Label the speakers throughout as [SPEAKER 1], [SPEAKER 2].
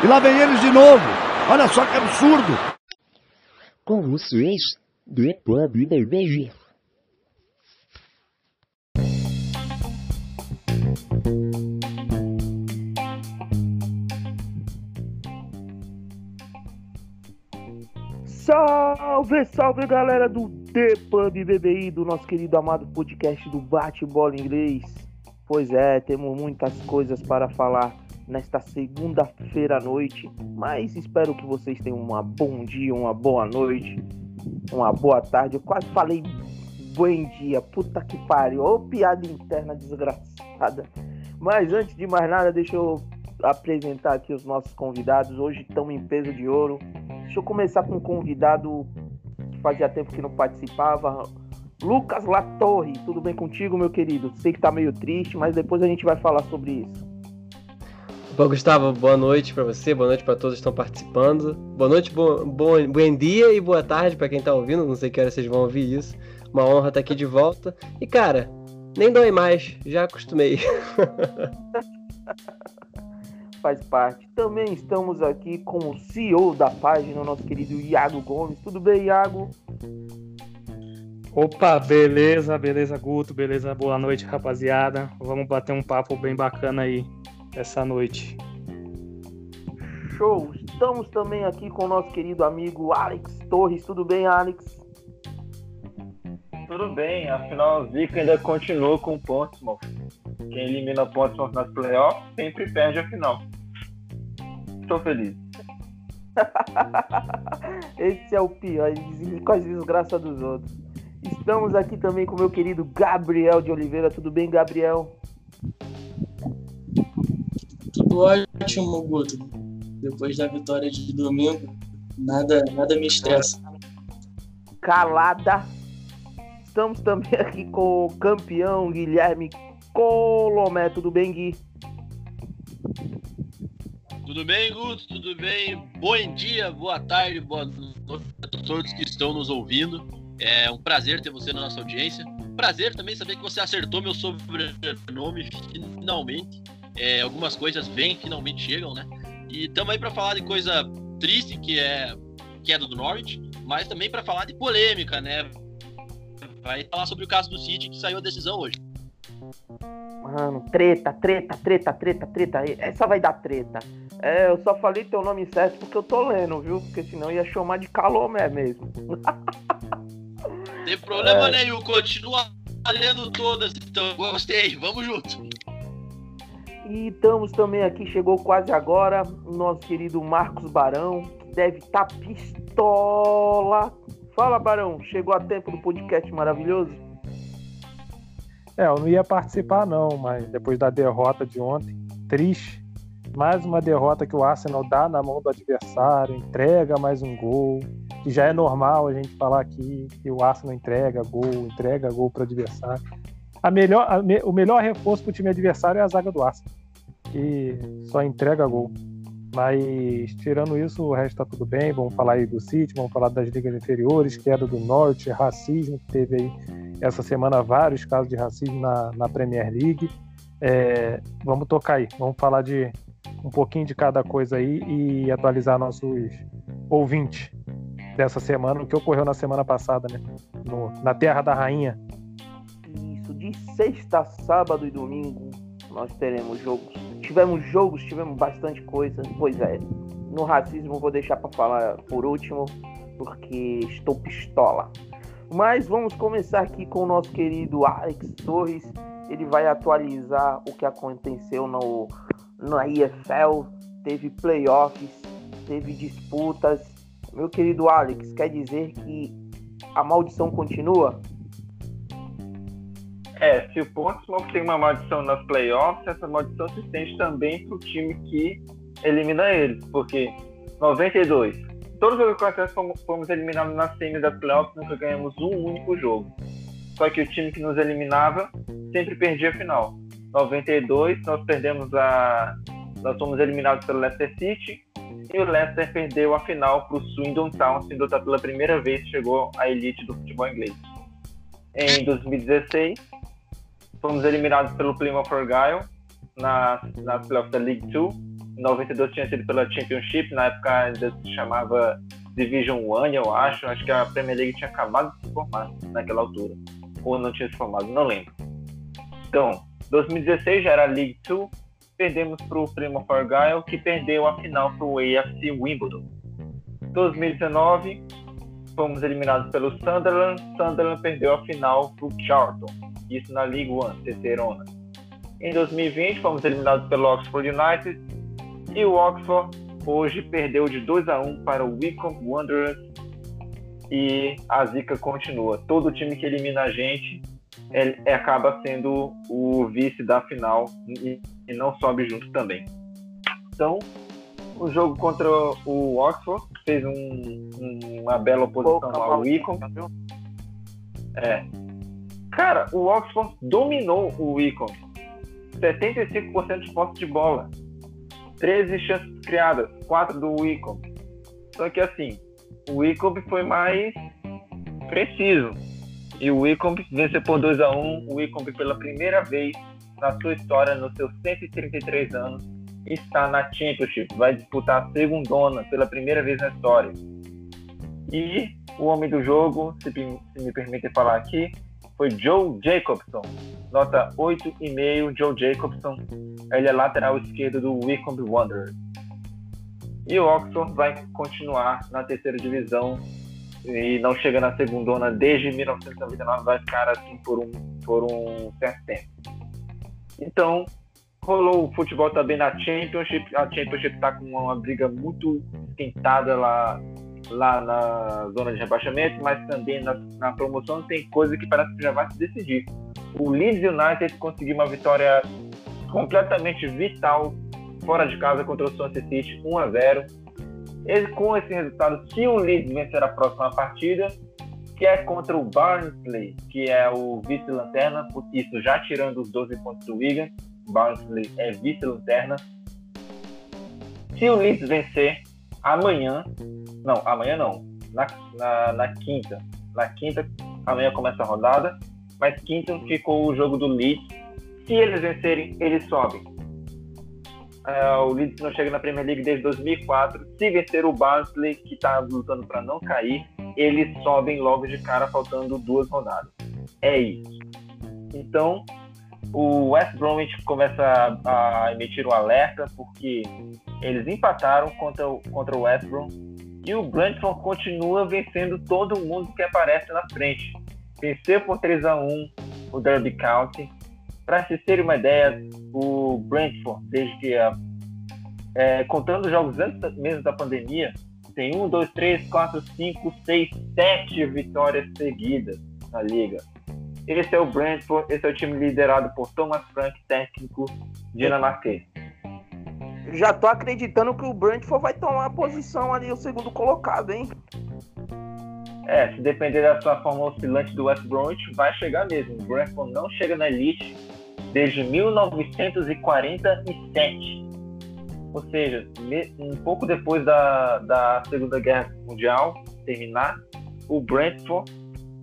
[SPEAKER 1] lá vem eles de novo. Olha só que absurdo.
[SPEAKER 2] Com vocês, do Pub da BG.
[SPEAKER 3] Salve, salve galera do The Pub BBI, do nosso querido amado podcast do Bate-Bola Inglês. Pois é, temos muitas coisas para falar nesta segunda-feira à noite, mas espero que vocês tenham um bom dia, uma boa noite, uma boa tarde. Eu quase falei bom dia, puta que pariu, ô piada interna desgraçada. Mas antes de mais nada, deixa eu apresentar aqui os nossos convidados. Hoje estão em peso de ouro. Deixa eu começar com um convidado que fazia tempo que não participava, Lucas Latorre. Tudo bem contigo, meu querido? Sei que tá meio triste, mas depois a gente vai falar sobre isso.
[SPEAKER 4] Bom, Gustavo, boa noite para você, boa noite para todos que estão participando. Boa noite, bom dia e boa tarde para quem tá ouvindo, não sei que hora vocês vão ouvir isso. Uma honra estar aqui de volta. E cara, nem dói mais, já acostumei.
[SPEAKER 3] Faz parte. Também estamos aqui com o CEO da página, o nosso querido Iago Gomes. Tudo bem, Iago?
[SPEAKER 5] Opa, beleza, Guto, beleza, boa noite, rapaziada. Vamos bater um papo bem bacana aí essa noite.
[SPEAKER 3] Show! Estamos também aqui com o nosso querido amigo Alex Torres. Tudo bem, Alex?
[SPEAKER 6] Tudo bem, afinal o Zico ainda continua com o Portsmouth. Quem elimina o Portsmouth nas playoffs sempre perde a final. Estou feliz.
[SPEAKER 3] Esse é o pior, ele com as desgraças dos outros. Estamos aqui também com o meu querido Gabriel de Oliveira. Tudo bem, Gabriel?
[SPEAKER 7] Tudo ótimo, Guto. Depois da vitória de domingo, nada me estressa.
[SPEAKER 3] Calada. Estamos também aqui com o campeão Guilherme Colomé. Tudo bem, Gui?
[SPEAKER 8] Tudo bem, Guto? Tudo bem? Bom dia, boa tarde, boa noite a todos que estão nos ouvindo. É um prazer ter você na nossa audiência. Prazer também saber que você acertou meu sobrenome finalmente. Algumas coisas finalmente chegam, né? E estamos aí para falar de coisa triste, que é queda do Norwich, mas também para falar de polêmica, né? Vai falar sobre o caso do City, que saiu a decisão hoje.
[SPEAKER 3] Mano, treta. Essa vai dar treta. Eu só falei teu nome certo porque eu tô lendo, viu? Porque senão ia chamar de Calomé mesmo.
[SPEAKER 8] Tem problema nenhum, continua lendo todas, então gostei, vamos junto.
[SPEAKER 3] E estamos também aqui, chegou quase agora, o nosso querido Marcos Barão, que deve estar pistola. Fala, Barão, chegou a tempo do podcast maravilhoso?
[SPEAKER 5] Eu não ia participar não, mas depois da derrota de ontem, triste, mais uma derrota que o Arsenal dá na mão do adversário, entrega mais um gol, que já é normal a gente falar aqui que o Arsenal entrega gol para o adversário. O melhor reforço para o time adversário é a zaga do Arsenal, que só entrega gol. Mas tirando isso, o resto tá tudo bem. Vamos falar aí do City, vamos falar das ligas inferiores, queda do Norte, racismo, que teve aí essa semana vários casos de racismo na Premier League. Vamos tocar aí, vamos falar de um pouquinho de cada coisa aí e atualizar nossos ouvintes dessa semana, o que ocorreu na semana passada, né? Na Terra da Rainha.
[SPEAKER 3] Isso, de sexta, sábado e domingo nós teremos jogos. Tivemos bastante coisa. Pois é, no racismo vou deixar para falar por último, porque estou pistola. Mas vamos começar aqui com o nosso querido Alex Torres. Ele vai atualizar o que aconteceu na EFL. Teve playoffs, teve disputas. Meu querido Alex, quer dizer que a maldição continua?
[SPEAKER 6] Se o Portsmouth tem uma maldição nas playoffs, essa maldição se estende também para o time que elimina eles, porque 92, todos os jogos que acontecem fomos eliminados nas semis das playoffs, nunca ganhamos um único jogo. Só que o time que nos eliminava sempre perdia a final. 92, nós fomos eliminados pelo Leicester City e o Leicester perdeu a final para o Swindon Town. O Swindon Town pela primeira vez chegou à elite do futebol inglês. Em 2016, fomos eliminados pelo Plymouth Argyle na playoff da League 2. Em 92 tinha sido pela Championship, na época ainda se chamava Division 1, eu acho. Acho que a Premier League tinha acabado de se formar naquela altura. Ou não tinha se formado, não lembro. Então, 2016 já era League 2, perdemos para o Plymouth Argyle, que perdeu a final para o AFC Wimbledon. 2019, fomos eliminados pelo Sunderland. Sunderland perdeu a final para o Charlton, isso na League 1, terceirona. Em 2020, fomos eliminados pelo Oxford United, e o Oxford hoje perdeu de 2-1 para o Wycombe Wanderers, e a zica continua. Todo time que elimina a gente acaba sendo o vice da final e não sobe junto também. Então, o jogo contra o Oxford fez uma bela oposição ao Wycombe. Cara, o Oxford dominou o Wycombe. 75% de posse de bola. 13 chances criadas, 4 do Wycombe. Só que assim, o Wycombe foi mais preciso. E o Wycombe venceu por 2-1. O Wycombe, pela primeira vez na sua história, nos seus 133 anos, está na Championship. Vai disputar a segundona pela primeira vez na história. E o homem do jogo, se me permitem falar aqui, foi Joe Jacobson. Nota 8,5, Joe Jacobson. Ele é lateral esquerdo do Wycombe Wanderers. E o Oxford vai continuar na terceira divisão e não chega na segundona desde 1999, vai ficar assim por um certo tempo. Então, rolou o futebol também na Championship. A Championship está com uma briga muito esquentada lá na zona de rebaixamento, mas também na promoção tem coisa que parece que já vai se decidir. O Leeds United conseguiu uma vitória completamente vital fora de casa contra o Swansea City, 1-0. Com esse resultado, se o Leeds vencer a próxima partida, que é contra o Barnsley, que é o vice-lanterna, isso já tirando os 12 pontos do Wigan, Barnsley é vice-lanterna. Se o Leeds vencer na quinta, amanhã começa a rodada, mas quinta ficou o jogo do Leeds. Se eles vencerem, eles sobem. O Leeds não chega na Premier League desde 2004. Se vencer o Barnsley, que está lutando para não cair, eles sobem logo de cara, faltando 2 rodadas. É isso. Então, o West Bromwich começa a emitir o alerta, porque eles empataram contra o West Brom, e o Brentford continua vencendo todo mundo que aparece na frente. Venceu por 3-1 o Derby County. Para vocês terem uma ideia, o Brentford, desde que contando os jogos antes mesmo da pandemia, tem 1, 2, 3, 4, 5, 6, 7 vitórias seguidas na liga. Esse é o Brentford, esse é o time liderado por Thomas Frank, técnico dinamarquês.
[SPEAKER 3] Já tô acreditando que o Brentford vai tomar a posição ali, o segundo colocado, hein?
[SPEAKER 6] Se depender da sua forma oscilante do West Bromwich, vai chegar mesmo. O Brentford não chega na elite desde 1947. Ou seja, um pouco depois da Segunda Guerra Mundial terminar, o Brentford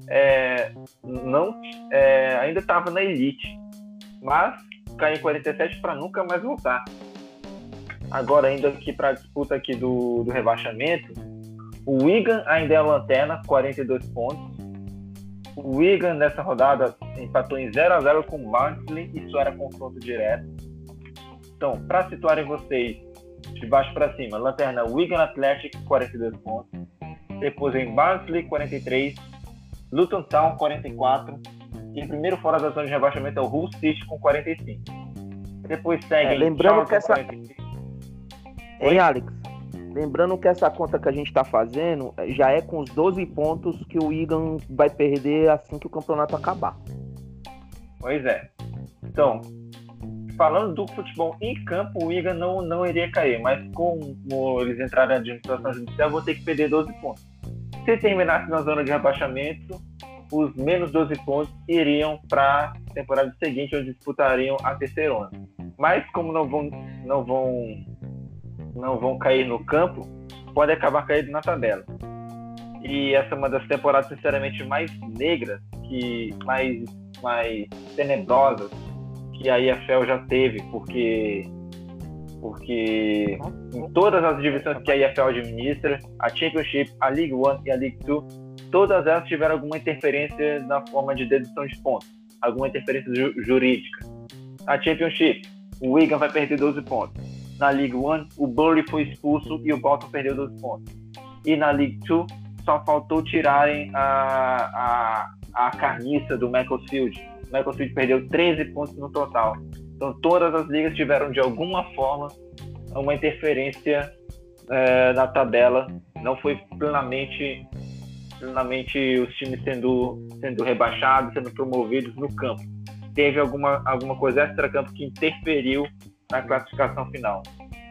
[SPEAKER 6] ainda estava na elite, mas caiu em 47 para nunca mais voltar. Agora, indo aqui para a disputa aqui do rebaixamento, o Wigan ainda é a lanterna, 42 pontos. O Wigan, nessa rodada, empatou em 0-0 com o Barnsley, isso era confronto direto. Então, para situarem vocês, de baixo para cima, lanterna Wigan Athletic, 42 pontos. Depois vem Barnsley, 43. Luton Town, 44. E o primeiro fora da zona de rebaixamento é o Hull City, com 45. Depois segue
[SPEAKER 3] lembrando
[SPEAKER 6] Charlton,
[SPEAKER 3] que essa...
[SPEAKER 6] 45.
[SPEAKER 3] Hein, Alex? Lembrando que essa conta que a gente tá fazendo já é com os 12 pontos que o Wigan vai perder assim que o campeonato acabar.
[SPEAKER 6] Pois é. Então, falando do futebol em campo, o Wigan não iria cair, mas como eles entraram na administração judicial, vou ter que perder 12 pontos. Se terminasse na zona de rebaixamento, os menos 12 pontos iriam para a temporada seguinte, onde disputariam a terceirona. Mas como não vão cair no campo, pode acabar caindo na tabela. E essa é uma das temporadas, sinceramente, mais negras, mais tenebrosas que a EFL já teve, porque Porque em todas as divisões que a EFL administra, a Championship, a League One e a League Two, todas elas tiveram alguma interferência na forma de dedução de pontos, alguma interferência jurídica. Na Championship, o Wigan vai perder 12 pontos. Na League One, o Bury foi expulso e o Bolton perdeu 12 pontos. E na League Two, só faltou tirarem a carniça do Macclesfield. O Macclesfield perdeu 13 pontos no total. Então todas as ligas tiveram de alguma forma uma interferência na tabela. Não foi plenamente os times sendo rebaixados, sendo promovidos no campo. Teve alguma coisa extra-campo que interferiu na classificação final.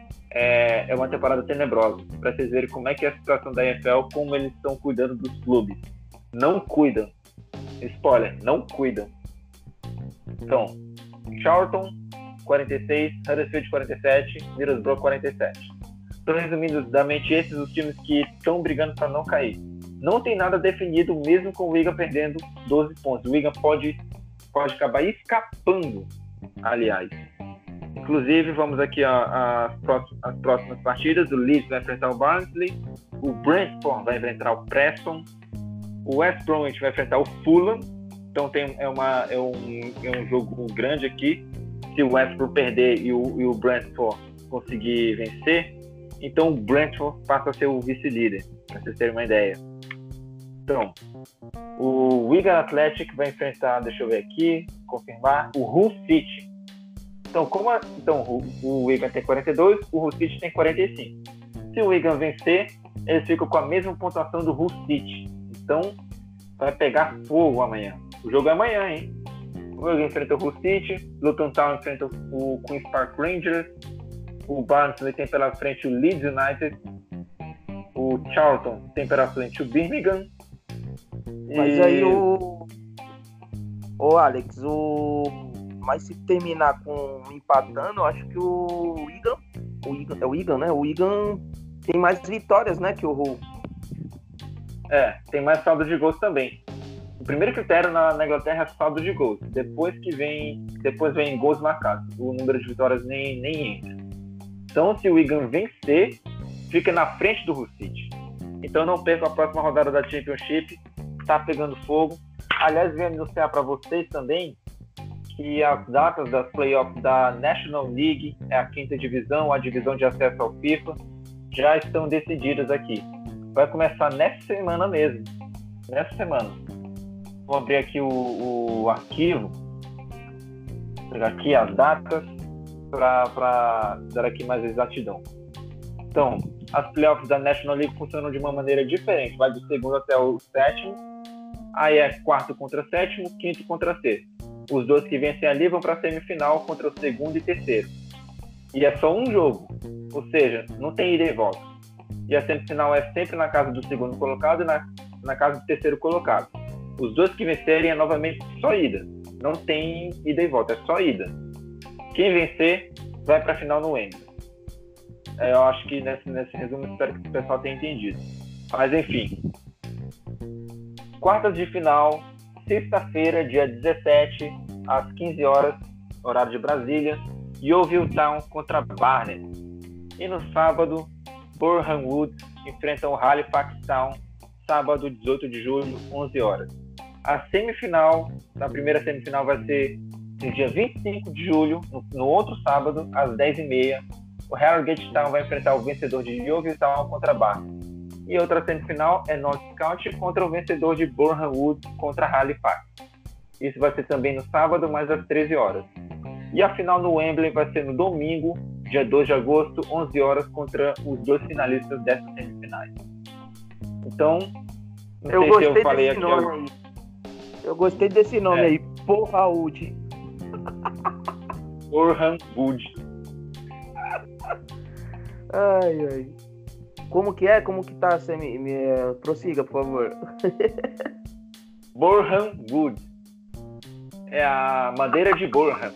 [SPEAKER 6] É uma temporada tenebrosa, para vocês verem como é que é a situação da EFL, como eles estão cuidando dos clubes. Não cuidam. Spoiler, não cuidam. Então, Charlton, 46, Huddersfield, 47, Middlesbrough, 47. Então, resumidamente, esses são os times que estão brigando para não cair. Não tem nada definido, mesmo com o Wigan perdendo 12 pontos. O Wigan pode acabar escapando, aliás. Inclusive, vamos aqui às próximas partidas. O Leeds vai enfrentar o Barnsley, o Brentford vai enfrentar o Preston, o West Bromwich vai enfrentar o Fulham. Então é um jogo grande aqui. Se o West Brom perder e o Brentford conseguir vencer, então o Brentford passa a ser o vice-líder, para vocês terem uma ideia. Então, o Wigan Athletic vai enfrentar, deixa eu ver aqui, confirmar, o Hull City. Então, o Wigan tem 42, o Hull City tem 45. Se o Wigan vencer, eles ficam com a mesma pontuação do Hull City. Então, vai pegar fogo amanhã. O jogo é amanhã, hein? O Wigan enfrenta o Hull City, Luton Town enfrenta o Queen's Park Rangers, o Barnsley tem pela frente o Leeds United, o Charlton tem pela frente o Birmingham.
[SPEAKER 3] Mas aí o Alex, mas se terminar com empatando, eu acho que o Wigan, né? O Wigan tem mais vitórias, né, que o Hull.
[SPEAKER 6] Tem mais saldo de gols também. O primeiro critério na Inglaterra é saldo de gols. Depois vem gols marcados. O número de vitórias nem entra. Então, se o Wigan vencer, fica na frente do Hull City. Então, não perca a próxima rodada da Championship. Tá pegando fogo. Aliás, venho anunciar para vocês também que as datas das playoffs da National League, a quinta divisão, a divisão de acesso ao FIFA, já estão decididas aqui. Vai começar nessa semana mesmo. Nessa semana. Vou abrir aqui o arquivo, pegar aqui as datas para dar aqui mais exatidão. Então, as playoffs da National League funcionam de uma maneira diferente. Vai do segundo até o sétimo. Aí é quarto contra sétimo, quinto contra sexto. Os dois que vencem ali vão para a semifinal contra o segundo e terceiro. E é só um jogo. Ou seja, não tem ida e volta. E a semifinal é sempre na casa do segundo colocado e na casa do terceiro colocado. Os dois que vencerem é novamente só ida. Não tem ida e volta, é só ida. Quem vencer vai para a final no Wembley. Eu acho que nesse resumo espero que o pessoal tenha entendido. Mas enfim. Quartas de final, sexta-feira, dia 17, às 15 horas, horário de Brasília, Yeovil Town contra Barnet. E no sábado, Boreham Wood enfrentam o Halifax Town, sábado 18 de julho, 11 horas. A semifinal, a primeira semifinal vai ser no dia 25 de julho, no outro sábado, às 10h30. O Harrogate Town vai enfrentar o vencedor de Yeovil Town contra Barnet. E outra semifinal é Notts County contra o vencedor de Boreham Wood contra Halifax. Isso vai ser também no sábado, mas às 13 horas. E a final no Wembley vai ser no domingo, dia 2 de agosto, 11 horas, contra os dois finalistas dessas semifinais. Então, não sei se eu falei aqui.
[SPEAKER 3] Eu gostei desse nome aí, Boreham Wood.
[SPEAKER 6] Boreham Wood.
[SPEAKER 3] Ai. Como que é? Como que tá? Prossiga, por favor.
[SPEAKER 6] Boreham Wood. É a madeira de Boreham.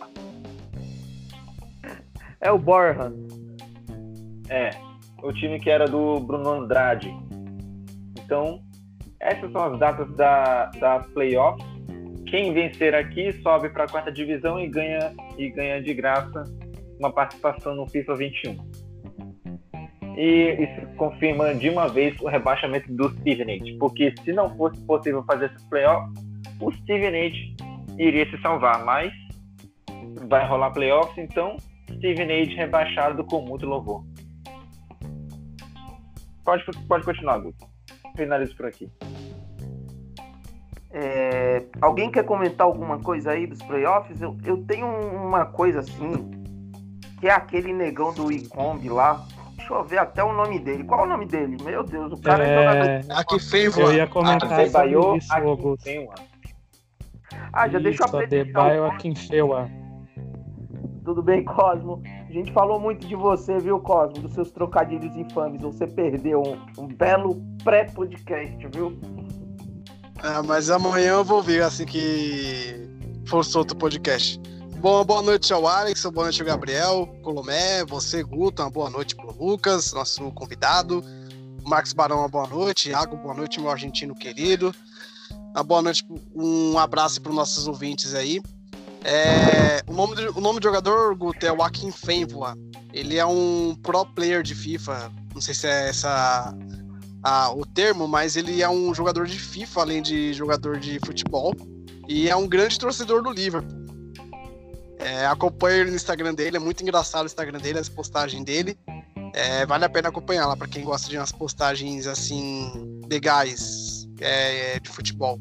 [SPEAKER 3] É o Boreham.
[SPEAKER 6] É. O time que era do Bruno Andrade. Então, essas são as datas da playoff. Quem vencer aqui sobe para a quarta divisão e ganha de graça uma participação no FIFA 21. E isso confirma de uma vez o rebaixamento do Stevenage, porque se não fosse possível fazer esses playoffs, o Stevenage iria se salvar, mas vai rolar playoffs, então Stevenage rebaixado com muito louvor. Pode continuar, Guto. Finalizo por aqui.
[SPEAKER 3] Alguém quer comentar alguma coisa aí dos playoffs? Eu tenho uma coisa assim, que é aquele negão do Icombi lá. Deixa eu ver até o nome dele. Qual é o nome dele? Meu Deus, o cara é jogador.
[SPEAKER 9] Aqui feio,
[SPEAKER 5] Eu ia comentar sobre isso, Augusto.
[SPEAKER 3] Já deixa eu apresentar.
[SPEAKER 5] Adebayo Akinfewa.
[SPEAKER 3] Tudo bem, Cosmo? A gente falou muito de você, viu, Cosmo? Dos seus trocadilhos infames. Você perdeu um belo pré-podcast, viu?
[SPEAKER 9] Mas amanhã eu vou ver assim que for solto o podcast. Bom, boa noite ao Alex, boa noite ao Gabriel, Colomé, você, Guto, uma boa noite pro Lucas, nosso convidado. Marcos Barão, uma boa noite. Iago, boa noite, meu argentino querido. Uma boa noite, um abraço para os nossos ouvintes aí. O nome do jogador, Guto, é o Akinfenwa. Ele é um pro player de FIFA. Não sei se é o termo, mas ele é um jogador de FIFA, além de jogador de futebol. E é um grande torcedor do Liverpool. Acompanho ele no Instagram dele, é muito engraçado o Instagram dele, as postagens dele. Vale a pena acompanhar lá, para quem gosta de umas postagens assim, legais, de futebol.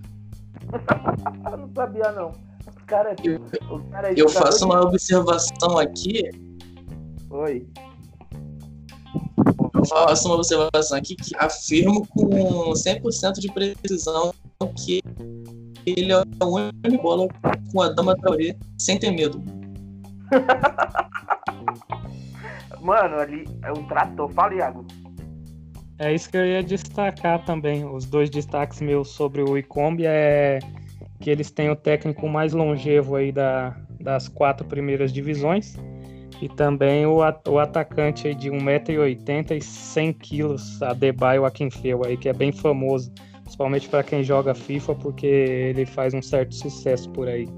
[SPEAKER 3] Não sabia, não. O cara
[SPEAKER 7] Eu faço uma observação aqui.
[SPEAKER 3] Oi.
[SPEAKER 7] Eu faço uma observação aqui que afirmo com 100% de precisão que ele é o único bola com a Dama Traoré sem ter medo.
[SPEAKER 3] Mano, ali é um trator. Fala, Iago.
[SPEAKER 5] É isso que eu ia destacar também. Os dois destaques meus sobre o Icombi é que eles têm o técnico mais longevo aí das 4 primeiras divisões e também o atacante aí de 1,80m e 100 kg, Adebayo Akinfewa, aí, que é bem famoso, principalmente para quem joga FIFA, porque ele faz um certo sucesso por aí.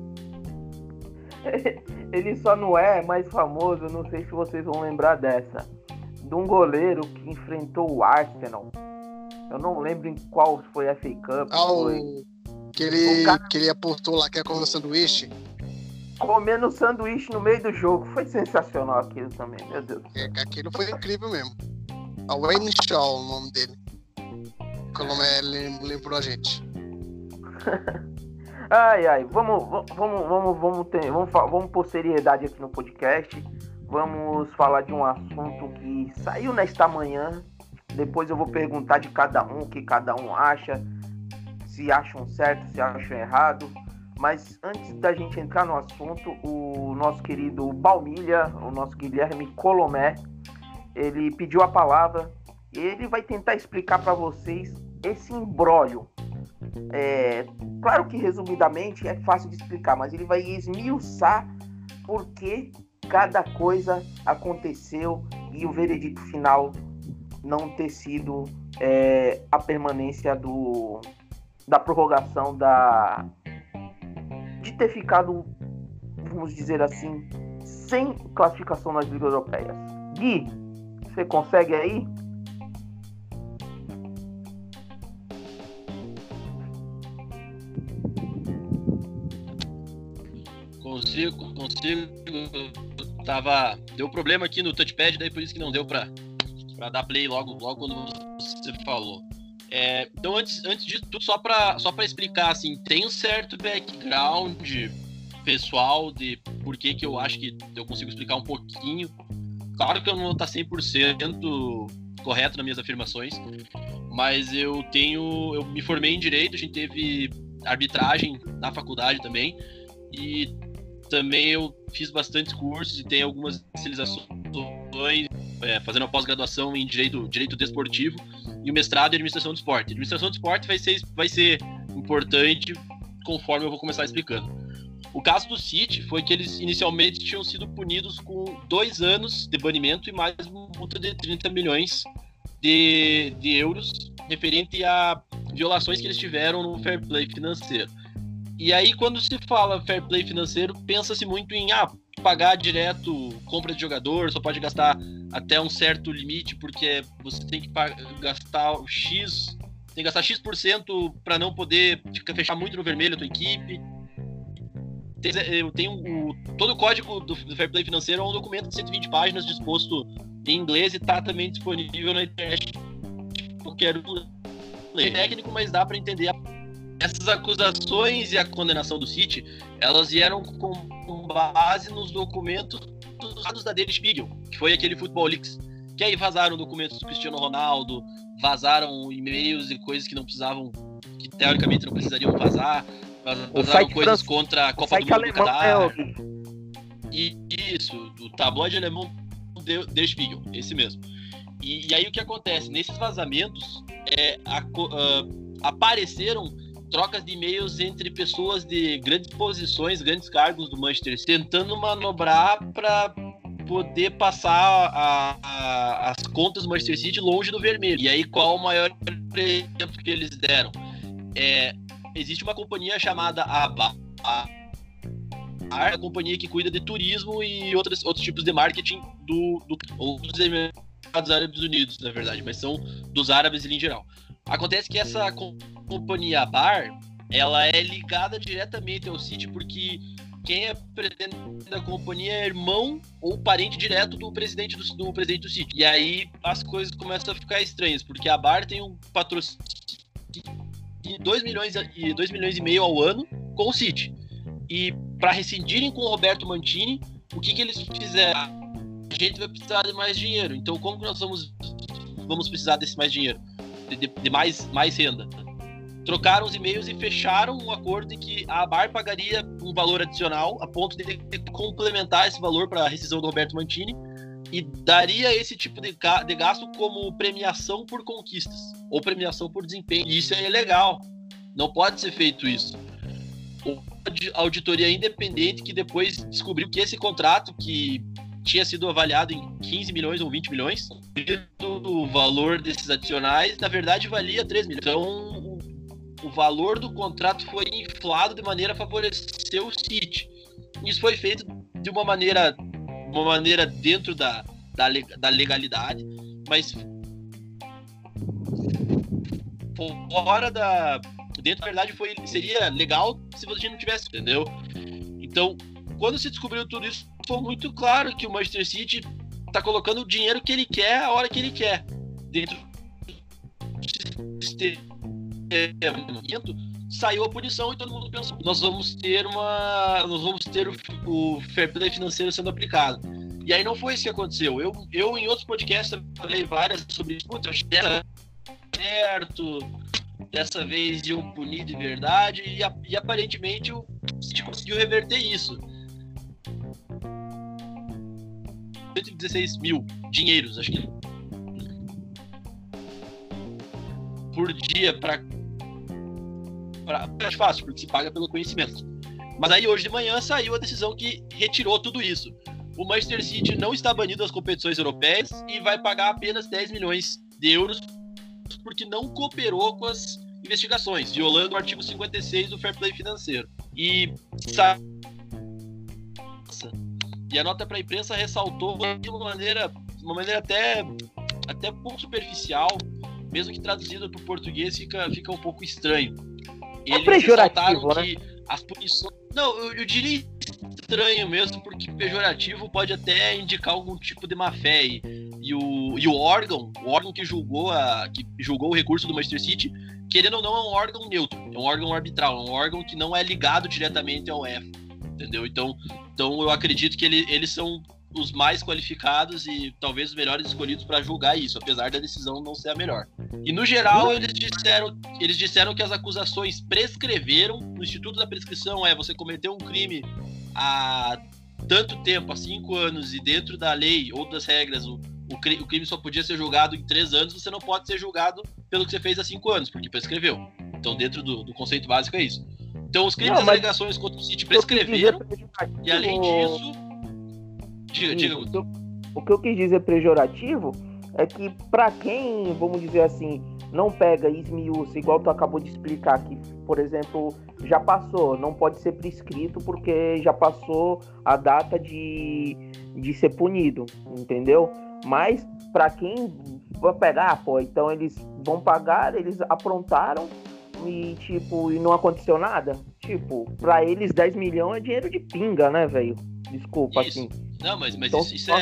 [SPEAKER 3] Ele só não é mais famoso, não sei se vocês vão lembrar dessa, de um goleiro que enfrentou o Arsenal. Eu não lembro em qual foi a FA Cup.
[SPEAKER 9] Que ele aportou lá, que é como sanduíche.
[SPEAKER 3] Comendo sanduíche no meio do jogo. Foi sensacional aquilo também, meu Deus.
[SPEAKER 9] Aquilo foi incrível mesmo. A Wayne Shaw, o nome dele. Como lembrou a gente.
[SPEAKER 3] Ai, vamos por seriedade aqui no podcast. Vamos falar de um assunto que saiu nesta manhã. Depois eu vou perguntar de cada um o que cada um acha, se acham certo, se acham errado. Mas antes da gente entrar no assunto, o nosso querido Balmilha, o nosso Guilherme Colomé, ele pediu a palavra e ele vai tentar explicar para vocês esse imbróglio. Claro que resumidamente é fácil de explicar, mas ele vai esmiuçar por que cada coisa aconteceu e o veredito final não ter sido a permanência da prorrogação de ter ficado, vamos dizer assim, sem classificação nas ligas europeias. Gui, você consegue aí?
[SPEAKER 8] Consigo. Deu problema aqui no touchpad, daí por isso que não deu pra dar play logo quando você falou. Então, antes de tudo, só pra explicar, assim, tem um certo background pessoal de por que eu acho que eu consigo explicar um pouquinho. Claro que eu não vou estar 100% correto nas minhas afirmações, mas eu me formei em Direito, a gente teve arbitragem na faculdade também, e também eu fiz bastantes cursos e tenho algumas especializações, fazendo a pós-graduação em Direito Desportivo e o mestrado em Administração do Esporte. A Administração do Esporte vai ser importante conforme eu vou começar explicando. O caso do City foi que eles inicialmente tinham sido punidos com 2 anos de banimento e mais uma multa de 30 milhões de euros referente a violações que eles tiveram no fair play financeiro. E aí, quando se fala fair play financeiro, pensa-se muito em pagar direto compra de jogador, só pode gastar até um certo limite, porque você tem que gastar o X, tem que gastar X% para não poder fechar muito no vermelho a tua equipe. Todo o código do Fair Play Financeiro é um documento de 120 páginas disposto em inglês e está também disponível na internet. Qualquer técnico, mas dá para entender. Essas acusações e a condenação do City, elas vieram com base nos documentos da Daily Spiegel, que foi aquele Football Leaks, que aí vazaram documentos do Cristiano Ronaldo, vazaram e-mails e coisas que não precisavam, que teoricamente não precisariam vazar, vazaram coisas contra a Copa do Mundo do Qatar. E isso, o tabloide alemão Der Spiegel, esse mesmo. E aí o que acontece? Nesses vazamentos apareceram trocas de e-mails entre pessoas de grandes posições, grandes cargos do Manchester City, tentando manobrar para poder passar as contas do Manchester City longe do vermelho. E aí qual o maior exemplo que eles deram? Existe uma companhia chamada ABA, a companhia que cuida de turismo e outros tipos de marketing dos Emirados Árabes Unidos, na verdade, mas são dos árabes em geral. Acontece que essa companhia ABAR, ela é ligada diretamente ao City, porque quem é presidente da companhia é irmão ou parente direto do presidente do City. E aí as coisas começam a ficar estranhas, porque a ABAR tem um patrocínio de 2 milhões e meio ao ano com o City. E para rescindirem com o Roberto Mantini, o que eles fizeram? A gente vai precisar de mais dinheiro. Então como que nós vamos precisar desse mais dinheiro? De mais renda. Trocaram os e-mails e fecharam um acordo em que a ABAR pagaria um valor adicional a ponto de complementar esse valor para a rescisão do Roberto Mantini e daria esse tipo de gasto como premiação por conquistas ou premiação por desempenho. E isso é ilegal. Não pode ser feito isso. A auditoria independente que depois descobriu que esse contrato, que tinha sido avaliado em 15 milhões ou 20 milhões, o valor desses adicionais, na verdade, valia 3 milhões. Então, o valor do contrato foi inflado de maneira a favorecer o City. Isso foi feito de uma maneira dentro da legalidade, mas fora dentro da verdade seria legal se você não tivesse, entendeu? Então, quando se descobriu tudo isso, foi muito claro que o Manchester City está colocando o dinheiro que ele quer a hora que ele quer dentro do sistema. Saiu a punição e todo mundo pensou, nós vamos ter o fair play financeiro sendo aplicado. E aí não foi isso que aconteceu. Eu em outros podcasts falei várias sobre isso. Eu achei que era certo, dessa vez iam punir de verdade, e aparentemente o City conseguiu reverter isso. 116 mil dinheiros, acho que por dia é fácil, porque se paga pelo conhecimento. Mas aí hoje de manhã saiu a decisão que retirou tudo isso. O Manchester City não está banido das competições europeias e vai pagar apenas 10 milhões de euros porque não cooperou com as investigações, violando o artigo 56 do Fair Play Financeiro. E a nota para a imprensa ressaltou de uma maneira até um pouco superficial, mesmo que traduzida para o português fica um pouco estranho. Eles ressaltaram que as punições... Não, eu diria estranho mesmo, porque pejorativo pode até indicar algum tipo de má-fé. E o órgão que julgou o recurso do Manchester City, querendo ou não, é um órgão neutro, é um órgão arbitral, é um órgão que não é ligado diretamente ao UEFA, entendeu? Então eu acredito que eles são os mais qualificados e talvez os melhores escolhidos para julgar isso, apesar da decisão não ser a melhor. E no geral eles disseram que as acusações prescreveram. No Instituto da Prescrição você cometeu um crime há tanto tempo, há 5 anos, e dentro da lei ou das regras o crime só podia ser julgado em 3 anos, você não pode ser julgado pelo que você fez há 5 anos, porque prescreveu. Então dentro do conceito básico é isso. Então os crimes e as alegações contra o City prescreveram, e além disso... Diga.
[SPEAKER 3] O que eu quis dizer pejorativo é que, para quem, vamos dizer assim, não pega e esmiuça, igual tu acabou de explicar, que, por exemplo, já passou, não pode ser prescrito porque já passou a data de ser punido, entendeu? Mas para quem vai pegar, pô, então eles vão pagar, eles aprontaram e, tipo, e não aconteceu nada. Tipo, pra eles 10 milhões é dinheiro de pinga, né, velho? Desculpa,
[SPEAKER 8] Isso.
[SPEAKER 3] assim.
[SPEAKER 8] Não, mas
[SPEAKER 3] Então,
[SPEAKER 8] isso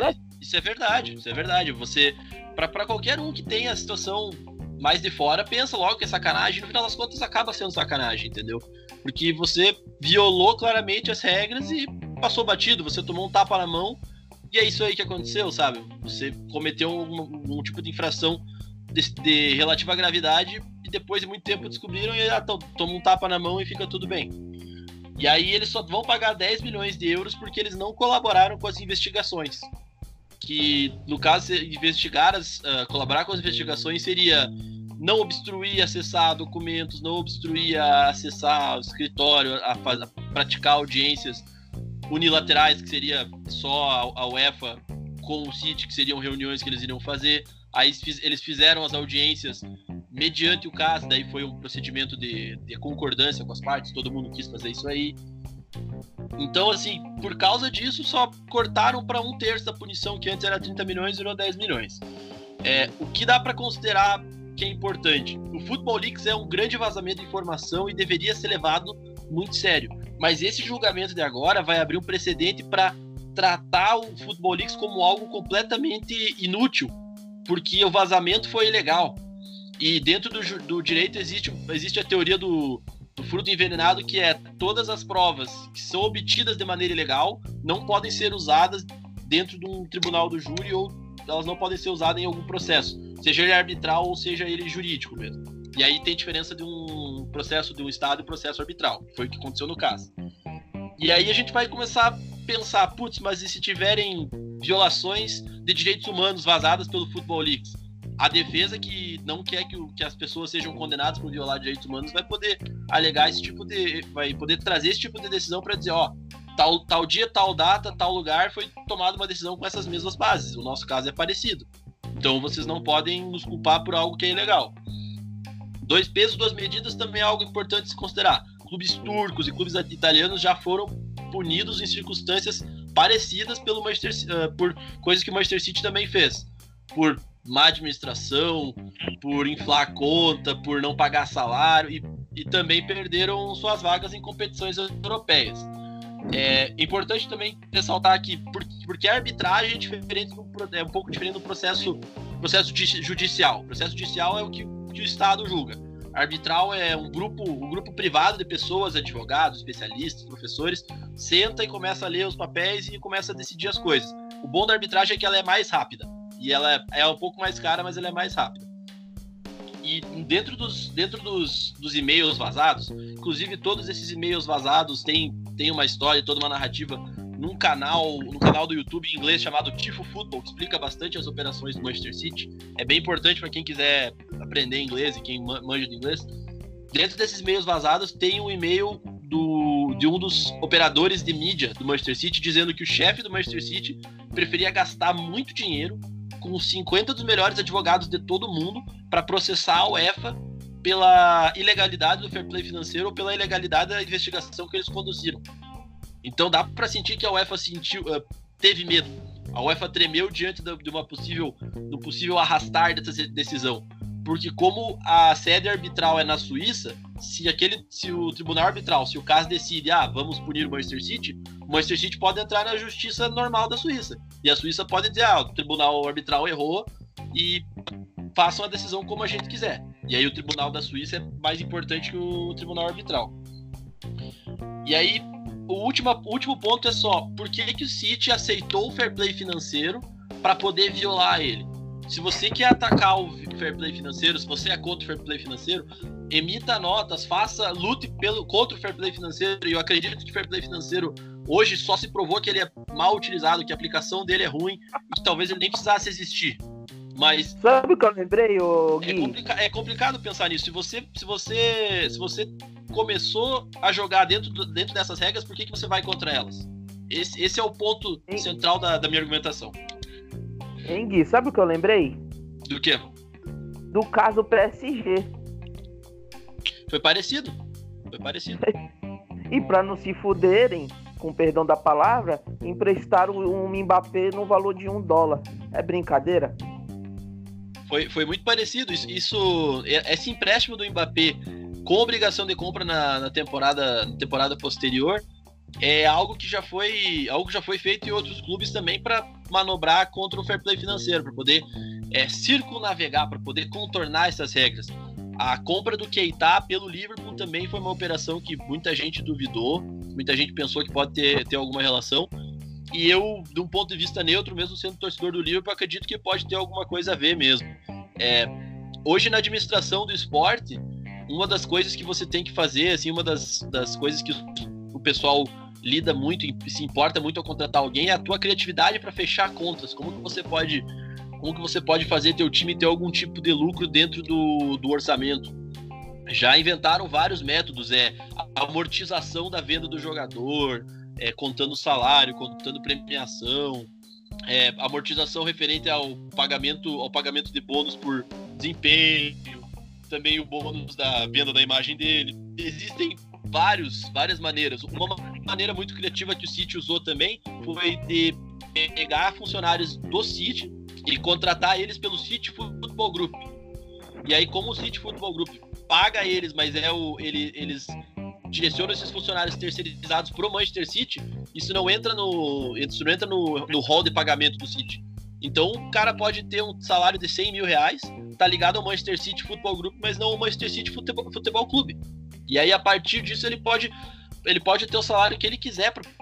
[SPEAKER 8] é verdade. Isso é verdade. Você, pra qualquer um que tenha a situação mais de fora, pensa logo que é sacanagem. No final das contas, acaba sendo sacanagem, entendeu? Porque você violou claramente as regras e passou batido. Você tomou um tapa na mão e é isso aí que aconteceu, sabe? Você cometeu um tipo de infração de relativa gravidade e depois de muito tempo descobriram e toma um tapa na mão e fica tudo bem. E aí eles só vão pagar 10 milhões de euros porque eles não colaboraram com as investigações. Que, no caso, colaborar com as investigações seria não obstruir acessar documentos, não obstruir acessar o escritório, a praticar audiências unilaterais, que seria só a UEFA com o City, que seriam reuniões que eles iriam fazer. Aí eles fizeram as audiências mediante o caso, daí foi um procedimento de concordância com as partes, todo mundo quis fazer isso aí. Então, assim, por causa disso, só cortaram para 1/3 da punição, que antes era 30 milhões e virou 10 milhões. O que dá para considerar que é importante? O Football Leaks é um grande vazamento de informação e deveria ser levado muito sério. Mas esse julgamento de agora vai abrir um precedente para tratar o Football Leaks como algo completamente inútil, porque o vazamento foi ilegal. E dentro do direito existe a teoria do fruto envenenado, que é todas as provas que são obtidas de maneira ilegal não podem ser usadas dentro de um tribunal do júri, ou elas não podem ser usadas em algum processo, seja ele arbitral ou seja ele jurídico mesmo. E aí tem diferença de um processo de um Estado e processo arbitral, que foi o que aconteceu no caso. E aí a gente vai começar a pensar, putz, mas e se tiverem violações de direitos humanos vazadas pelo Football Leaks? A defesa, que não quer que as pessoas sejam condenadas por violar direitos humanos, vai poder alegar vai poder trazer esse tipo de decisão para dizer, ó, tal dia, tal data, tal lugar foi tomada uma decisão com essas mesmas bases. O nosso caso é parecido. Então vocês não podem nos culpar por algo que é ilegal. 2 pesos, 2 medidas também é algo importante de se considerar. Clubes turcos e clubes italianos já foram punidos em circunstâncias parecidas por coisas que o Manchester City também fez. Por má administração, por inflar a conta, por não pagar salário e também perderam suas vagas em competições europeias. É importante também ressaltar aqui, porque a arbitragem é um pouco diferente do processo judicial. O processo judicial é o que o Estado julga. Arbitral é um grupo privado de pessoas, advogados, especialistas, professores, senta e começa a ler os papéis e começa a decidir as coisas. O bom da arbitragem é que ela é mais rápida. E ela é um pouco mais cara, mas ela é mais rápida. E dentro dos e-mails vazados, inclusive todos esses e-mails vazados têm uma história, toda uma narrativa no canal do YouTube em inglês chamado Tifo Football, que explica bastante as operações do Manchester City. É bem importante para quem quiser aprender inglês e quem manja de inglês. Dentro desses e-mails vazados tem um e-mail de um dos operadores de mídia do Manchester City dizendo que o chefe do Manchester City preferia gastar muito dinheiro com 50 dos melhores advogados de todo o mundo para processar a UEFA pela ilegalidade do fair play financeiro ou pela ilegalidade da investigação que eles conduziram. Então dá para sentir que a UEFA teve medo. A UEFA tremeu diante do possível arrastar dessa decisão. Porque como a sede arbitral é na Suíça, se o tribunal arbitral, se o caso decide, vamos punir o Manchester City pode entrar na justiça normal da Suíça. E a Suíça pode dizer, o tribunal arbitral errou e façam a decisão como a gente quiser. E aí o tribunal da Suíça é mais importante que o tribunal arbitral. E aí, o último ponto é só, por que o City aceitou o fair play financeiro para poder violar ele? Se você quer atacar o fair play financeiro, se você é contra o fair play financeiro, emita notas, lute contra o fair play financeiro. E eu acredito que o fair play financeiro hoje só se provou que ele é mal utilizado, que a aplicação dele é ruim e que talvez ele nem precisasse existir. Mas
[SPEAKER 3] sabe o que eu lembrei, Gui?
[SPEAKER 8] É complicado pensar nisso. Se você começou a jogar dentro dessas regras, por que você vai contra elas? Esse é o ponto central da minha argumentação.
[SPEAKER 3] Hein, Gui, sabe o que eu lembrei?
[SPEAKER 8] Do quê?
[SPEAKER 3] do caso PSG.
[SPEAKER 8] Foi parecido.
[SPEAKER 3] E para não se fuderem, com perdão da palavra, emprestaram um Mbappé no valor de $1. É brincadeira?
[SPEAKER 8] Foi muito parecido. Esse empréstimo do Mbappé com obrigação de compra na temporada posterior é algo que já foi feito em outros clubes também para manobrar contra o fair play financeiro, para poder circunnavegar, para poder contornar essas regras. A compra do Keita pelo Liverpool também foi uma operação que muita gente duvidou, muita gente pensou que pode ter alguma relação. E eu, de um ponto de vista neutro, mesmo sendo torcedor do Liverpool, acredito que pode ter alguma coisa a ver mesmo. Hoje, na administração do esporte, uma das coisas que você tem que fazer, assim, uma das coisas que o pessoal lida muito e se importa muito ao contratar alguém é a tua criatividade para fechar contas. Como que você pode fazer teu time ter algum tipo de lucro dentro do orçamento? Já inventaram vários métodos, a amortização da venda do jogador, contando salário, contando premiação, amortização referente ao pagamento de bônus por desempenho, também o bônus da venda da imagem dele. Existem várias maneiras. Uma maneira muito criativa que o City usou também foi de pegar funcionários do City e contratar eles pelo City Football Group. E aí, como o City Football Group paga eles, mas eles direcionam esses funcionários terceirizados pro Manchester City, isso não entra no hall de pagamento do City. Então o cara pode ter um salário de $100 mil, tá ligado ao Manchester City Football Group, mas não ao Manchester City Futebol Clube. E aí, a partir disso, ele pode ter o salário que ele quiser para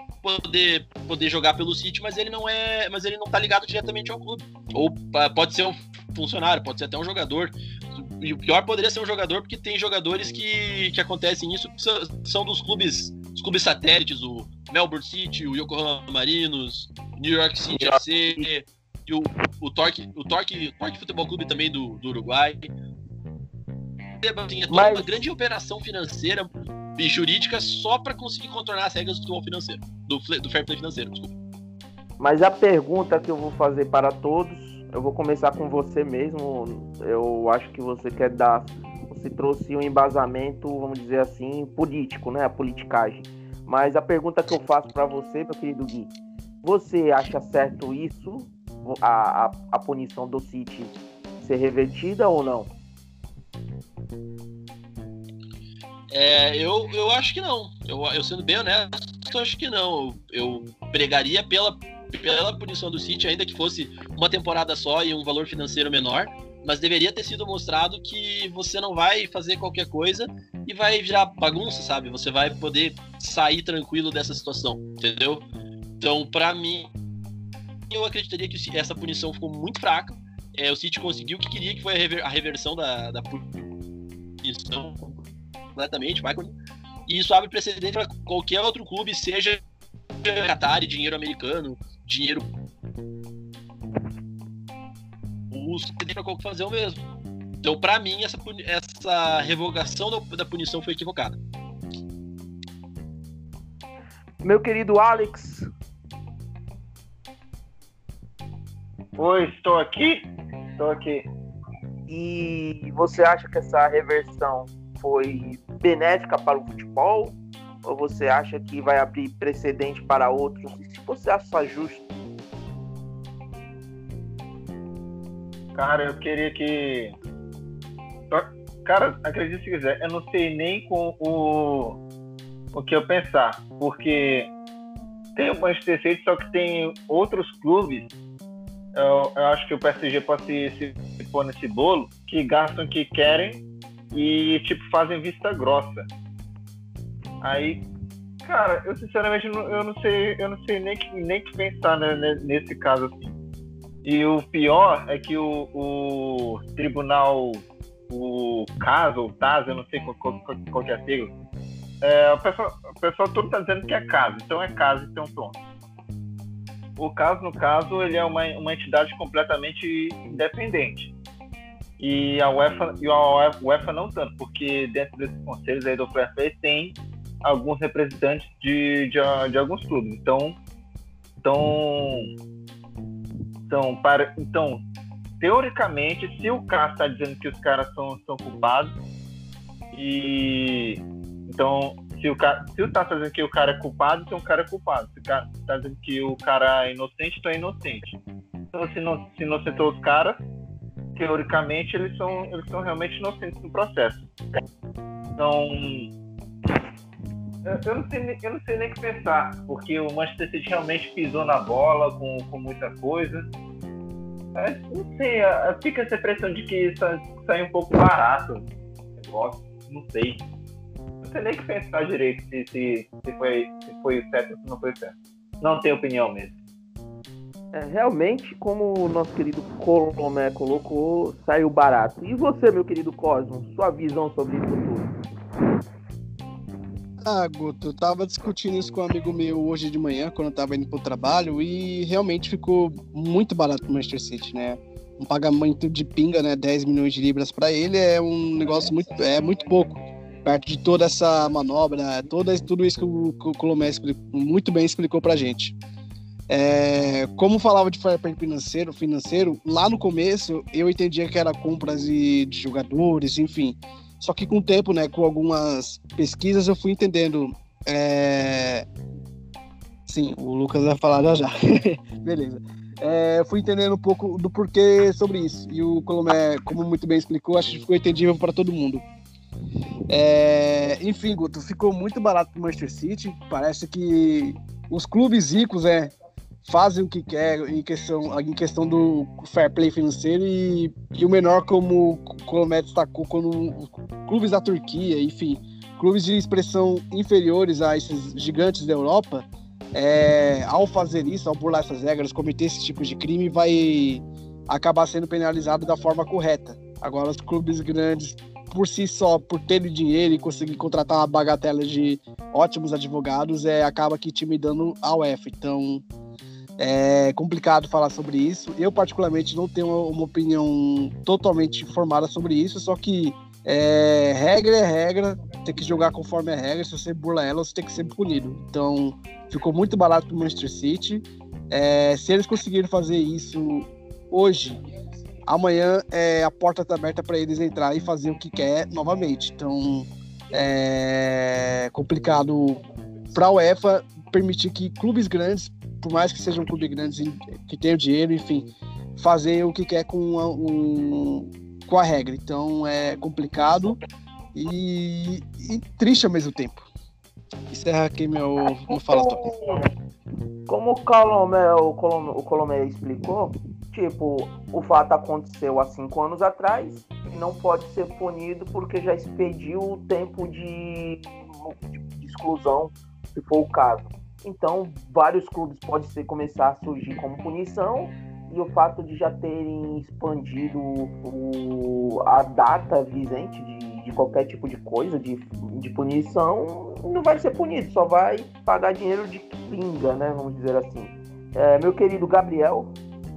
[SPEAKER 8] poder jogar pelo City, mas ele não tá ligado diretamente ao clube. Ou pode ser um funcionário, pode ser até um jogador. E o pior poderia ser um jogador, porque tem jogadores que acontecem isso, que são dos clubes satélites, o Melbourne City, o Yokohama Marinos, New York City FC, e o Torque Futebol Clube também do Uruguai. Assim, toda uma grande operação financeira e jurídica só para conseguir contornar as regras do futebol financeiro, do fair play financeiro, desculpa.
[SPEAKER 3] Mas a pergunta que eu vou fazer para todos, eu vou começar com você mesmo. Eu acho que você trouxe um embasamento, vamos dizer assim, político, né? A politicagem. Mas a pergunta que eu faço para você, meu querido Gui, você acha certo isso, a punição do City ser revertida ou não?
[SPEAKER 8] Eu acho que não. Eu sendo bem honesto, eu acho que não. Eu pregaria pela punição do City, ainda que fosse uma temporada só e um valor financeiro menor, mas deveria ter sido mostrado que você não vai fazer qualquer coisa e vai virar bagunça, sabe? Você vai poder sair tranquilo dessa situação, entendeu? Então, pra mim, eu acreditaria que essa punição ficou muito fraca. O City conseguiu o que queria, que foi a reversão da punição completamente, e isso abre precedente para qualquer outro clube, seja Qatar, dinheiro americano, dinheiro russo, para fazer o mesmo. Então, para mim, essa revogação da punição foi equivocada.
[SPEAKER 3] Meu querido Alex.
[SPEAKER 6] Oi, estou aqui.
[SPEAKER 3] E você acha que essa reversão foi benéfica para o futebol? Ou você acha que vai abrir precedente para outros? E se você acha justo?
[SPEAKER 6] Cara, eu queria que... Cara, acredite se quiser, eu não sei nem com o que eu pensar. Porque tem o Manchester City, só que tem outros clubes. Eu acho que o PSG pode se pôr nesse bolo, que gastam o que querem e, tipo, fazem vista grossa. Aí, cara, eu sinceramente eu não sei nem que pensar, né, nesse caso assim. E o pior é que o tribunal, o caso, ou TAS, eu não sei qual que é a sigla, o pessoal todo tá dizendo que é caso, então pronto. O caso, no caso, ele é uma entidade completamente independente. E a UEFA não tanto, porque dentro desses conselhos aí do Fair Play tem alguns representantes de alguns clubes. Então, teoricamente, se o CAS está dizendo que os caras são culpados, e então, se o CAS está dizendo que o cara é culpado, então o cara é culpado. Se o CAS está dizendo que o cara é inocente, então é inocente. Então, se inocentou os caras, teoricamente, eles são realmente inocentes no processo. Então, eu não sei nem o que pensar, porque o Manchester City realmente pisou na bola com muita coisa. Não sei, fica essa impressão de que saiu um pouco barato o negócio, não sei. Não sei nem o que pensar direito se foi certo ou se não foi certo. Não tenho opinião mesmo.
[SPEAKER 3] Realmente, como o nosso querido Colomé colocou, saiu barato. E você, meu querido Cosmo, sua visão sobre isso tudo?
[SPEAKER 9] Guto, eu tava discutindo isso com um amigo meu hoje de manhã, quando eu tava indo pro trabalho, e realmente ficou muito barato pro Manchester City, né? Um pagamento de pinga, né? 10 milhões de libras para ele é um negócio muito pouco, perto de toda essa manobra, tudo isso que o Colomé muito bem explicou pra gente. Como falava de fair play financeiro, lá no começo eu entendia que era compras de jogadores, enfim. Só que com o tempo, né, com algumas pesquisas, eu fui entendendo. Sim, o Lucas vai falar já. Beleza. Fui entendendo um pouco do porquê sobre isso. E o Colomé, como muito bem explicou, acho que ficou entendível para todo mundo. Enfim, Guto, ficou muito barato para o Manchester City. Parece que os clubes ricos fazem o que quer em questão do fair play financeiro e o menor, como o Colomé destacou, quando clubes da Turquia, enfim, clubes de expressão inferiores a esses gigantes da Europa, ao fazer isso, ao burlar essas regras, cometer esse tipo de crime, vai acabar sendo penalizado da forma correta. Agora, os clubes grandes, por si só, por terem dinheiro e conseguir contratar uma bagatela de ótimos advogados, acaba que intimidando a UEFA. Então, é complicado falar sobre isso. Eu, particularmente, não tenho uma opinião totalmente formada sobre isso, só que regra é regra, tem que jogar conforme a regra. Se você burla ela, você tem que ser punido. Então, ficou muito barato pro Manchester City. Se eles conseguirem fazer isso hoje, amanhã a porta está aberta para eles entrar e fazer o que quer novamente. Então, é complicado para a UEFA permitir que clubes grandes, por mais que sejam clubes grandes que tenham dinheiro, enfim, fazer o que quer com a regra. Então é complicado e triste ao mesmo tempo. Encerra aqui meu falatório.
[SPEAKER 3] Como o Colomé explicou, tipo, o fato aconteceu há 5 anos atrás e não pode ser punido porque já expediu o tempo de exclusão, se for o caso. Então, vários clubes podem começar a surgir como punição, e o fato de já terem expandido a data vigente de qualquer tipo de coisa, de punição, não vai ser punido, só vai pagar dinheiro de pinga, né? Vamos dizer assim. Meu querido Gabriel.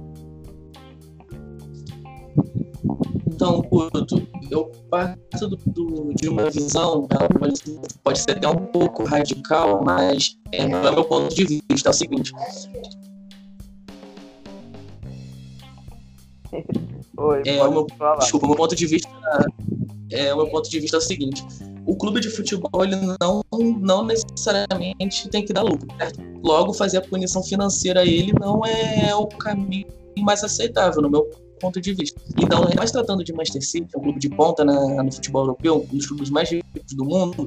[SPEAKER 7] Então, Guto, eu parto de uma visão, ela pode ser até um pouco radical, mas no meu ponto de vista é o seguinte. Desculpa, meu ponto de vista o meu ponto de vista é o seguinte: o clube de futebol ele não necessariamente tem que dar lucro, certo? Logo, fazer a punição financeira a ele não é o caminho mais aceitável, no meu ponto de vista. Então, nós tratando de Manchester City, um clube de ponta no futebol europeu, um dos clubes mais ricos do mundo,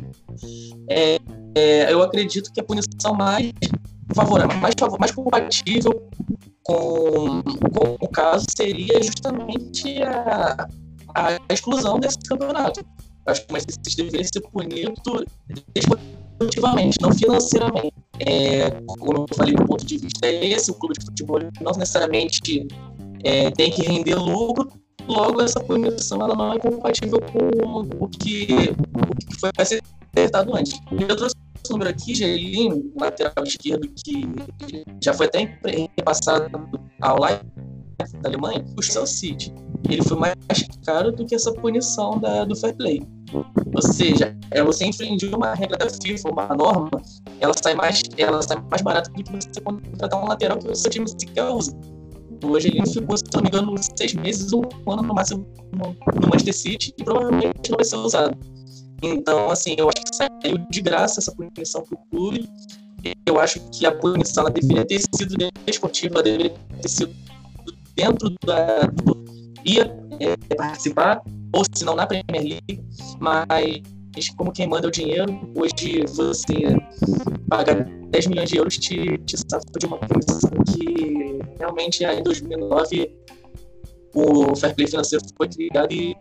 [SPEAKER 7] eu acredito que a punição mais favorável, mais compatível com o caso seria justamente a exclusão desse campeonato. Eu acho que o Manchester City deveria ser punido desportivamente, não financeiramente. Como eu falei, do ponto de vista esse, o clube de futebol não necessariamente tem que render lucro, logo essa punição ela não é compatível com o que foi acertado antes. Eu trouxe esse número aqui, Gelinho, lateral esquerdo, que já foi até repassado ao Leipzig da Alemanha, custou o City. Ele foi mais caro do que essa punição do fair play. Ou seja, você infringiu uma regra da FIFA, uma norma, ela sai mais barata do que você contratar um lateral que o seu time sequer usa. Hoje ele ficou, se não me engano, 6 meses ou um ano no máximo no Manchester City e provavelmente não vai ser usado. Então, assim, eu acho que saiu de graça essa punição para o clube. Eu acho que a punição ela deveria ter sido desportiva, ela deveria ter sido dentro do ia participar, ou se não na Premier League, mas como quem manda o dinheiro, hoje você pagar 10 milhões de euros te safa de uma punição que realmente em 2009 o fair play financeiro foi criado e...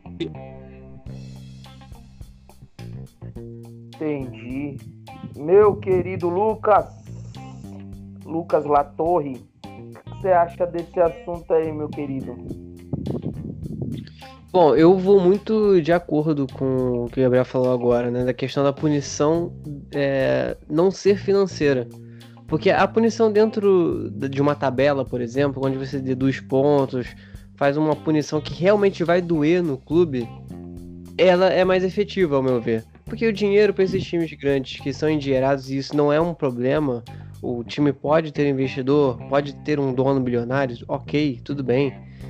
[SPEAKER 3] Entendi. Meu querido Lucas Latorre, o que você acha desse assunto aí, meu querido?
[SPEAKER 4] Bom, eu vou muito de acordo com o que o Gabriel falou agora, né? Da questão da punição não ser financeira. Porque a punição dentro de uma tabela, por exemplo, onde você deduz pontos, faz uma punição que realmente vai doer no clube, ela é mais efetiva, ao meu ver. Porque o dinheiro para esses times grandes que são endinheirados, e isso não é um problema, o time pode ter investidor, pode ter um dono bilionário, ok, tudo bem.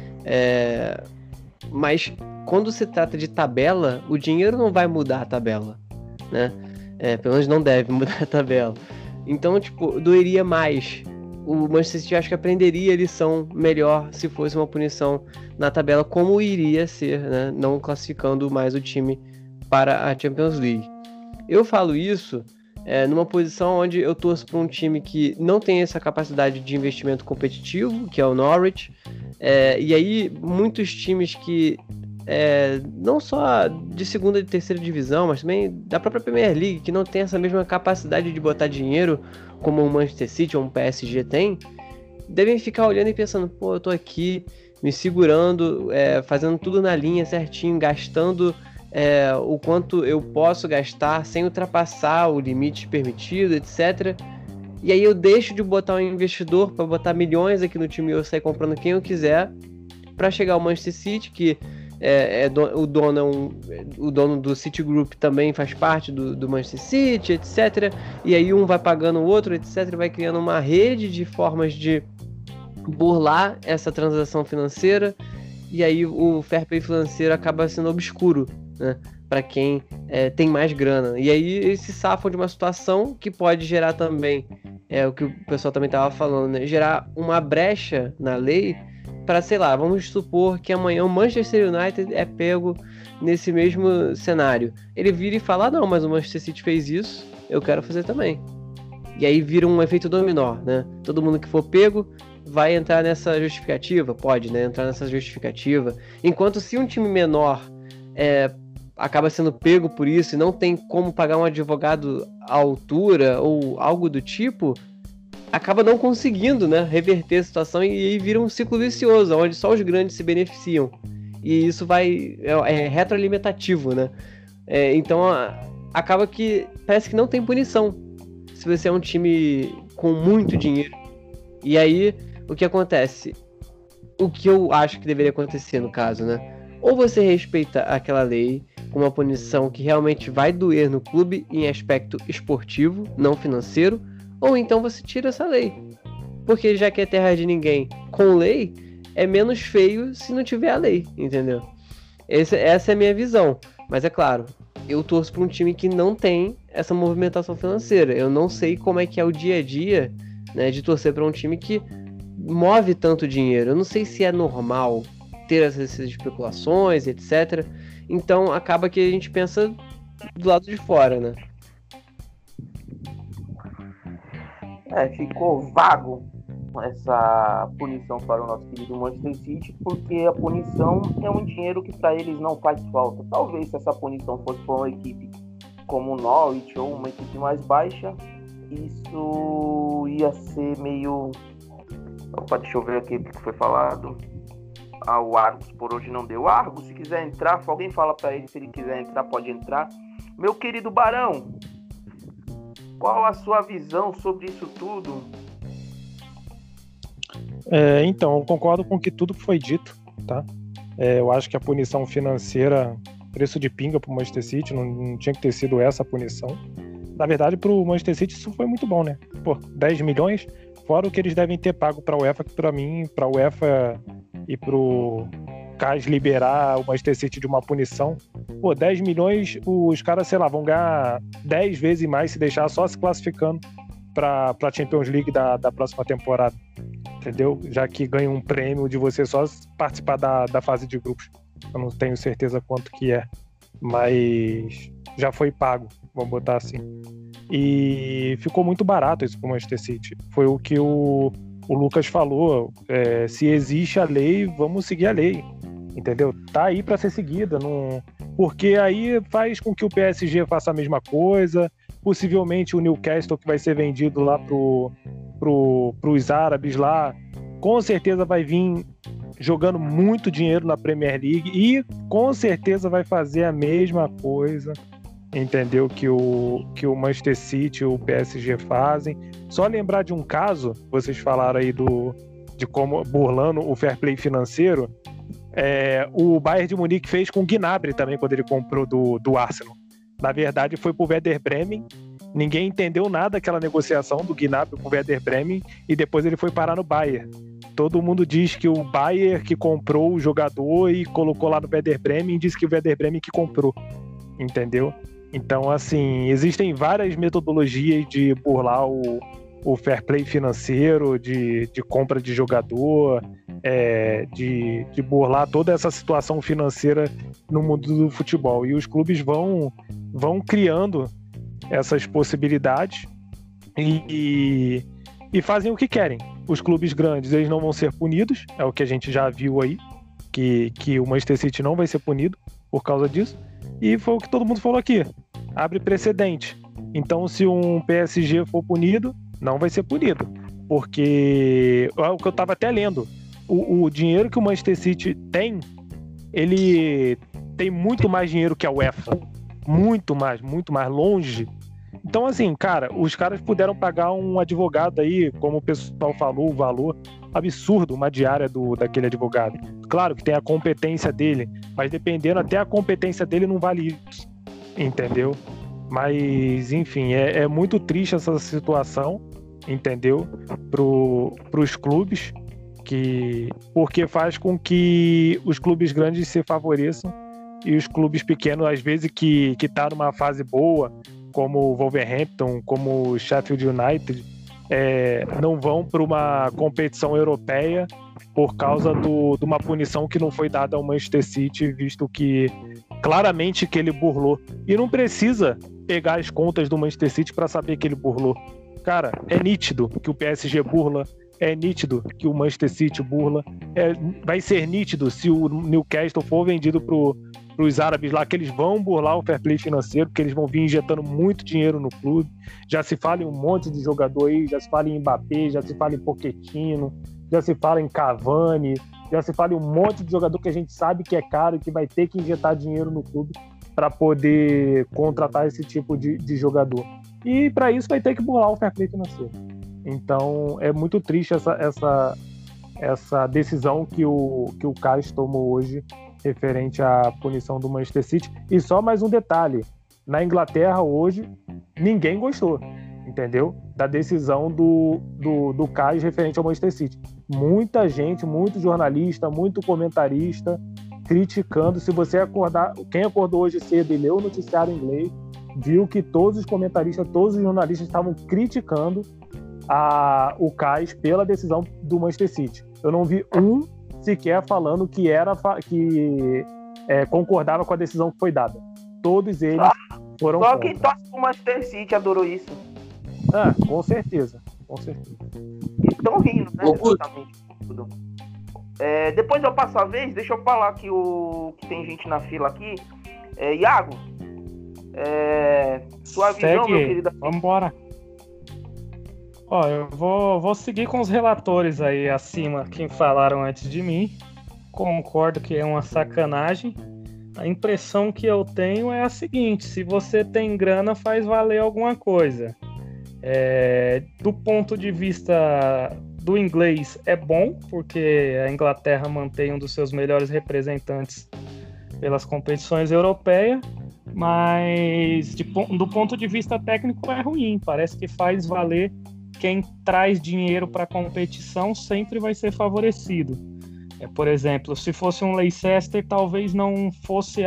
[SPEAKER 4] Mas quando se trata de tabela, o dinheiro não vai mudar a tabela, né? Pelo menos não deve mudar a tabela. Então, doeria mais. O Manchester City acho que aprenderia a lição melhor se fosse uma punição na tabela, como iria ser, né? Não classificando mais o time para a Champions League. Eu falo isso numa posição onde eu torço para um time que não tem essa capacidade de investimento competitivo, que é o Norwich. E aí, muitos times que não só de segunda e terceira divisão, mas também da própria Premier League, que não tem essa mesma capacidade de botar dinheiro como o Manchester City ou um PSG tem, devem ficar olhando e pensando, pô, eu tô aqui me segurando, fazendo tudo na linha certinho, gastando o quanto eu posso gastar sem ultrapassar o limite permitido, etc. E aí eu deixo de botar um investidor para botar milhões aqui no time e eu sair comprando quem eu quiser para chegar ao Manchester City, que o dono do Citigroup também faz parte do Manchester City, etc. E aí um vai pagando o outro, etc. Vai criando uma rede de formas de burlar essa transação financeira. E aí o fair play financeiro acaba sendo obscuro, né, para quem tem mais grana. E aí eles se safam de uma situação que pode gerar também, o que o pessoal também estava falando, né, gerar uma brecha na lei para, sei lá, vamos supor que amanhã o Manchester United é pego nesse mesmo cenário. Ele vira e fala, não, mas o Manchester City fez isso, eu quero fazer também. E aí vira um efeito dominó, né? Todo mundo que for pego vai entrar nessa justificativa, pode, né? Entrar nessa justificativa. Enquanto se um time menor acaba sendo pego por isso e não tem como pagar um advogado à altura ou algo do tipo, acaba não conseguindo, né, reverter a situação e aí vira um ciclo vicioso, onde só os grandes se beneficiam. E isso é retroalimentativo, né? Então acaba que parece que não tem punição se você é um time com muito dinheiro. E aí, o que acontece? O que eu acho que deveria acontecer no caso, né? Ou você respeita aquela lei com uma punição que realmente vai doer no clube em aspecto esportivo, não financeiro, ou então você tira essa lei. Porque já que é terra de ninguém com lei, é menos feio se não tiver a lei, entendeu? Essa é a minha visão. Mas é claro, eu torço para um time que não tem essa movimentação financeira. Eu não sei como é que é o dia a dia, né, de torcer para um time que move tanto dinheiro. Eu não sei se é normal ter essas especulações, etc. Então acaba que a gente pensa do lado de fora, né?
[SPEAKER 3] Ficou vago essa punição para o nosso querido Manchester City, porque a punição é um dinheiro que para eles não faz falta. Talvez se essa punição fosse para uma equipe como o Norwich ou uma equipe mais baixa, isso ia ser meio... Opa, deixa eu ver aqui o que foi falado. O Argos por hoje não deu. Argos, se quiser entrar, alguém fala para ele, se ele quiser entrar, pode entrar. Meu querido Barão, qual a sua visão sobre isso tudo?
[SPEAKER 5] Então, eu concordo com que tudo foi dito, tá? Eu acho que a punição financeira, preço de pinga pro Manchester City, não tinha que ter sido essa a punição. Na verdade, pro Manchester City isso foi muito bom, né? Pô, 10 milhões, Fora o que eles devem ter pago pra UEFA, que pra mim, pra UEFA e pro CAS liberar o Manchester City de uma punição, 10 milhões, os caras, sei lá, vão ganhar 10 vezes mais se deixar só se classificando pra Champions League da próxima temporada, entendeu? Já que ganha um prêmio de você só participar da fase de grupos. Eu não tenho certeza quanto que é, mas já foi pago, vamos botar assim. E ficou muito barato isso pro Manchester City. Foi o que o Lucas falou, se existe a lei, vamos seguir a lei, entendeu? Tá aí para ser seguida, não... porque aí faz com que o PSG faça a mesma coisa, possivelmente o Newcastle, que vai ser vendido lá pros árabes lá, com certeza vai vir jogando muito dinheiro na Premier League e com certeza vai fazer a mesma coisa, entendeu? Que o Manchester City e o PSG fazem. Só lembrar de um caso, vocês falaram aí de como burlando o fair play financeiro, o Bayern de Munique fez com o Gnabry também, quando ele comprou do Arsenal. Na verdade foi pro Werder Bremen, ninguém entendeu nada daquela negociação do Gnabry pro Werder Bremen e depois ele foi parar no Bayern. Todo mundo diz que o Bayern que comprou o jogador e colocou lá no Werder Bremen e disse que o Werder Bremen que comprou, entendeu? Então, assim, existem várias metodologias de burlar o fair play financeiro, de compra de jogador, de burlar toda essa situação financeira no mundo do futebol. E os clubes vão criando essas possibilidades e fazem o que querem. Os clubes grandes, eles não vão ser punidos, é o que a gente já viu aí, que o Manchester City não vai ser punido por causa disso. E foi o que todo mundo falou aqui, abre precedente. Então, se um PSG for punido, não vai ser punido, porque o que eu estava até lendo, o dinheiro que o Manchester City tem, ele tem muito mais dinheiro que a UEFA, muito mais longe. Então, assim, cara, os caras puderam pagar um advogado aí, como o pessoal falou, o valor absurdo, uma diária daquele advogado. Claro que tem a competência dele, mas dependendo, até a competência dele não vale isso, entendeu? Mas, enfim, é muito triste essa situação, entendeu? Pros clubes, porque faz com que os clubes grandes se favoreçam e os clubes pequenos, às vezes, que tá numa fase boa, como o Wolverhampton, como o Sheffield United, não vão para uma competição europeia por causa de uma punição que não foi dada ao Manchester City, visto que claramente que ele burlou. E não precisa pegar as contas do Manchester City para saber que ele burlou. Cara, é nítido que o PSG burla, é nítido que o Manchester City burla, vai ser nítido se o Newcastle for vendido pros árabes lá, que eles vão burlar o fair play financeiro, porque eles vão vir injetando muito dinheiro no clube. Já se fala em um monte de jogador aí, já se fala em Mbappé, já se fala em Pochettino, já se fala em Cavani, já se fala em um monte de jogador que a gente sabe que é caro e que vai ter que injetar dinheiro no clube para poder contratar esse tipo de jogador. E para isso vai ter que burlar o fair play financeiro. Então é muito triste essa decisão que o CAS tomou hoje referente à punição do Manchester City. E só mais um detalhe, na Inglaterra hoje ninguém gostou, entendeu? Da decisão do CAS referente ao Manchester City. Muita gente, muito jornalista, muito comentarista criticando. Se você acordar, quem acordou hoje cedo e leu o noticiário em inglês, viu que todos os comentaristas, todos os jornalistas estavam criticando o CAS pela decisão do Manchester City. Eu não vi um sequer falando que concordava com a decisão que foi dada. Todos eles foram
[SPEAKER 3] só
[SPEAKER 5] contra.
[SPEAKER 3] quem torce pro Manchester City adorou isso.
[SPEAKER 5] Com certeza.
[SPEAKER 3] E estão rindo, né? Exatamente tudo. Depois eu passo a vez, deixa eu falar que tem gente na fila aqui. Iago, sua visão, meu querido.
[SPEAKER 10] Vamos embora. Ó, eu vou seguir com os relatores aí acima, quem falaram antes de mim. Concordo que é uma sacanagem. A impressão que eu tenho é a seguinte: se você tem grana, faz valer alguma coisa. Do ponto de vista do inglês, é bom, porque a Inglaterra mantém um dos seus melhores representantes pelas competições europeias, mas do ponto de vista técnico é ruim. Parece que faz valer quem traz dinheiro para a competição sempre vai ser favorecido. Por exemplo, se fosse um Leicester, talvez não fosse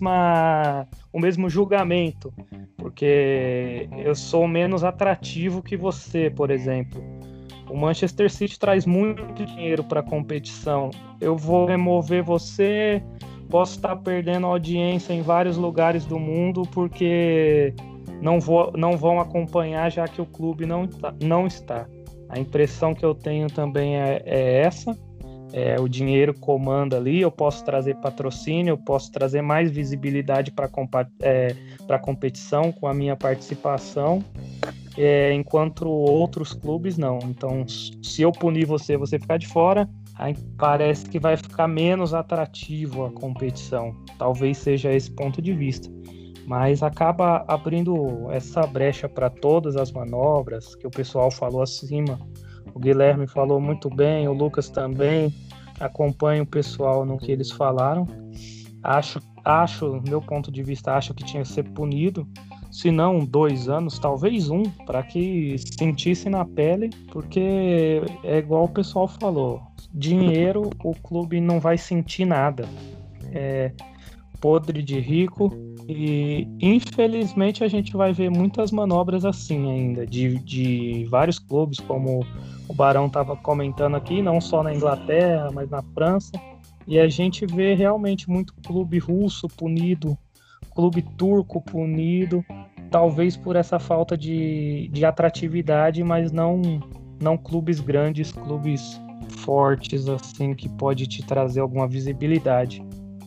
[SPEAKER 10] o mesmo julgamento, porque eu sou menos atrativo que você, por exemplo. O Manchester City traz muito dinheiro para a competição. Eu vou remover você, posso estar perdendo audiência em vários lugares do mundo, porque não vão acompanhar, já que o clube não está. A impressão que eu tenho também é essa. O dinheiro comanda ali, eu posso trazer patrocínio, eu posso trazer mais visibilidade para a competição com a minha participação, enquanto outros clubes não. Então, se eu punir você ficar de fora, aí parece que vai ficar menos atrativo a competição. Talvez seja esse ponto de vista. Mas acaba abrindo essa brecha para todas as manobras que o pessoal falou acima. O Guilherme falou muito bem, o Lucas também. Acompanho o pessoal no que eles falaram. Acho, meu ponto de vista, acho que tinha que ser punido. Se não 2 anos, talvez 1, para que sentisse na pele, porque é igual o pessoal falou. Dinheiro, o clube não vai sentir nada. É podre de rico. E infelizmente a gente vai ver muitas manobras assim ainda, de vários clubes, como o Barão estava comentando aqui, não só na Inglaterra, mas na França. E a gente vê realmente muito clube russo punido, clube turco punido, talvez por essa falta de atratividade, mas não clubes grandes, clubes fortes, assim, que pode te trazer alguma visibilidade.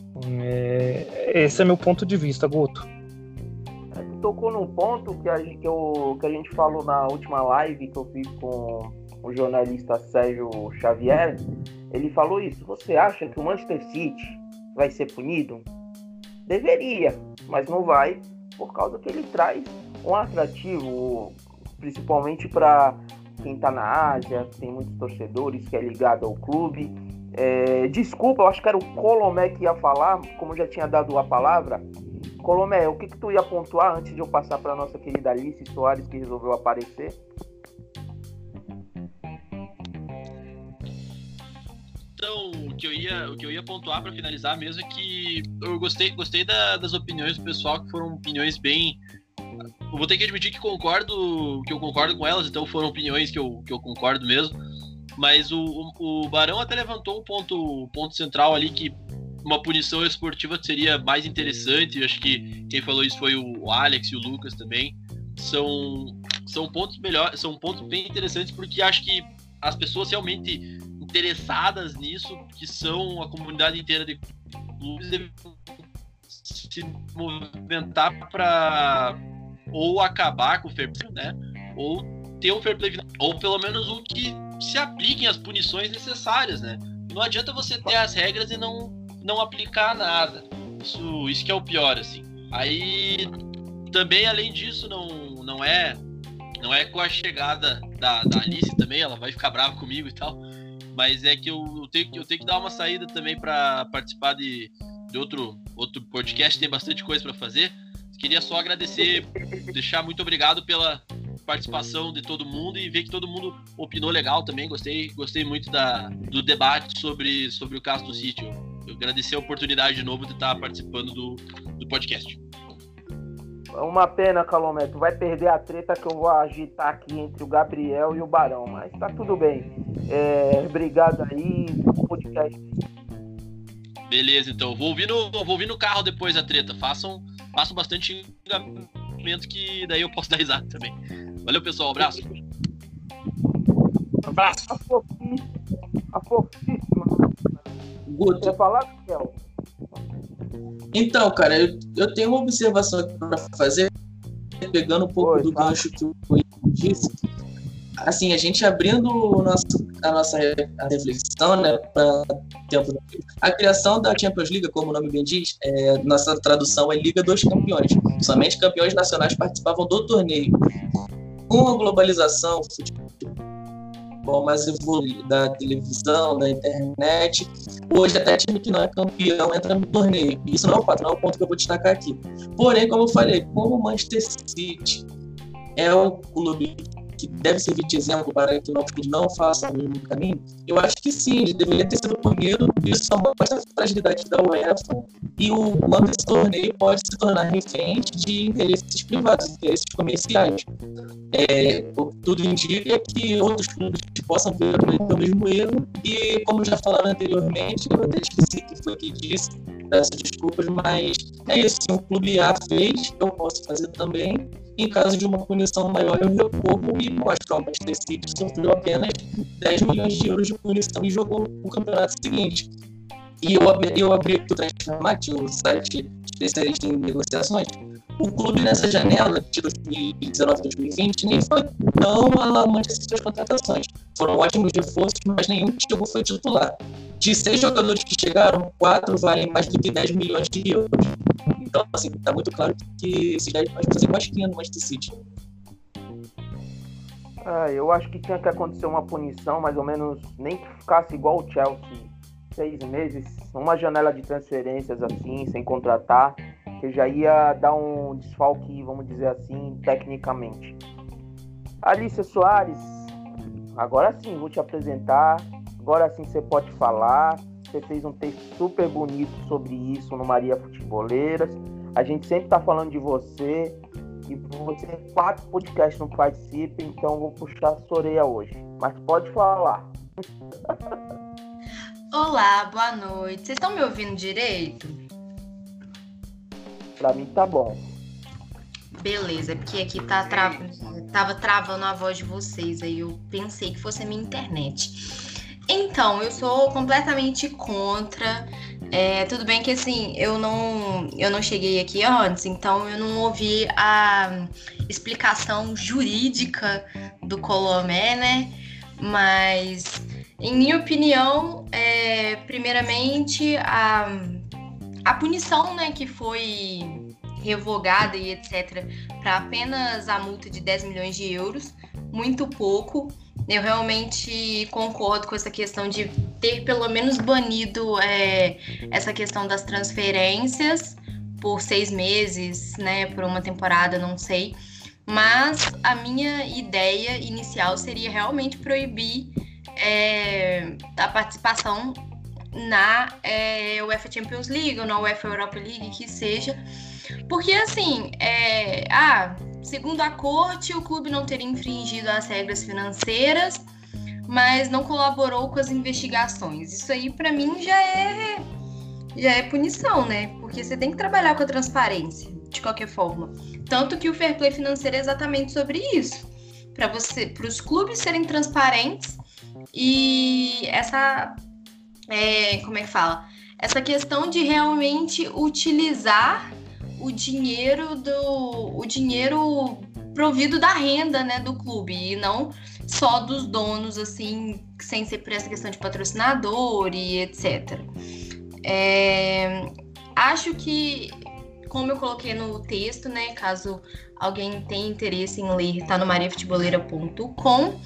[SPEAKER 10] Esse é meu ponto de vista, Guto.
[SPEAKER 3] Tu tocou num ponto que a gente falou na última live que eu fiz com o jornalista Sérgio Xavier. Ele falou isso. Você acha que o Manchester City vai ser punido? Deveria, mas não vai, por causa que ele traz um atrativo, principalmente para quem está na Ásia, tem muitos torcedores que é ligado ao clube. Desculpa, eu acho que era o Colomé que ia falar, como eu já tinha dado a palavra. Colomé, o que tu ia pontuar antes de eu passar para nossa querida Alice Soares, que resolveu aparecer?
[SPEAKER 8] Então, o que eu ia pontuar para finalizar mesmo é que eu gostei das opiniões do pessoal, que foram opiniões bem... Eu vou ter que admitir que eu concordo com elas, então foram opiniões que eu concordo mesmo. Mas o Barão até levantou um ponto central ali, que uma punição esportiva seria mais interessante. Eu acho que quem falou isso foi o Alex e o Lucas também. São pontos melhores, são pontos bem interessantes, porque acho que as pessoas realmente interessadas nisso, que são a comunidade inteira de clubes, devem se movimentar para ou acabar com o fair play, né? Ou ter um fair play, ou pelo menos o que se apliquem as punições necessárias, né? Não adianta você ter as regras e não aplicar nada. Isso que é o pior, assim. Aí também, além disso, não é com a chegada da Alice também, ela vai ficar brava comigo e tal, mas é que eu tenho que dar uma saída também para participar de outro podcast, tem bastante coisa para fazer. Queria só agradecer, deixar muito obrigado pela participação de todo mundo e ver que todo mundo opinou legal também. Gostei muito do debate sobre o caso do City. Eu agradecer a oportunidade de novo de estar participando do podcast.
[SPEAKER 3] É uma pena, Calomé, tu vai perder a treta que eu vou agitar aqui entre o Gabriel e o Barão, mas tá tudo bem. Obrigado aí, podcast.
[SPEAKER 8] Beleza, então. Vou ouvir no carro depois a treta. Façam bastante xingamento, que daí eu posso dar risada também. Valeu, pessoal. Abraço.
[SPEAKER 3] Abraço. A fofíssima.
[SPEAKER 7] Guto.
[SPEAKER 3] Quer falar, Gabriel?
[SPEAKER 7] Então, cara, eu tenho uma observação aqui para fazer, pegando um pouco do gancho que o Ian disse. Assim, a gente abrindo a nossa reflexão, né, para tempo. A criação da Champions League, como o nome bem diz, nossa tradução é Liga dos Campeões. Somente campeões nacionais participavam do torneio. Com a globalização, mais evoluído da televisão, da internet, hoje até time que não é campeão entra no torneio. Isso não é o ponto que eu vou destacar aqui. Porém, como eu falei, como o Manchester City é o clube que deve servir de exemplo para que outros clubes não façam o mesmo caminho, eu acho que sim, ele deveria ter sido punido. Isso só mostra a fragilidade da UEFA, e o nome desse torneio pode se tornar refém de interesses privados, interesses comerciais. Tudo indica que outros clubes possam vir a cometer o mesmo erro, e como já falaram anteriormente, eu até esqueci que foi que disse, peço desculpas, mas é isso, se um clube A fez, eu posso fazer também. Em caso de uma punição maior, eu recorro e mostro que o Manchester City sofreu apenas 10 milhões de euros de punição e jogou o campeonato seguinte. E eu abri o Transfermarkt, um site especialista em negociações. O clube nessa janela de 2019-2020 nem foi tão alarmante assim suas contratações. Foram ótimos reforços, mas nenhum que chegou foi titular. De 6 jogadores que chegaram, 4 valem mais do que 10 milhões de euros. Então, assim, tá muito claro que esses 10 podem fazer cosquinha no Manchester City.
[SPEAKER 3] Eu acho que tinha que acontecer uma punição, mais ou menos, nem que ficasse igual o Chelsea, 6 meses, uma janela de transferências assim, sem contratar, que já ia dar um desfalque, vamos dizer assim, tecnicamente. Alicia Soares, agora sim, vou te apresentar, agora sim você pode falar. Você fez um texto super bonito sobre isso no Maria Futeboleiras. A gente sempre tá falando de você, e você 4 podcasts não participa, então vou puxar a sua orelha hoje. Mas pode falar.
[SPEAKER 11] Olá, boa noite. Vocês estão me ouvindo direito?
[SPEAKER 3] Pra mim tá bom.
[SPEAKER 11] Beleza, porque aqui tava travando a voz de vocês, aí eu pensei que fosse a minha internet. Então, eu sou completamente contra. Tudo bem que assim, eu não cheguei aqui antes, então eu não ouvi a explicação jurídica do Colomé, né? Mas, em minha opinião, primeiramente, a punição, né, que foi revogada e etc., para apenas a multa de 10 milhões de euros, muito pouco. Eu realmente concordo com essa questão de ter pelo menos banido essa questão das transferências por 6 meses, né, por uma temporada, não sei. Mas a minha ideia inicial seria realmente proibir a participação na UEFA Champions League ou na UEFA Europa League, que seja. Porque, assim, segundo a corte, o clube não teria infringido as regras financeiras, mas não colaborou com as investigações. Isso aí, para mim, já é punição, né? Porque você tem que trabalhar com a transparência, de qualquer forma. Tanto que o fair play financeiro é exatamente sobre isso. Para os clubes serem transparentes e essa questão de realmente utilizar o dinheiro provido da renda, né, do clube, e não só dos donos, assim, sem ser por essa questão de patrocinador e etc. Acho que, como eu coloquei no texto, né, caso alguém tenha interesse em ler, tá no mariafuteboleira.com,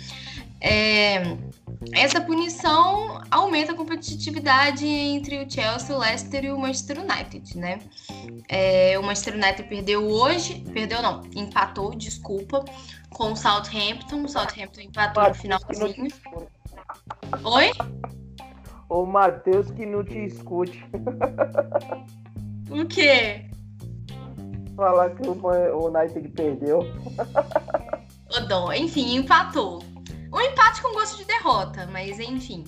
[SPEAKER 11] essa punição aumenta a competitividade entre o Chelsea, o Leicester e o Manchester United, né? O Manchester United empatou, com o Southampton. O Southampton empatou no finalzinho. Oi?
[SPEAKER 3] O Matheus que não te escute.
[SPEAKER 11] O quê?
[SPEAKER 3] Falar que o United perdeu.
[SPEAKER 11] Enfim, empatou. Um empate com gosto de derrota, mas enfim.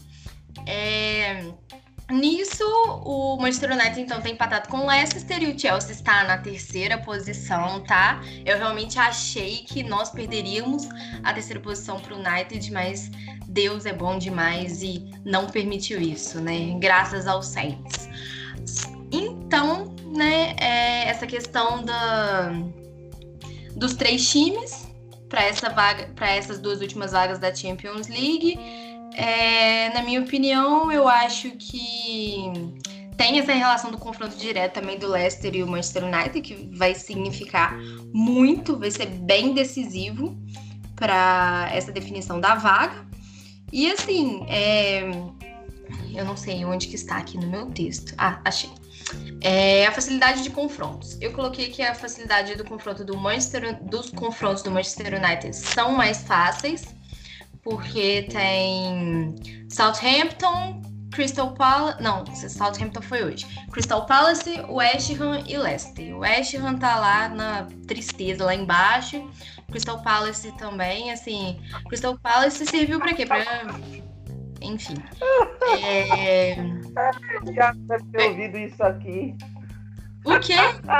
[SPEAKER 11] Nisso, o Manchester United então tem empatado com o Leicester e o Chelsea está na 3ª posição, tá? Eu realmente achei que nós perderíamos a 3ª posição para o United, mas Deus é bom demais e não permitiu isso, né? Graças aos Saints. Então, né, essa questão dos 3 times para essas 2 últimas vagas da Champions League. Na minha opinião, eu acho que tem essa relação do confronto direto também do Leicester e o Manchester United, que vai significar muito, vai ser bem decisivo para essa definição da vaga. E assim, Eu não sei onde que está aqui no meu texto. Ah, achei. A facilidade de confrontos. Eu coloquei que a facilidade dos confrontos do Manchester United são mais fáceis, porque tem Southampton, Crystal Palace... Não, Southampton foi hoje. Crystal Palace, West Ham e Leicester. O West Ham tá lá na tristeza, lá embaixo. Crystal Palace também, assim... Crystal Palace serviu pra quê? Enfim.
[SPEAKER 3] Já deve ter ouvido isso aqui.
[SPEAKER 11] O quê?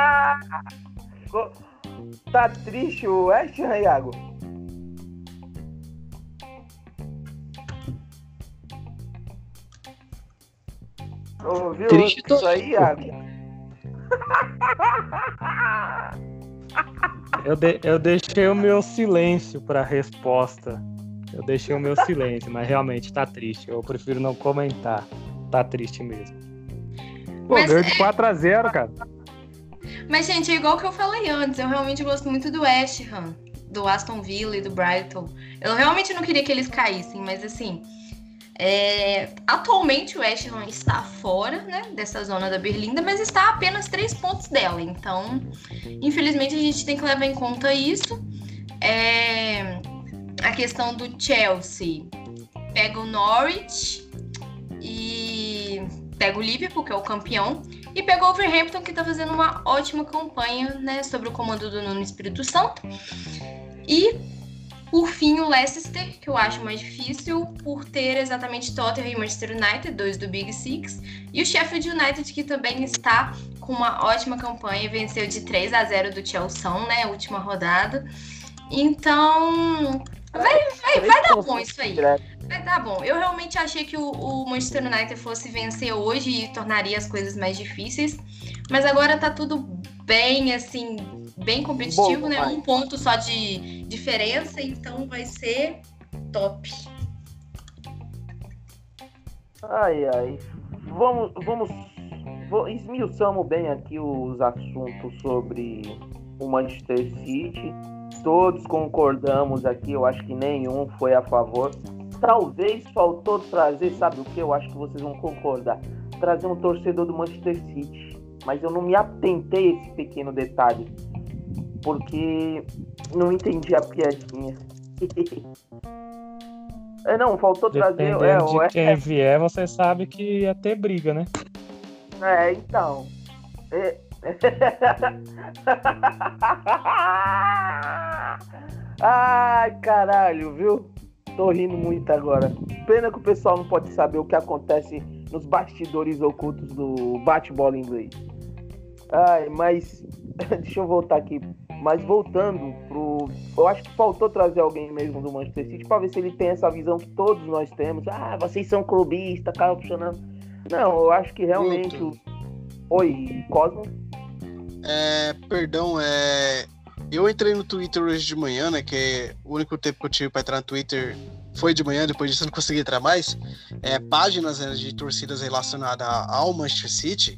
[SPEAKER 3] Tá triste o West Ham, Iago? Ouviu
[SPEAKER 4] Triste
[SPEAKER 3] isso aí, Iago?
[SPEAKER 10] Eu deixei o meu silêncio pra resposta. Eu deixei o meu silêncio, mas realmente tá triste. Eu prefiro não comentar. Tá triste mesmo. Pô, ganhou de 4-0, cara.
[SPEAKER 11] Mas, gente, é igual que eu falei antes. Eu realmente gosto muito do West Ham, do Aston Villa e do Brighton. Eu realmente não queria que eles caíssem, mas assim... atualmente o West Ham está fora, né, dessa zona da Berlinda, mas está a apenas 3 pontos dela. Então, infelizmente, a gente tem que levar em conta isso. A questão do Chelsea pega o Norwich e pega o Liverpool, que é o campeão, e pega o Wolverhampton, que está fazendo uma ótima campanha, né, sobre o comando do Nuno Espírito Santo. E por fim, o Leicester, que eu acho mais difícil, por ter exatamente Tottenham e Manchester United, 2 do Big Six, e o Sheffield United, que também está com uma ótima campanha, venceu de 3-0 do Chelsea, né, última rodada. Então, vai dar bom isso aí. Vai dar bom. Eu realmente achei que o Manchester United fosse vencer hoje e tornaria as coisas mais difíceis, mas agora tá tudo bem, assim... bem competitivo, né? Um ponto só de diferença, então vai ser top.
[SPEAKER 3] Esmiuçamos bem aqui os assuntos sobre o Manchester City. Todos concordamos aqui, eu acho que nenhum foi a favor. Talvez faltou trazer, sabe o que? Eu acho que vocês vão concordar. Trazer um torcedor do Manchester City. Mas eu não me atentei a esse pequeno detalhe, porque não entendi a piadinha. Não, faltou trazer...
[SPEAKER 10] Dependendo de quem vier, você sabe que ia ter briga, né?
[SPEAKER 3] Então... Ai, caralho, viu? Tô rindo muito agora. Pena que o pessoal não pode saber o que acontece nos bastidores ocultos do bate-bola inglês. Mas... Deixa eu voltar aqui. Mas voltando pro... Eu acho que faltou trazer alguém mesmo do Manchester City pra ver se ele tem essa visão que todos nós temos. Vocês são clubistas, cara puxando. Não, eu acho que realmente... Oi, Cosmo?
[SPEAKER 9] Perdão, eu entrei no Twitter hoje de manhã, né? Que é o único tempo que eu tive pra entrar no Twitter foi de manhã, depois disso eu não consegui entrar mais. Páginas, né, de torcidas relacionadas ao Manchester City.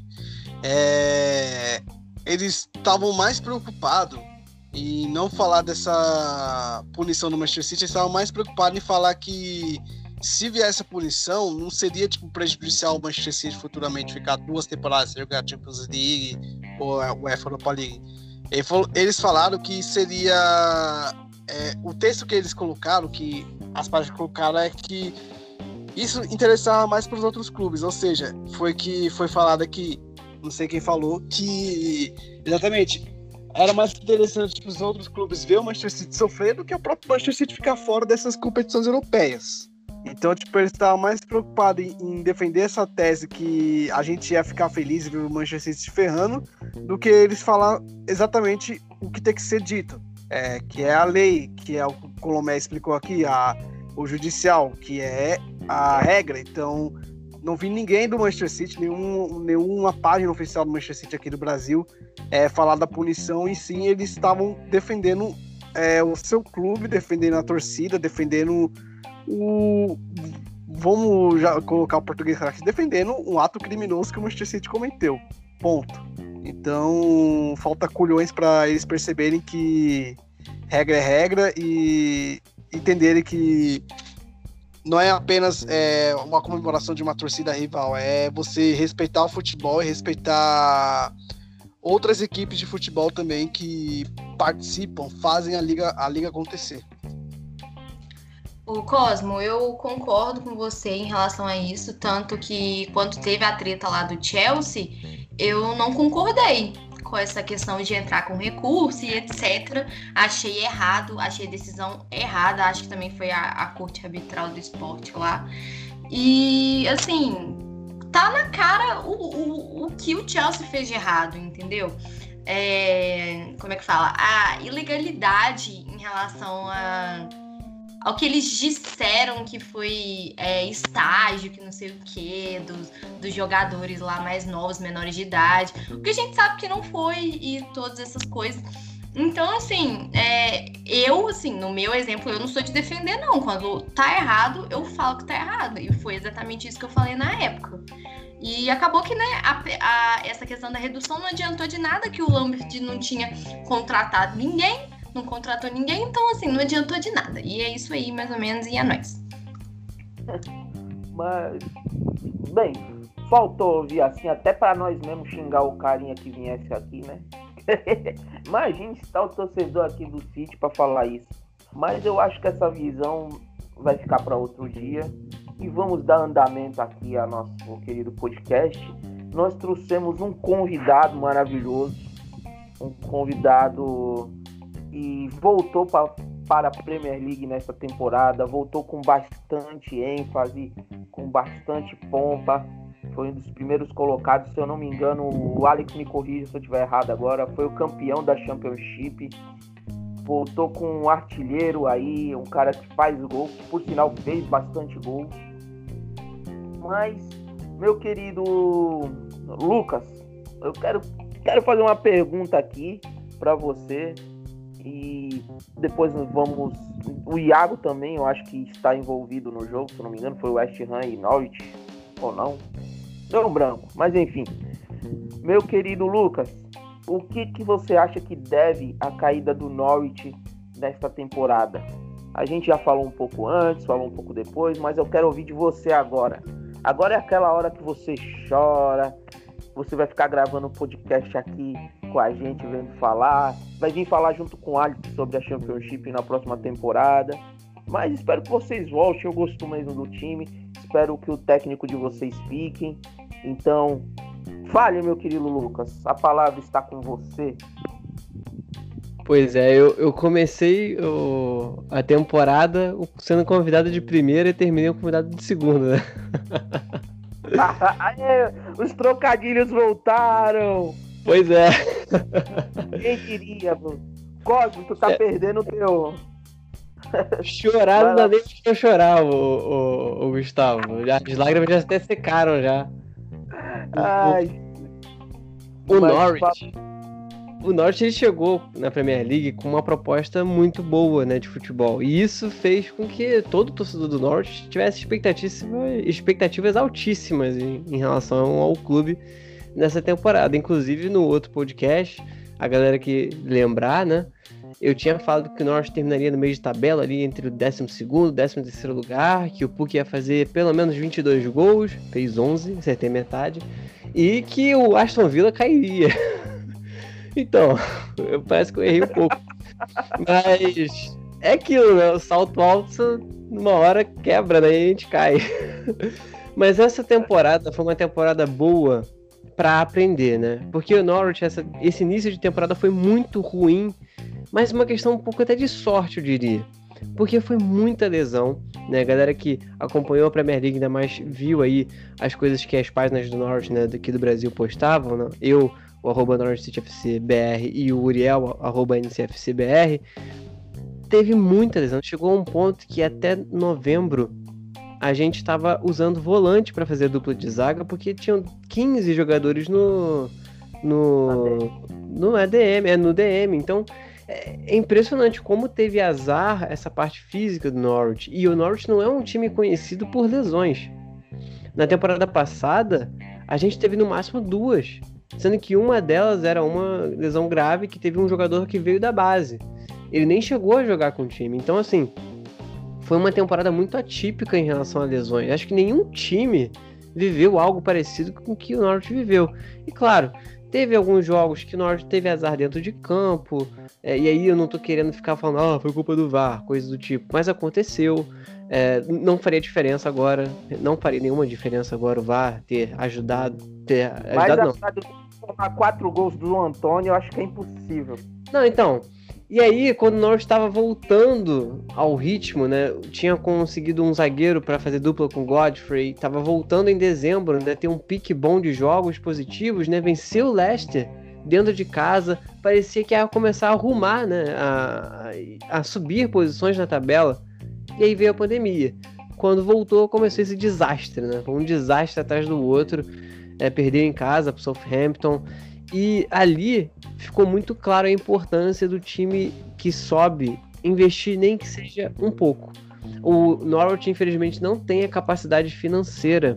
[SPEAKER 9] Eles estavam mais preocupados em não falar dessa punição do Manchester City, eles estavam mais preocupados em falar que se vier essa punição, não seria prejudicial ao Manchester City futuramente ficar 2 temporadas sem jogar a Champions League ou a UEFA Europa League. Eles falaram que seria... o texto que eles colocaram, que as páginas colocaram, é que isso interessava mais para os outros clubes, ou seja, foi falado aqui, não sei quem falou, que exatamente era mais interessante para os outros clubes ver o Manchester City sofrer do que o próprio Manchester City ficar fora dessas competições europeias. Então, eles estavam mais preocupados em defender essa tese que a gente ia ficar feliz e ver o Manchester City se ferrando, do que eles falar exatamente o que tem que ser dito, que é a lei, que é o que o Colomé explicou aqui, o judicial, que é a regra. Então, não vi ninguém do Manchester City, nenhuma página oficial do Manchester City aqui do Brasil falar da punição, e sim, eles estavam defendendo o seu clube, defendendo a torcida, defendendo vamos já colocar o português aqui, defendendo um ato criminoso que o Manchester City cometeu. Ponto. Então, falta culhões para eles perceberem que regra é regra e entenderem que não é apenas uma comemoração de uma torcida rival, é você respeitar o futebol e respeitar outras equipes de futebol também que participam, fazem a liga acontecer.
[SPEAKER 11] O Cosmo, eu concordo com você em relação a isso, tanto que quando teve a treta lá do Chelsea, eu não concordei com essa questão de entrar com recurso e etc. Achei errado, achei a decisão errada, acho que também foi a corte arbitral do esporte lá. E, assim, tá na cara o que o Chelsea fez de errado, entendeu? Como é que fala? A ilegalidade em relação ao que eles disseram que foi estágio, que não sei o que, dos jogadores lá mais novos, menores de idade, o que a gente sabe que não foi e todas essas coisas. Então, assim, eu, assim, no meu exemplo, eu não sou de defender, não. Quando tá errado, eu falo que tá errado. E foi exatamente isso que eu falei na época. E acabou que, né, essa questão da redução não adiantou de nada, que o Lambert não tinha contratado ninguém, não contratou ninguém, então, assim, não adiantou de nada. E é isso aí, mais ou menos, e é nóis.
[SPEAKER 3] Mas, bem, faltou ouvir assim, até pra nós mesmo xingar o carinha que viesse aqui, né? Imagine se tá o torcedor aqui do City pra falar isso. Mas eu acho que essa visão vai ficar para outro dia. E vamos dar andamento aqui ao nosso querido podcast. Nós trouxemos um convidado maravilhoso, um convidado que voltou para a Premier League nessa temporada, voltou com bastante ênfase, com bastante pompa. Foi um dos primeiros colocados, se eu não me engano, o Alex me corrija se eu estiver errado agora, foi o campeão da Championship. Voltou com um artilheiro aí, um cara que faz gol, que por sinal fez bastante gol. Mas, meu querido Lucas, eu quero fazer uma pergunta aqui para você. E depois vamos... O Iago também, eu acho que está envolvido no jogo, se eu não me engano, foi o West Ham e Norwich, ou não? Deu um branco, mas enfim. Meu querido Lucas, o que você acha que deve a caída do Norwich nesta temporada? A gente já falou um pouco antes, falou um pouco depois, mas eu quero ouvir de você agora. Agora é aquela hora que você chora, você vai ficar gravando um podcast aqui com a gente, vendo falar, vai vir falar junto com o Alex sobre a Championship na próxima temporada. Mas espero que vocês voltem, eu gosto mesmo do time, espero que o técnico de vocês fiquem. Então, fale, meu querido Lucas, a palavra está com você.
[SPEAKER 4] Pois é, eu comecei a temporada sendo convidado de primeira e terminei convidado de segunda, né?
[SPEAKER 3] Os trocadilhos voltaram!
[SPEAKER 4] Pois é.
[SPEAKER 3] Quem diria, mano? Cosmo, tu tá perdendo o teu...
[SPEAKER 4] Chorar não dá nem pra chorar, o Gustavo. As lágrimas já até secaram já.
[SPEAKER 3] Ai.
[SPEAKER 4] O Norwich ele chegou na Premier League com uma proposta muito boa, né, de futebol. E isso fez com que todo torcedor do Norwich tivesse expectativas altíssimas em relação ao clube nessa temporada. Inclusive, no outro podcast, a galera que lembrar, né, eu tinha falado que o Norwich terminaria no meio de tabela, ali entre o 12º e 13º lugar, que o PUC ia fazer pelo menos 22 gols, fez 11, acertei metade, e que o Aston Villa cairia. Então, parece que eu errei um pouco. Mas é aquilo, né? O salto alto, numa hora quebra, né? E a gente cai. Mas essa temporada foi uma temporada boa para aprender, né? Porque o Norwich, esse início de temporada foi muito ruim, mas uma questão um pouco até de sorte, eu diria. Porque foi muita lesão, né? A galera que acompanhou a Premier League ainda mais viu aí as coisas que as páginas do Norwich, né, daqui do Brasil postavam, né? O @NorwichCityFCBR e o Uriel, @NCFCBR, teve muita lesão. Chegou a um ponto que até novembro a gente estava usando volante para fazer a dupla de zaga, porque tinham 15 jogadores no ADM, no DM. Então é impressionante como teve azar essa parte física do Norwich. E o Norwich não é um time conhecido por lesões. Na temporada passada, a gente teve no máximo 2. Sendo que uma delas era uma lesão grave que teve um jogador que veio da base. Ele nem chegou a jogar com o time. Então, assim, foi uma temporada muito atípica em relação a lesões. Acho que nenhum time viveu algo parecido com o que o Norwich viveu. E claro, teve alguns jogos que o Norwich teve azar dentro de campo, e aí eu não tô querendo ficar falando, foi culpa do VAR, coisa do tipo, mas aconteceu. Não faria diferença agora, não faria nenhuma diferença agora o VAR ter ajudado não.
[SPEAKER 3] Tomar 4 gols do Antônio, eu acho que é impossível.
[SPEAKER 4] Não, então, e aí quando o Norwich estava voltando ao ritmo, né, tinha conseguido um zagueiro para fazer dupla com o Godfrey, estava voltando em dezembro, né, ter um pique bom de jogos positivos, né, venceu o Leicester dentro de casa, parecia que ia começar a arrumar, né, a subir posições na tabela, e aí veio a pandemia. Quando voltou, começou esse desastre, né, foi um desastre atrás do outro, perder em casa para o Southampton, e ali ficou muito claro a importância do time que sobe investir nem que seja um pouco. O Norwich, infelizmente, não tem a capacidade financeira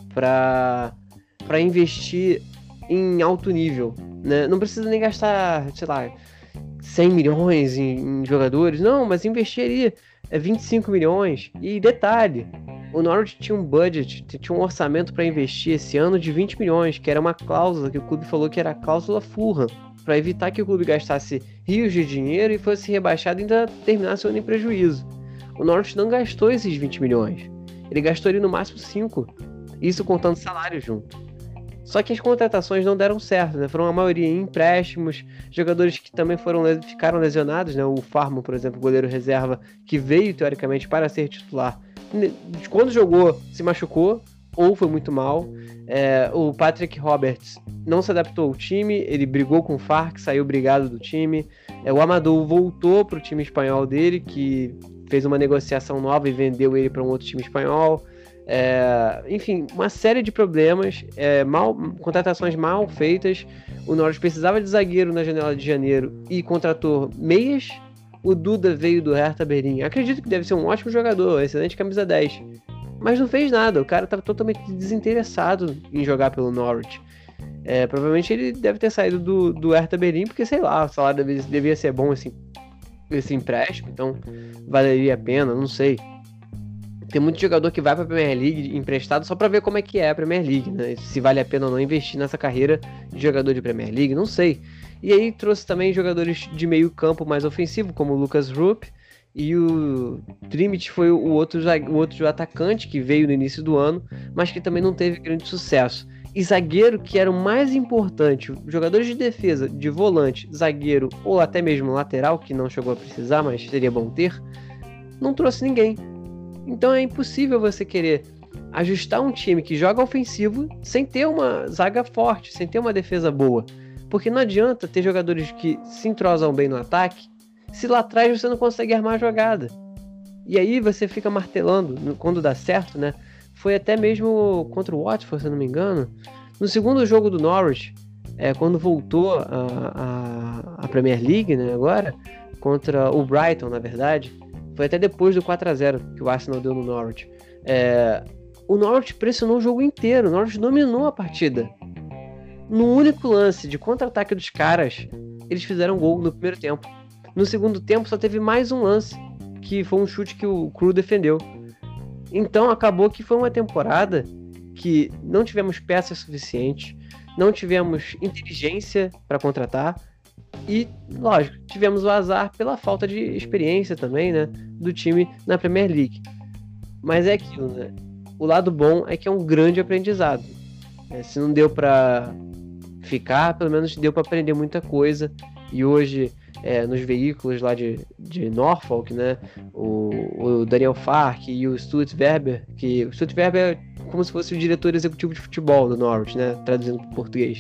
[SPEAKER 4] para investir em alto nível, né? Não precisa nem gastar, sei lá, 100 milhões em jogadores, não, mas investiria 25 milhões. E detalhe, o Norwich tinha um budget, tinha um orçamento para investir esse ano de 20 milhões, que era uma cláusula que o clube falou que era a cláusula Fulham, para evitar que o clube gastasse rios de dinheiro e fosse rebaixado e ainda terminasse o ano em prejuízo. O Norwich não gastou esses 20 milhões, ele gastou ali no máximo 5, isso contando salário junto. Só que as contratações não deram certo, né? Foram a maioria em empréstimos, jogadores que também ficaram lesionados, né? O Farman, por exemplo, goleiro reserva, que veio teoricamente para ser titular, quando jogou se machucou ou foi muito mal. O Patrick Roberts não se adaptou ao time, ele brigou com o Farc, saiu brigado do time. O Amadou voltou para o time espanhol dele, que fez uma negociação nova e vendeu ele para um outro time espanhol. Enfim, uma série de problemas, contratações mal feitas. O Norwich precisava de zagueiro na janela de janeiro e contratou meias. O Duda veio do Hertha Berlim. Acredito que deve ser um ótimo jogador, excelente camisa 10. Mas não fez nada, o cara estava totalmente desinteressado em jogar pelo Norwich. Provavelmente ele deve ter saído do Hertha Berlim, porque sei lá, o salário devia ser bom esse empréstimo, então valeria a pena, não sei. Tem muito jogador que vai para a Premier League emprestado só para ver como é que é a Premier League, né? Se vale a pena ou não investir nessa carreira de jogador de Premier League, não sei. E aí trouxe também jogadores de meio campo mais ofensivo, como o Lucas Rupp, e o Trimit foi o outro atacante que veio no início do ano, mas que também não teve grande sucesso. E zagueiro, que era o mais importante, jogadores de defesa, de volante, zagueiro ou até mesmo lateral, que não chegou a precisar, mas seria bom ter, não trouxe ninguém. Então é impossível você querer ajustar um time que joga ofensivo sem ter uma zaga forte, sem ter uma defesa boa. Porque não adianta ter jogadores que se entrosam bem no ataque se lá atrás você não consegue armar a jogada. E aí você fica martelando quando dá certo, né? Foi até mesmo contra o Watford, se eu não me engano. No segundo jogo do Norwich, quando voltou a Premier League, né, agora, contra o Brighton, na verdade, foi até depois do 4-0 que o Arsenal deu no Norwich. O Norwich pressionou o jogo inteiro, o Norwich dominou a partida. No único lance de contra-ataque dos caras, eles fizeram gol no primeiro tempo. No segundo tempo só teve mais um lance, que foi um chute que o Crew defendeu. Então acabou que foi uma temporada que não tivemos peças suficientes, não tivemos inteligência para contratar e, lógico, tivemos o azar pela falta de experiência também, né, do time na Premier League. Mas é aquilo, né? O lado bom é que é um grande aprendizado. Se não deu para ficar, pelo menos deu para aprender muita coisa. E hoje, nos veículos lá de Norfolk, né, o Daniel Farke e o Stuart Webber, que o Stuart Webber é como se fosse o diretor executivo de futebol do Norwich, né, traduzindo para o português.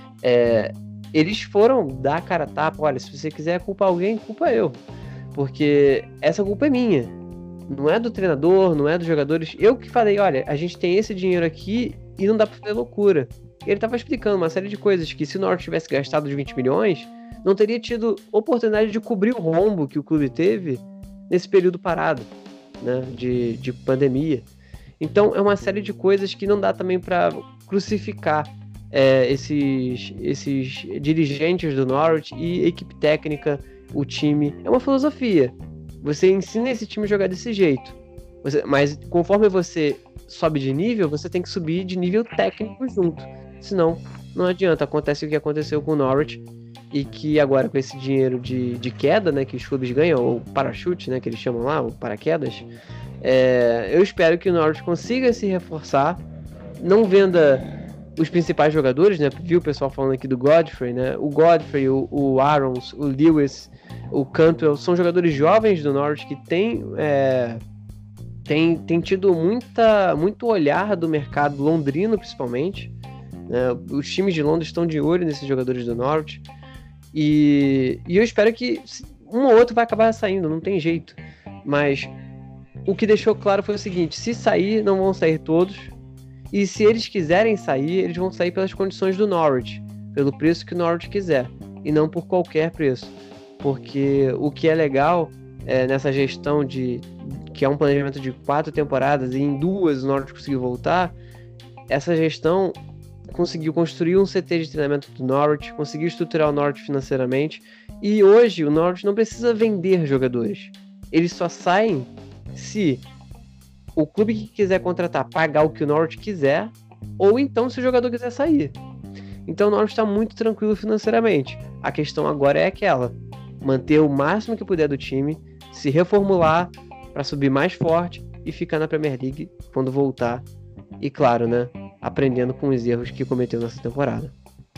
[SPEAKER 4] Eles foram dar a cara a tapa. Olha, se você quiser culpar alguém, culpa eu, porque essa culpa é minha, não é do treinador, não é dos jogadores. Eu que falei, olha, a gente tem esse dinheiro aqui e não dá para fazer loucura. Ele estava explicando uma série de coisas que, se o Norwich tivesse gastado os 20 milhões, não teria tido oportunidade de cobrir o rombo que o clube teve nesse período parado, né, de pandemia. Então é uma série de coisas que não dá também para crucificar esses dirigentes do Norwich e equipe técnica, o time. É uma filosofia. Você ensina esse time a jogar desse jeito. Mas conforme você sobe de nível, você tem que subir de nível técnico junto. Senão, não adianta. Acontece o que aconteceu com o Norwich. E que agora com esse dinheiro de queda, né, que os clubes ganham, ou parachute, né, que eles chamam lá, ou paraquedas, eu espero que o Norwich consiga se reforçar, não venda os principais jogadores, né, viu o pessoal falando aqui do Godfrey, né, o Godfrey, o Arons, o Lewis, o Cantwell, são jogadores jovens do Norwich que têm tido muito olhar do mercado londrino, principalmente, né, os times de Londres estão de olho nesses jogadores do Norwich. E eu espero que um ou outro vai acabar saindo, não tem jeito. Mas o que deixou claro foi o seguinte: se sair, não vão sair todos. E se eles quiserem sair, eles vão sair pelas condições do Norwich, pelo preço que o Norwich quiser, e não por qualquer preço. Porque o que é legal nessa gestão que é um planejamento de 4 temporadas e em 2 o Norwich conseguiu voltar, essa gestão conseguiu construir um CT de treinamento do Norwich, conseguiu estruturar o Norwich financeiramente, e hoje o Norwich não precisa vender jogadores. Eles só saem se o clube que quiser contratar pagar o que o Norwich quiser, ou então se o jogador quiser sair. Então o Norwich está muito tranquilo financeiramente. A questão agora é aquela: manter o máximo que puder do time, se reformular para subir mais forte e ficar na Premier League quando voltar. E claro, né, aprendendo com os erros que cometeu nessa temporada.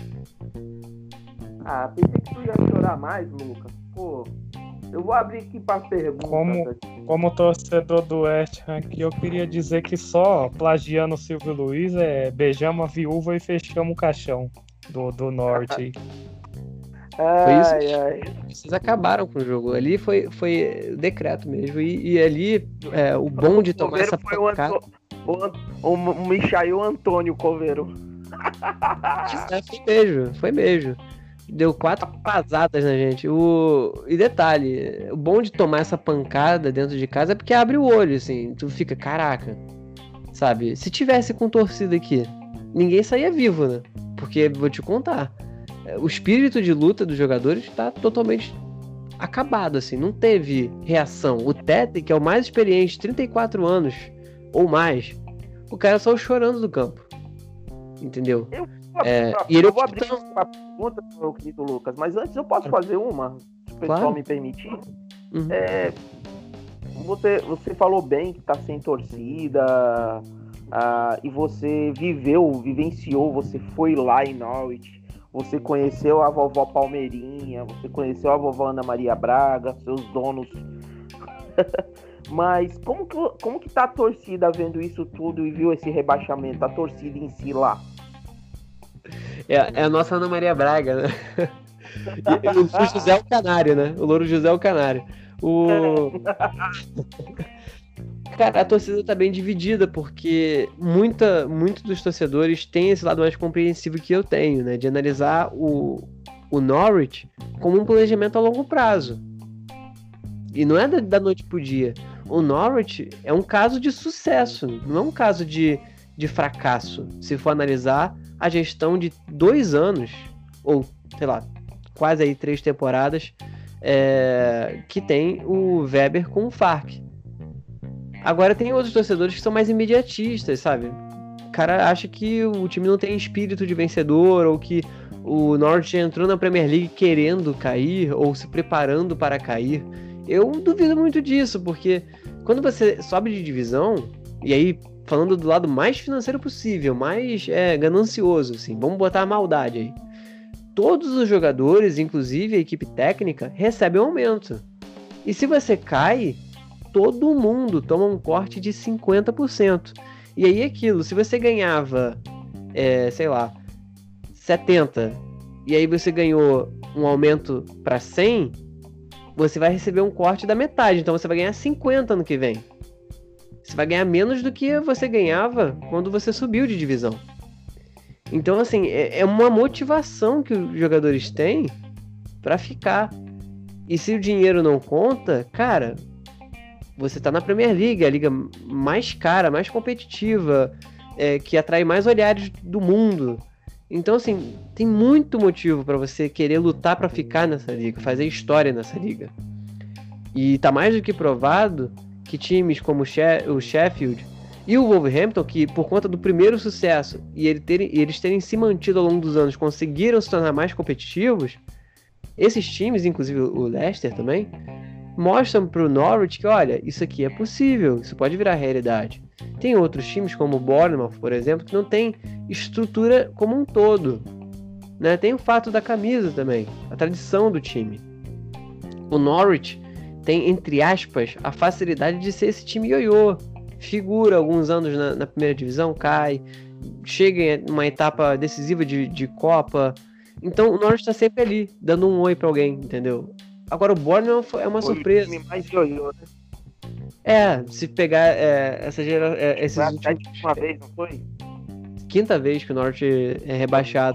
[SPEAKER 3] Pensei que tu ia chorar mais, Lucas. Pô, eu vou abrir aqui para perguntas.
[SPEAKER 10] Como torcedor do West Ham aqui, eu queria dizer que só plagiando o Silvio Luiz beijamos a viúva e fechamos o caixão do Norte.
[SPEAKER 4] Foi isso. Vocês acabaram com o jogo. Ali foi decreto mesmo. E ali o bom de tomar essa pancada.
[SPEAKER 3] O Michael Antônio Coveiro.
[SPEAKER 4] Foi mesmo. Deu 4 pasadas na gente. E detalhe, o bom de tomar essa pancada dentro de casa é porque abre o olho, assim. Tu fica, caraca, sabe? Se tivesse com torcida aqui, ninguém saía vivo, né? Porque, vou te contar, o espírito de luta dos jogadores tá totalmente acabado, assim. Não teve reação. O Tete, que é o mais experiente, 34 anos ou mais, o cara saiu chorando do campo, entendeu?
[SPEAKER 3] Eu vou abrir uma pergunta, meu querido Lucas, mas antes eu posso fazer uma, se o pessoal me permitir.
[SPEAKER 4] Uhum.
[SPEAKER 3] Você falou bem que tá sem torcida, e você vivenciou, você foi lá em Norwich, você conheceu a vovó Palmeirinha, você conheceu a vovó Ana Maria Braga, seus donos. Mas como que tá a torcida vendo isso tudo e viu esse rebaixamento, a torcida em si lá?
[SPEAKER 4] É a nossa Ana Maria Braga, né? E o José é o Canário, né? O Louro José é o Canário. Cara, a torcida tá bem dividida, porque muitos dos torcedores têm esse lado mais compreensivo que eu tenho, né? De analisar o Norwich como um planejamento a longo prazo. E não é da noite pro dia. O Norwich é um caso de sucesso, não é um caso de fracasso. Se for analisar a gestão de 2 anos, ou sei lá, quase aí 3 temporadas, que tem o Weber com o Farke. Agora tem outros torcedores que são mais imediatistas, sabe? O cara acha que o time não tem espírito de vencedor, ou que o Norwich entrou na Premier League querendo cair, ou se preparando para cair. Eu duvido muito disso, porque quando você sobe de divisão, e aí falando do lado mais financeiro possível, mais ganancioso, assim, vamos botar a maldade aí. Todos os jogadores, inclusive a equipe técnica, recebem um aumento. E se você cai, todo mundo toma um corte de 50%. E aí aquilo, se você ganhava, sei lá, 70, e aí você ganhou um aumento para 100, você vai receber um corte da metade. Então você vai ganhar 50 no que vem. Você vai ganhar menos do que você ganhava quando você subiu de divisão. Então, assim, é uma motivação que os jogadores têm para ficar. E se o dinheiro não conta, cara, você tá na Premier League, a liga mais cara, mais competitiva, que atrai mais olhares do mundo. Então, assim, tem muito motivo para você querer lutar para ficar nessa liga, fazer história nessa liga. E tá mais do que provado que times como o Sheffield e o Wolverhampton, que por conta do primeiro sucesso e eles terem se mantido ao longo dos anos, conseguiram se tornar mais competitivos, esses times, inclusive o Leicester também, mostram pro Norwich que, olha, isso aqui é possível, isso pode virar realidade. Tem outros times, como o Bournemouth, por exemplo, que não tem estrutura como um todo, né? Tem o fato da camisa também, a tradição do time. O Norwich tem, entre aspas, a facilidade de ser esse time ioiô. Figura alguns anos na primeira divisão, cai, chega em uma etapa decisiva de Copa. Então o Norwich está sempre ali, dando um oi para alguém, entendeu? Agora o Bournemouth é uma surpresa.
[SPEAKER 3] O time mais ioiô, né?
[SPEAKER 4] Se pegar essa geração. Esses últimos...
[SPEAKER 3] Uma vez, não foi?
[SPEAKER 4] Quinta vez que o Norwich é rebaixado.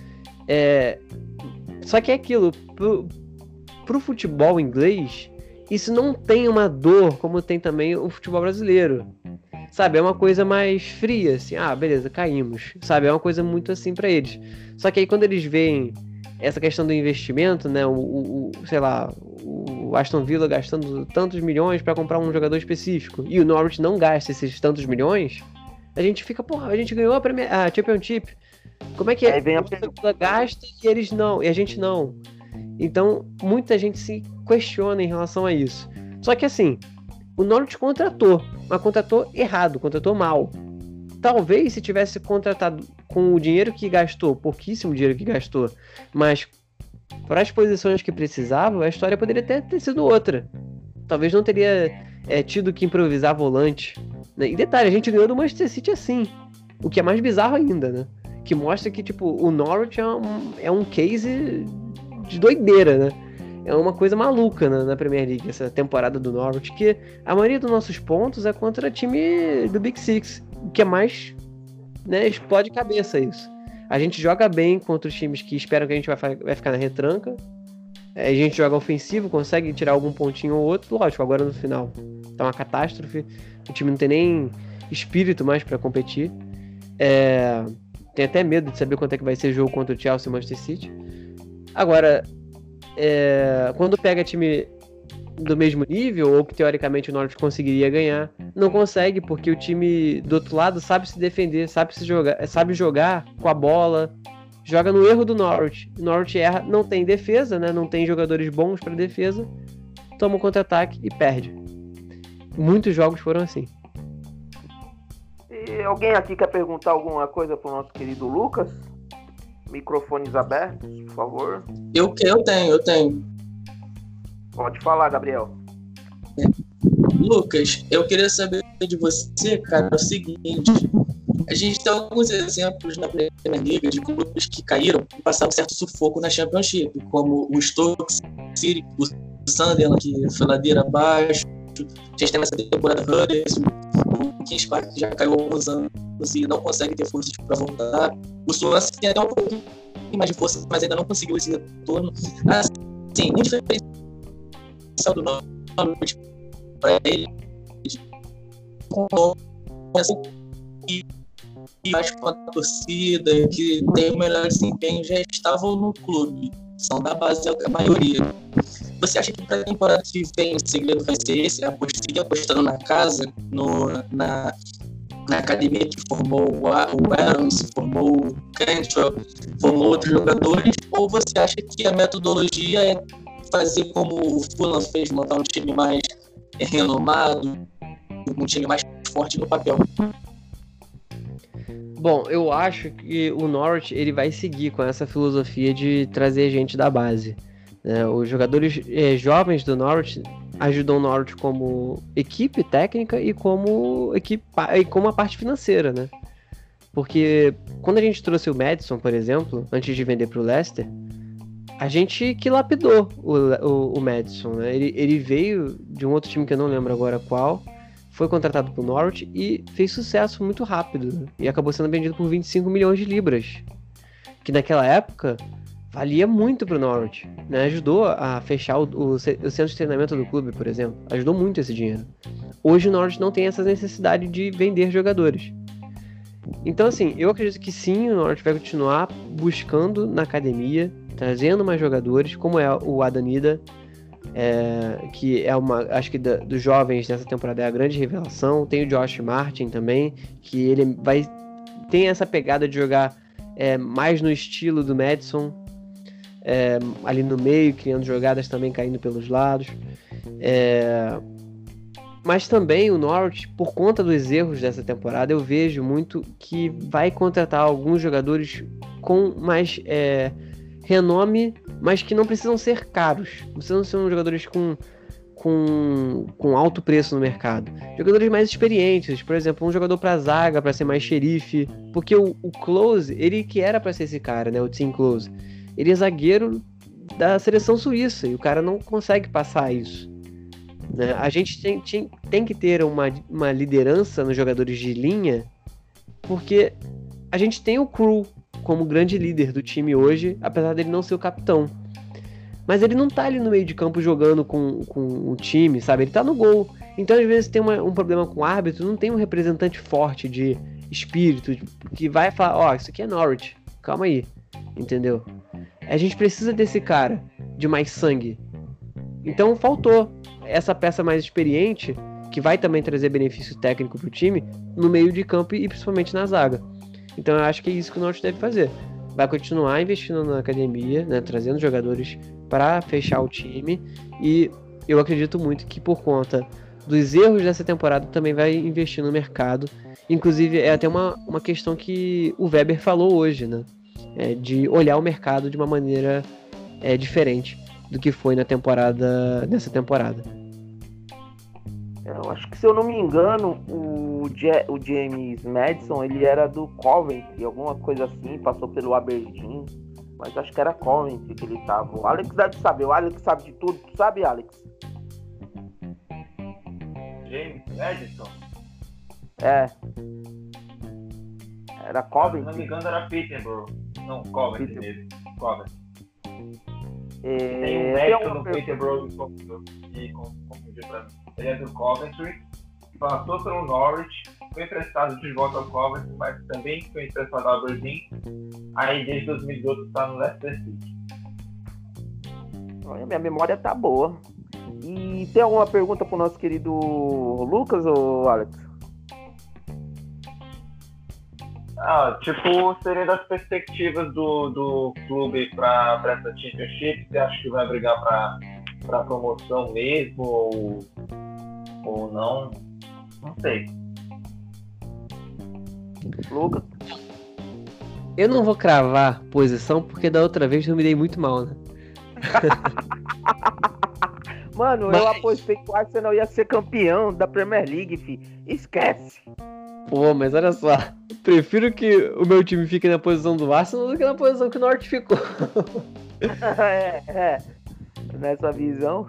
[SPEAKER 4] Só que é aquilo, pro futebol inglês, isso não tem uma dor como tem também o futebol brasileiro. Sabe, é uma coisa mais fria, assim, beleza, caímos. Sabe, é uma coisa muito assim pra eles. Só que aí quando eles veem essa questão do investimento, né, sei lá, o Aston Villa gastando tantos milhões pra comprar um jogador específico, e o Norwich não gasta esses tantos milhões, a gente fica, porra, a gente ganhou a Championship. Como é que
[SPEAKER 3] aí vem
[SPEAKER 4] o Villa gasta e eles não, e a gente não? Então, muita gente se questiona em relação a isso. Só que assim, o Norwich contratou, mas contratou errado, contratou mal. Talvez se tivesse contratado com o dinheiro que gastou, pouquíssimo dinheiro que gastou, mas para as posições que precisava, a história poderia ter sido outra. Talvez não teria tido que improvisar volante, né? E detalhe, a gente ganhou do Manchester City assim, o que é mais bizarro ainda, né? Que mostra que tipo, o Norwich é um case de doideira, né? É uma coisa maluca na Premier League, essa temporada do Norwich, que a maioria dos nossos pontos é contra time do Big Six, o que é mais, né, explode cabeça isso. A gente joga bem contra os times que esperam que a gente vai ficar na retranca, a gente joga ofensivo, consegue tirar algum pontinho ou outro, lógico, agora no final tá uma catástrofe, o time não tem nem espírito mais pra competir, tem até medo de saber quanto é que vai ser o jogo contra o Chelsea e o Manchester City. Agora, quando pega time do mesmo nível, ou que teoricamente o Norwich conseguiria ganhar, não consegue, porque o time do outro lado sabe se defender, sabe jogar com a bola, joga no erro do Norwich. O Norwich erra, não tem defesa, né? Não tem jogadores bons para defesa, toma um contra-ataque e perde. Muitos jogos foram assim.
[SPEAKER 3] E alguém aqui quer perguntar alguma coisa pro nosso querido Lucas? Microfones abertos, por favor.
[SPEAKER 7] Eu tenho.
[SPEAKER 3] Pode falar, Gabriel.
[SPEAKER 7] Lucas, eu queria saber de você, cara, o seguinte. A gente tem alguns exemplos na Premier League de clubes que caíram e passaram um certo sufoco na Championship, como o Stoke City, o Sunderland, que foi ladeira abaixo. A gente tem nessa temporada Huddersfield, o Kings Park, que já caiu há alguns anos e não consegue ter forças para voltar. O Swansea tem até um pouquinho mais de força, mas ainda não conseguiu esse retorno. Assim, muito diferencial do Norwich para ele. E acho que a torcida que tem o melhor desempenho já estavam no clube. São da base a maioria. Você acha que para a temporada que vem o segredo vai ser esse? Seguir apostando na casa, na academia que formou o Aarons, formou o Cantwell, formou outros jogadores? Ou você acha que a metodologia é fazer como o Fulham fez, montar um time mais renomado, um time mais forte no papel?
[SPEAKER 4] Bom, eu acho que o Norwich ele vai seguir com essa filosofia de trazer gente da base. Os jogadores jovens do Norwich ajudam o Norwich como equipe técnica e como a parte financeira, né? Porque quando a gente trouxe o Maddison, por exemplo, antes de vender para o Leicester, a gente que lapidou o Maddison, né? Ele veio de um outro time que eu não lembro agora qual, foi contratado pelo Norwich e fez sucesso muito rápido, né? E acabou sendo vendido por 25 milhões de libras, que naquela época valia muito pro Norwich, né? Ajudou a fechar o centro de treinamento do clube, por exemplo. Ajudou muito esse dinheiro. Hoje o Norwich não tem essa necessidade de vender jogadores. Então, assim, eu acredito que sim, o Norwich vai continuar buscando na academia, trazendo mais jogadores, como é o Adanida, que é acho que dos jovens dessa temporada é a grande revelação. Tem o Josh Martin também, que ele tem essa pegada de jogar mais no estilo do Madison, ali no meio, criando jogadas também, caindo pelos lados. Mas também o Norwich, por conta dos erros dessa temporada, eu vejo muito que vai contratar alguns jogadores com mais renome, mas que não precisam ser caros. Não precisam ser jogadores com alto preço no mercado. Jogadores mais experientes, por exemplo, um jogador para zaga, para ser mais xerife. Porque o Klose, ele que era para ser esse cara, né, o Tim Klose, ele é zagueiro da seleção suíça e o cara não consegue passar isso. Né? A gente tem que ter uma liderança nos jogadores de linha, porque a gente tem o Krul como grande líder do time hoje, apesar dele não ser o capitão. Mas ele não tá ali no meio de campo jogando com o time, sabe? Ele tá no gol. Então, às vezes, tem um problema com o árbitro, não tem um representante forte de espírito que vai falar, isso aqui é Norwich, calma aí, entendeu? A gente precisa desse cara de mais sangue. Então, faltou essa peça mais experiente, que vai também trazer benefício técnico pro time, no meio de campo e principalmente na zaga. Então eu acho que é isso que o Norwich deve fazer. Vai continuar investindo na academia, né, trazendo jogadores para fechar o time, e eu acredito muito que por conta dos erros dessa temporada também vai investir no mercado. Inclusive é até uma questão que o Weber falou hoje, né, de olhar o mercado de uma maneira diferente do que foi nessa temporada.
[SPEAKER 3] Eu acho que, se eu não me engano, o James Madison, ele era do Coventry, alguma coisa assim, passou pelo Aberdeen, mas acho que era Coventry que ele tava. O Alex deve saber, o Alex sabe de tudo, tu sabe, Alex?
[SPEAKER 6] James Madison?
[SPEAKER 3] Era Coventry.
[SPEAKER 6] Se não me engano, era Peterborough. Não, Coventry mesmo. Coventry. Tem um médico no Peterborough que confundiu pra mim. Ele é do Coventry, passou pelo Norwich, foi emprestado de volta ao Coventry, mas também foi emprestado ao Aberdeen. Aí desde 2012 está no Leicester City.
[SPEAKER 3] Olha, minha memória tá boa. E tem alguma pergunta pro nosso querido Lucas ou Alex?
[SPEAKER 6] Seria das perspectivas do clube para essa Championship. Você acha que vai brigar para promoção mesmo ou não? Não sei.
[SPEAKER 3] Lucas?
[SPEAKER 4] Eu não vou cravar posição, porque da outra vez eu me dei muito mal, né?
[SPEAKER 3] Mano, eu apostei que o Arsenal ia ser campeão da Premier League, fi. Esquece.
[SPEAKER 4] Pô, mas olha só, prefiro que o meu time fique na posição do Arsenal do que na posição que o Norte ficou.
[SPEAKER 3] Nessa visão.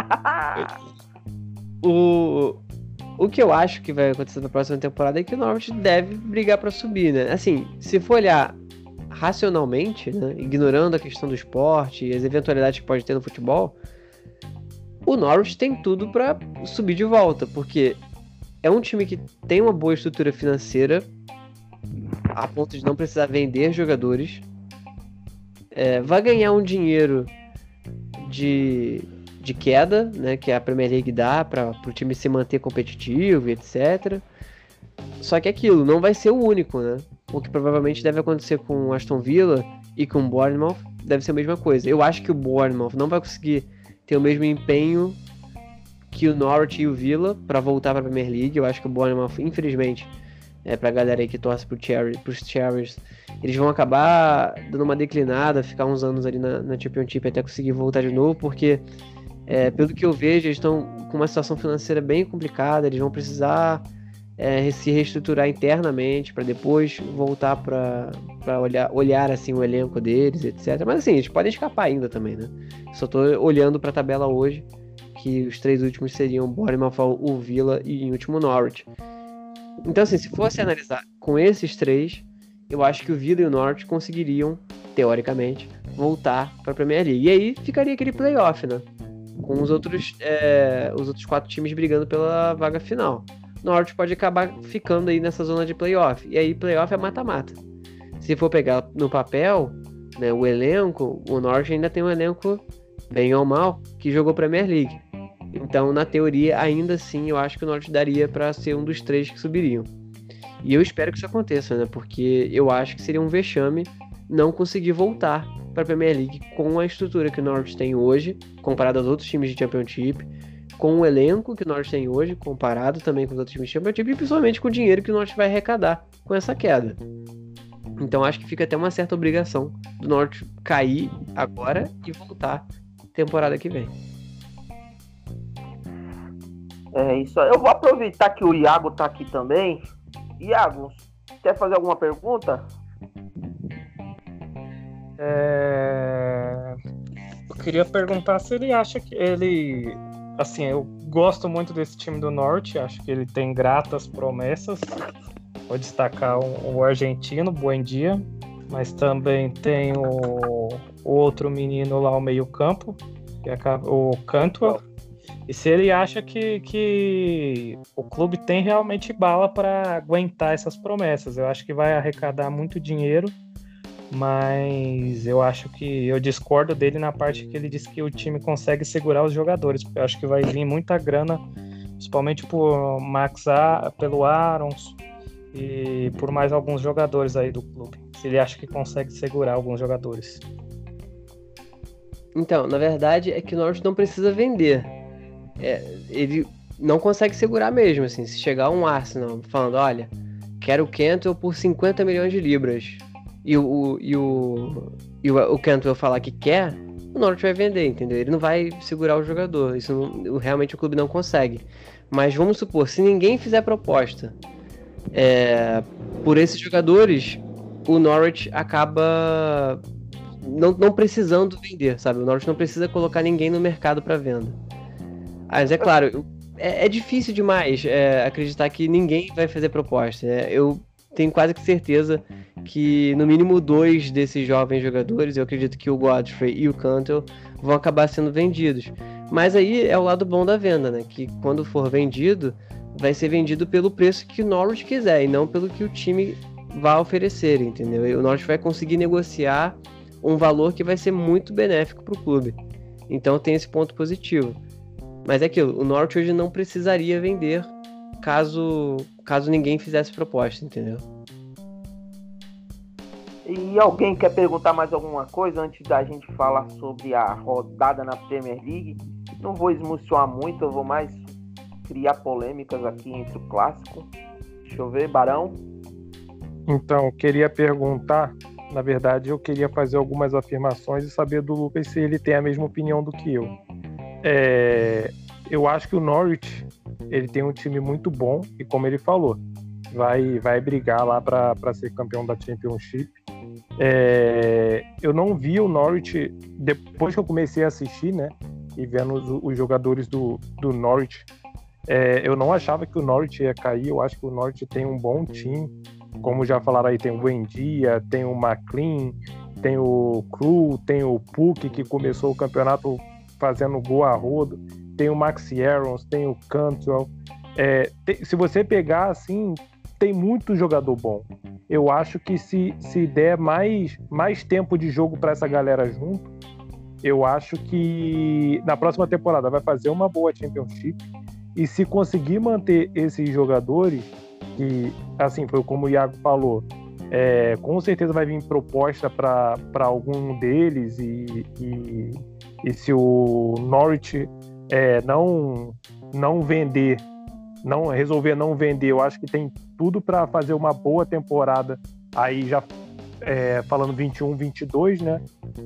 [SPEAKER 4] O que eu acho que vai acontecer na próxima temporada é que o Norwich deve brigar pra subir, né? Assim, se for olhar racionalmente, né, ignorando a questão do esporte e as eventualidades que pode ter no futebol, o Norwich tem tudo pra subir de volta, porque é um time que tem uma boa estrutura financeira, a ponto de não precisar vender jogadores, vai ganhar um dinheiro de queda, né, que a Premier League dá para o time se manter competitivo, etc. Só que aquilo não vai ser o único, né? O que provavelmente deve acontecer com o Aston Villa e com o Bournemouth deve ser a mesma coisa. Eu acho que o Bournemouth não vai conseguir ter o mesmo empenho que o Norwich e o Villa para voltar para a Premier League. Eu acho que o Bournemouth, infelizmente, pra galera aí que torce pros Cherries, eles vão acabar dando uma declinada, ficar uns anos ali na Championship até conseguir voltar de novo, porque pelo que eu vejo, eles estão com uma situação financeira bem complicada, eles vão precisar se reestruturar internamente para depois voltar para olhar assim o elenco deles, etc. Mas assim, eles podem escapar ainda também, né? Só tô olhando para a tabela hoje, que os 3 últimos seriam o Bournemouth, o Villa e em último o Norwich. Então assim, se fosse analisar com esses 3, eu acho que o Villa e o Norwich conseguiriam, teoricamente, voltar para a Premier League. E aí ficaria aquele playoff, né? Com os outros 4 times brigando pela vaga final. O Norwich pode acabar ficando aí nessa zona de playoff. E aí playoff é mata-mata. Se for pegar no papel, né, o elenco, o Norwich ainda tem um elenco bem ou mal, que jogou Premier League. Então, na teoria, ainda assim, eu acho que o Norwich daria para ser um dos 3 que subiriam. E eu espero que isso aconteça, né? Porque eu acho que seria um vexame não conseguir voltar para a Premier League com a estrutura que o Norwich tem hoje, comparado aos outros times de Championship, com o elenco que o Norwich tem hoje, comparado também com os outros times de Championship, e principalmente com o dinheiro que o Norwich vai arrecadar com essa queda. Então acho que fica até uma certa obrigação do Norwich cair agora e voltar temporada que vem.
[SPEAKER 3] É isso aí. Eu vou aproveitar que o Iago tá aqui também. Iago, quer fazer alguma pergunta?
[SPEAKER 10] Eu queria perguntar se ele acha que ele... Assim, eu gosto muito desse time do Norte, acho que ele tem gratas promessas. Vou destacar o argentino, Buendia, mas também tem o outro menino lá, o meio-campo, que é o Cantwell. E se ele acha que o clube tem realmente bala para aguentar essas promessas. Eu acho que vai arrecadar muito dinheiro, mas eu acho que eu discordo dele na parte que ele diz que o time consegue segurar os jogadores, porque eu acho que vai vir muita grana, principalmente pelo Arons e por mais alguns jogadores aí do clube. Se ele acha que consegue segurar alguns jogadores.
[SPEAKER 4] Então, na verdade, é que o Norwich não precisa vender. Ele não consegue segurar mesmo, assim. Se chegar um Arsenal falando, olha, quero o Cantwell por 50 milhões de libras, e o Cantwell falar que quer, o Norwich vai vender, entendeu? Ele não vai segurar o jogador. Isso realmente o clube não consegue. Mas vamos supor, se ninguém fizer proposta por esses jogadores, o Norwich acaba não precisando vender, sabe? O Norwich não precisa colocar ninguém no mercado para venda. Mas é claro, é difícil demais acreditar que ninguém vai fazer proposta. Eu tenho quase que certeza que no mínimo 2 desses jovens jogadores, eu acredito que o Godfrey e o Cantwell, vão acabar sendo vendidos. Mas aí é o lado bom da venda, né? Que quando for vendido, vai ser vendido pelo preço que o Norwich quiser e não pelo que o time vai oferecer, entendeu? E o Norwich vai conseguir negociar um valor que vai ser muito benéfico para o clube. Então tem esse ponto positivo. Mas é aquilo, o Norwich hoje não precisaria vender caso ninguém fizesse proposta, entendeu?
[SPEAKER 3] E alguém quer perguntar mais alguma coisa antes da gente falar sobre a rodada na Premier League? Não vou esmuciar muito, eu vou mais criar polêmicas aqui entre o clássico. Deixa eu ver, Barão.
[SPEAKER 5] Então, eu queria perguntar, na verdade, eu queria fazer algumas afirmações e saber do Lucas se ele tem a mesma opinião do que eu. Eu acho que o Norwich ele tem um time muito bom e, como ele falou, vai brigar lá para ser campeão da Championship. Eu não vi o Norwich depois que eu comecei a assistir, né, e vendo os jogadores do Norwich. Eu não achava que o Norwich ia cair. Eu acho que o Norwich tem um bom time, como já falaram aí, tem o Buendia, tem o McLean, tem o Crew, tem o Puck, que começou o campeonato fazendo gol a rodo, tem o Maxi Arons, tem o Cantwell. Se você pegar assim, tem muito jogador bom. Eu acho que se der mais tempo de jogo para essa galera junto, eu acho que na próxima temporada vai fazer uma boa Championship. E se conseguir manter esses jogadores, que assim, foi como o Iago falou, com certeza vai vir proposta para algum deles, e se o Norwich não vender, resolver não vender, eu acho que tem tudo para fazer uma boa temporada. Aí já falando 21-22, né?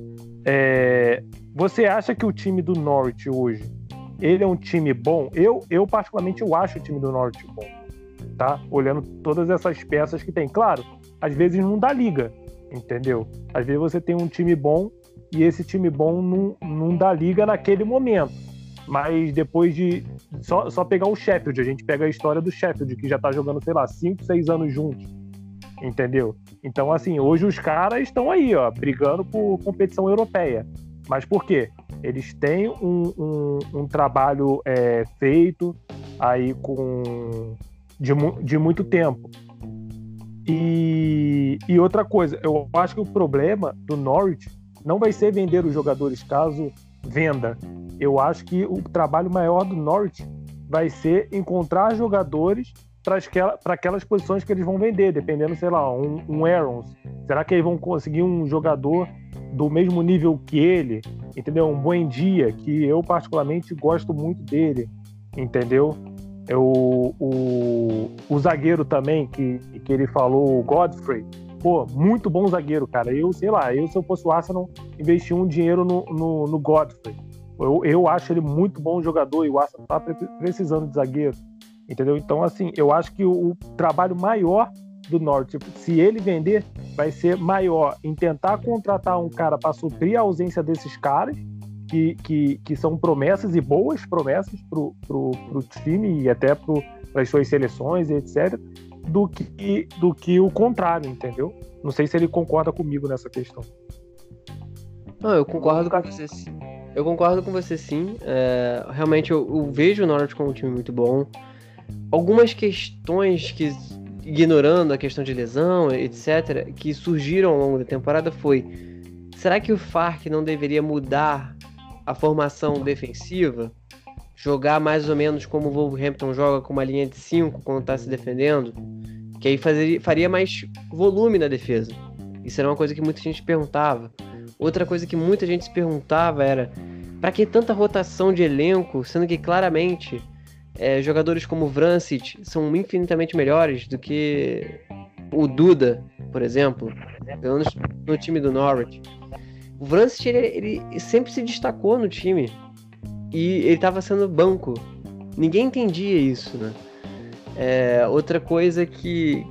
[SPEAKER 5] Você acha que o time do Norwich hoje, ele é um time bom? Eu particularmente, eu acho o time do Norwich bom, tá? Olhando todas essas peças que tem. Claro, às vezes não dá liga, entendeu? Às vezes você tem um time bom e esse time bom não dá liga naquele momento. Mas depois de... Só pegar o Sheffield, a gente pega a história do Sheffield, que já tá jogando, sei lá, 5, 6 anos juntos, entendeu? Então, assim, hoje os caras estão aí, ó, brigando por competição europeia. Mas por quê? Eles têm um trabalho feito aí de muito tempo. E outra coisa, eu acho que o problema do Norwich não vai ser vender os jogadores caso venda. Eu acho que o trabalho maior do Norwich vai ser encontrar jogadores para aquelas posições que eles vão vender, dependendo, sei lá, um Aarons. Será que eles vão conseguir um jogador do mesmo nível que ele? Entendeu? Um Buendia, que eu particularmente gosto muito dele, entendeu? O zagueiro também, que ele falou, o Godfrey. Pô, muito bom zagueiro, cara. Se eu fosse o Arsenal, investir um dinheiro no Godfrey. Eu acho ele muito bom jogador e o Arsenal tá precisando de zagueiro, entendeu? Então, assim, eu acho que o trabalho maior do Norte, se ele vender, vai ser maior em tentar contratar um cara para suprir a ausência desses caras, que são promessas e boas promessas pro time e até para as suas seleções e etc., do que o contrário, entendeu? Não sei se ele concorda comigo nessa questão.
[SPEAKER 4] Não, eu concordo com você sim. Eu concordo com você sim. Realmente eu vejo o Norwich como um time muito bom. Algumas questões que, ignorando a questão de lesão, etc., que surgiram ao longo da temporada foi: será que o Farke não deveria mudar a formação defensiva? Jogar mais ou menos como o Wolverhampton joga, com uma linha de 5 quando está se defendendo? Que aí faria mais volume na defesa. Isso era uma coisa que muita gente perguntava. Outra coisa que muita gente se perguntava era: para que tanta rotação de elenco, sendo que claramente jogadores como o Vrancic são infinitamente melhores do que o Duda, por exemplo, pelo menos no time do Norwich. O Vrancic ele sempre se destacou no time e ele estava sendo banco. Ninguém entendia isso, né? Outra coisa que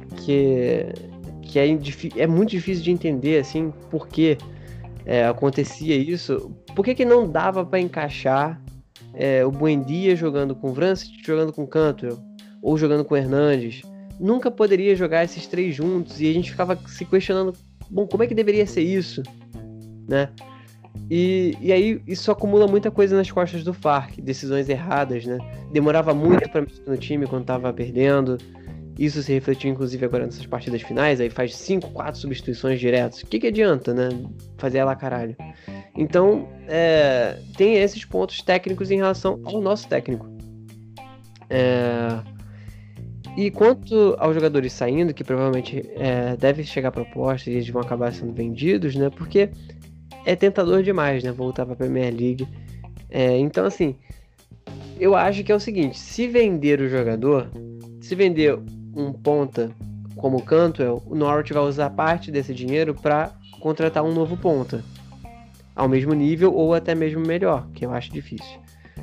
[SPEAKER 4] é muito difícil de entender, assim, por que acontecia isso. Por que não dava para encaixar o Buendia jogando com o Vrancic, jogando com o Cantwell, ou jogando com o Hernandes? Nunca poderia jogar esses três juntos, e a gente ficava se questionando, bom, como é que deveria ser isso, né? E aí isso acumula muita coisa nas costas do Farke, decisões erradas, né? Demorava muito para mexer no time quando tava perdendo. Isso se refletiu inclusive agora nessas partidas finais. Aí faz 5, 4 substituições diretas. O que adianta, né? Fazer ela caralho. Então tem esses pontos técnicos em relação ao nosso técnico. E quanto aos jogadores saindo, que provavelmente deve chegar proposta e eles vão acabar sendo vendidos, né? Porque é tentador demais, né? Voltar para a Premier League. Então, assim, eu acho que é o seguinte: se vender o jogador, se vender um ponta como o Cantwell, o Norwich vai usar parte desse dinheiro para contratar um novo ponta ao mesmo nível ou até mesmo melhor, que eu acho difícil.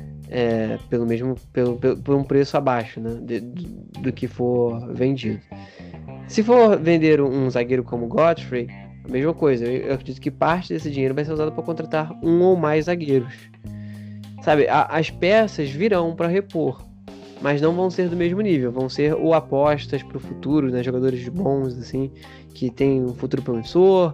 [SPEAKER 4] Por um preço abaixo, né, do que for vendido. Se for vender um zagueiro como Godfrey, a mesma coisa. Eu acredito que parte desse dinheiro vai ser usado para contratar um ou mais zagueiros. Sabe, as peças virão para repor, mas não vão ser do mesmo nível. Vão ser ou apostas para o futuro, né, jogadores bons, assim, que tem um futuro promissor.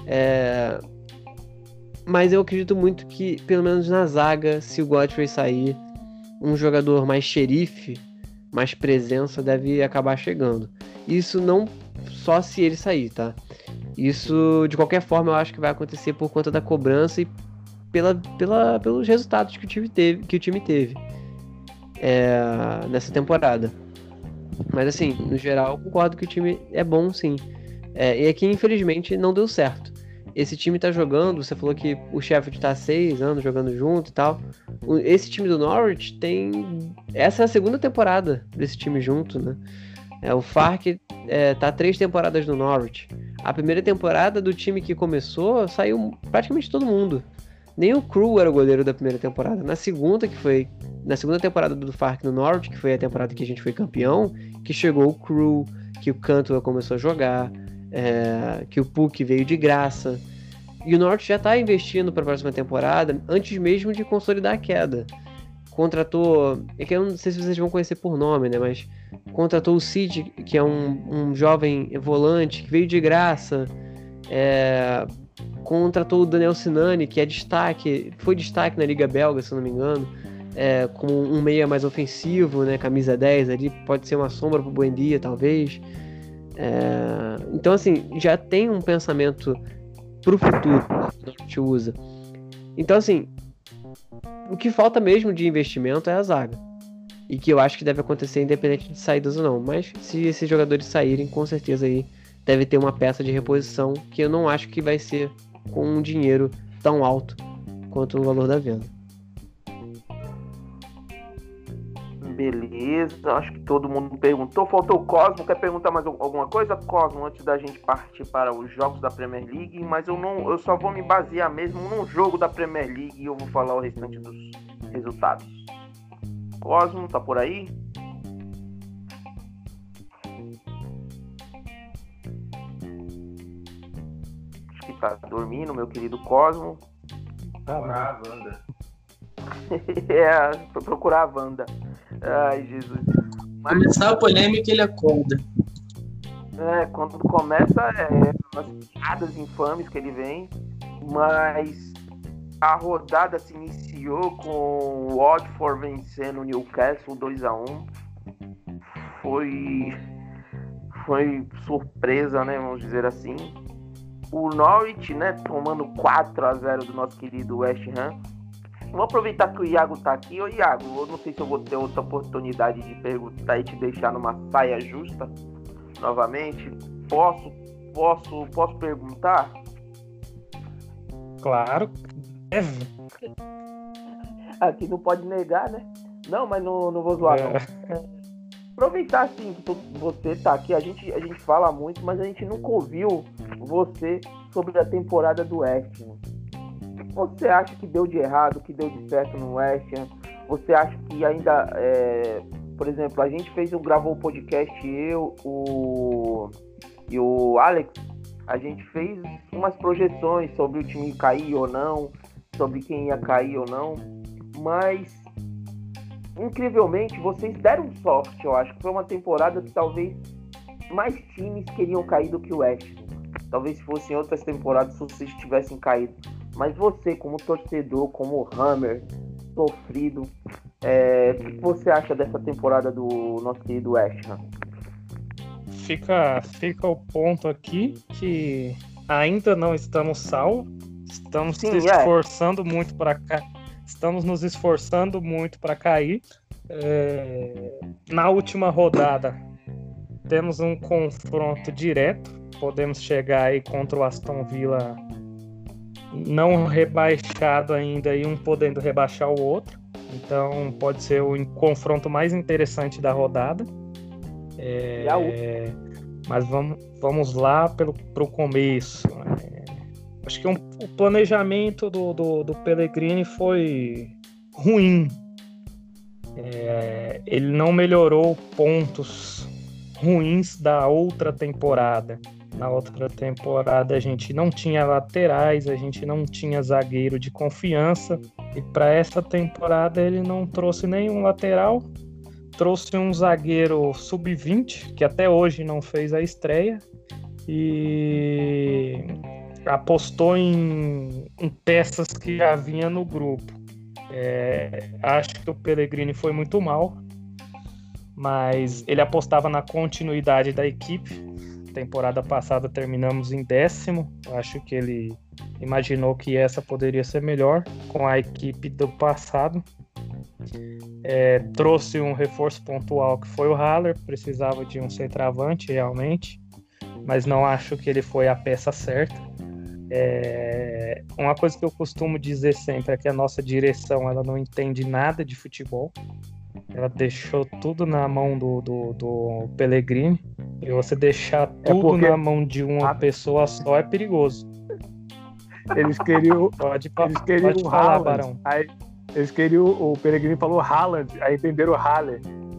[SPEAKER 4] Mas eu acredito muito que, pelo menos na zaga, se o Godfrey sair, um jogador mais xerife, mais presença, deve acabar chegando. Isso não só se ele sair, tá? Isso, de qualquer forma, eu acho que vai acontecer por conta da cobrança e pelos resultados que o time teve nessa temporada. Mas, assim, no geral, eu concordo que o time é bom, sim. E aqui, infelizmente, não deu certo. Esse time tá jogando, você falou que o Sheffield tá há 6 anos jogando junto e tal. Esse time do Norwich essa é a segunda temporada desse time junto, né? O Farke tá 3 temporadas no Norwich. A primeira temporada do time que começou, saiu praticamente todo mundo. Nem o Crew era o goleiro da primeira temporada. Na segunda temporada do Farke no Norwich, que foi a temporada que a gente foi campeão, que chegou o Crew, que o Cantwell começou a jogar, que o Puck veio de graça. E o Norwich já tá investindo para a próxima temporada, antes mesmo de consolidar a queda. Contratou, que eu não sei se vocês vão conhecer por nome, né, mas contratou o Cid, que é um jovem volante que veio de graça. Contratou o Daniel Sinani, que foi destaque na Liga Belga, se eu não me engano, como um meia mais ofensivo, né, camisa 10 ali, pode ser uma sombra pro Buendia, talvez. Então, assim, já tem um pensamento pro futuro que a gente usa. Então, assim, o que falta mesmo de investimento é a zaga. E que eu acho que deve acontecer independente de saídas ou não. Mas se esses jogadores saírem, com certeza aí deve ter uma peça de reposição que eu não acho que vai ser com um dinheiro tão alto quanto o valor da venda.
[SPEAKER 3] Beleza, acho que todo mundo perguntou. Faltou o Cosmo, quer perguntar mais alguma coisa, Cosmo, antes da gente partir para os jogos da Premier League? Mas eu só vou me basear mesmo num jogo da Premier League e eu vou falar o restante dos resultados. Cosmo, tá por aí? Acho que tá dormindo, meu querido Cosmo.
[SPEAKER 6] Procurar a Wanda.
[SPEAKER 3] Foi procurar a Wanda. Ai, Jesus.
[SPEAKER 7] Começar a polêmica, ele acorda.
[SPEAKER 3] Quando começa, as piadas infames que ele vem, mas a rodada se iniciou com o Watford vencendo o Newcastle 2-1. Foi surpresa, né, vamos dizer assim. O Norwich, né, tomando 4-0 do nosso querido West Ham. Vou aproveitar que o Iago tá aqui. Ô Iago, eu não sei se eu vou ter outra oportunidade de perguntar e te deixar numa saia justa novamente. Posso perguntar?
[SPEAKER 10] Claro.
[SPEAKER 3] Aqui não pode negar, né? Não, mas não vou zoar, não. Aproveitar assim que você tá aqui, a gente fala muito, mas a gente nunca ouviu você sobre a temporada do West Ham. O que você acha que deu de errado, que deu de certo no West Ham? Você acha que ainda, por exemplo, a gente gravou o podcast, eu, e o Alex, a gente fez umas projeções sobre o time cair ou não, sobre quem ia cair ou não, mas incrivelmente vocês deram sorte. Eu acho que foi uma temporada que talvez mais times queriam cair do que o West Ham. Talvez se fossem outras temporadas vocês tivessem caído. Mas você, como torcedor, como Hammer, sofrido, o que você acha dessa temporada do nosso querido West Ham?
[SPEAKER 10] Fica o ponto aqui que ainda não estamos salvos. Estamos esforçando muito para cá. Estamos nos esforçando muito para cair. Na última rodada temos um confronto direto. Podemos chegar aí contra o Aston Villa não rebaixado ainda e um podendo rebaixar o outro. Então pode ser o confronto mais interessante da rodada. Mas vamos lá pro começo. Acho que o planejamento do Pellegrini foi ruim. Ele não melhorou pontos ruins da outra temporada. Na outra temporada a gente não tinha laterais, a gente não tinha zagueiro de confiança. E para essa temporada ele não trouxe nenhum lateral. Trouxe um zagueiro sub-20, que até hoje não fez a estreia. E apostou em peças que já vinha no grupo. Acho que o Pellegrini foi muito mal, mas ele apostava na continuidade da equipe. Temporada passada terminamos em 10º. Acho que ele imaginou que essa poderia ser melhor com a equipe do passado. Trouxe um reforço pontual que foi o Haller. Precisava de um centroavante realmente, mas não acho que ele foi a peça certa. Uma coisa que eu costumo dizer sempre é que a nossa direção ela não entende nada de futebol. Ela deixou tudo na mão do Pellegrini. E você deixar tudo na mão de uma pessoa só é perigoso.
[SPEAKER 5] Eles queriam
[SPEAKER 10] pode
[SPEAKER 5] o
[SPEAKER 10] falar,
[SPEAKER 5] Haaland.
[SPEAKER 10] Barão.
[SPEAKER 5] Aí, eles queriam, o Pellegrini falou Haaland, aí entenderam o Haller.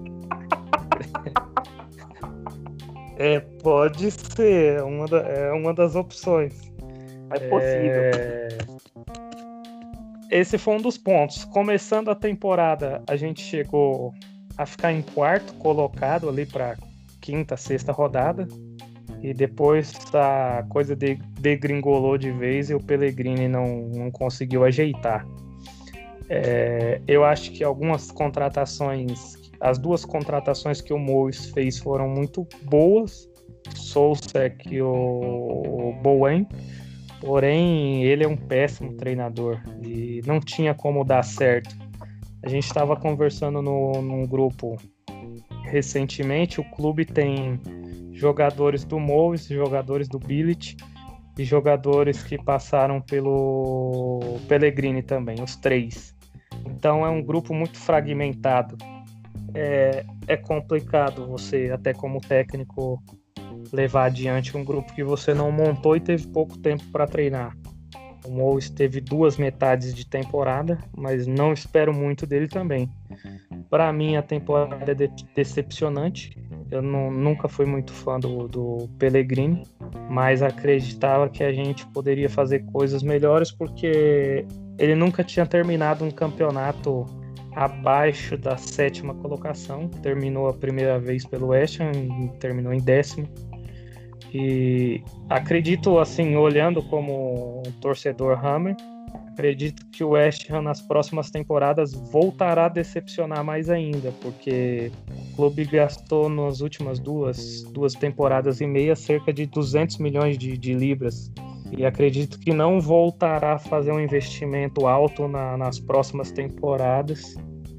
[SPEAKER 10] Pode ser, uma das opções.
[SPEAKER 3] É possível.
[SPEAKER 10] Esse foi um dos pontos. Começando a temporada, a gente chegou a ficar em quarto colocado ali para quinta, sexta rodada. E depois a coisa degringolou de vez e o Pellegrini não conseguiu ajeitar. Eu acho que algumas contratações, as duas contratações que o Moyes fez foram muito boas. Soucek e o Bowen. Porém, ele é um péssimo treinador e não tinha como dar certo. A gente estava conversando num grupo recentemente. O clube tem jogadores do Moes, jogadores do Billet e jogadores que passaram pelo Pellegrini também, os 3. Então é um grupo muito fragmentado. É complicado você, até como técnico, levar adiante um grupo que você não montou e teve pouco tempo para treinar. O Moes teve 2 metades de temporada, mas não espero muito dele também. Para mim, a temporada é decepcionante. Eu nunca fui muito fã do Pellegrini, mas acreditava que a gente poderia fazer coisas melhores, porque ele nunca tinha terminado um campeonato abaixo da 7ª colocação. Terminou a primeira vez pelo West Ham e terminou em 10º. E acredito, assim, olhando como um torcedor Hammer, acredito que o West Ham nas próximas temporadas voltará a decepcionar mais ainda, porque o clube gastou nas últimas duas temporadas e meia cerca de 200 milhões de libras. E acredito que não voltará a fazer um investimento alto nas próximas temporadas.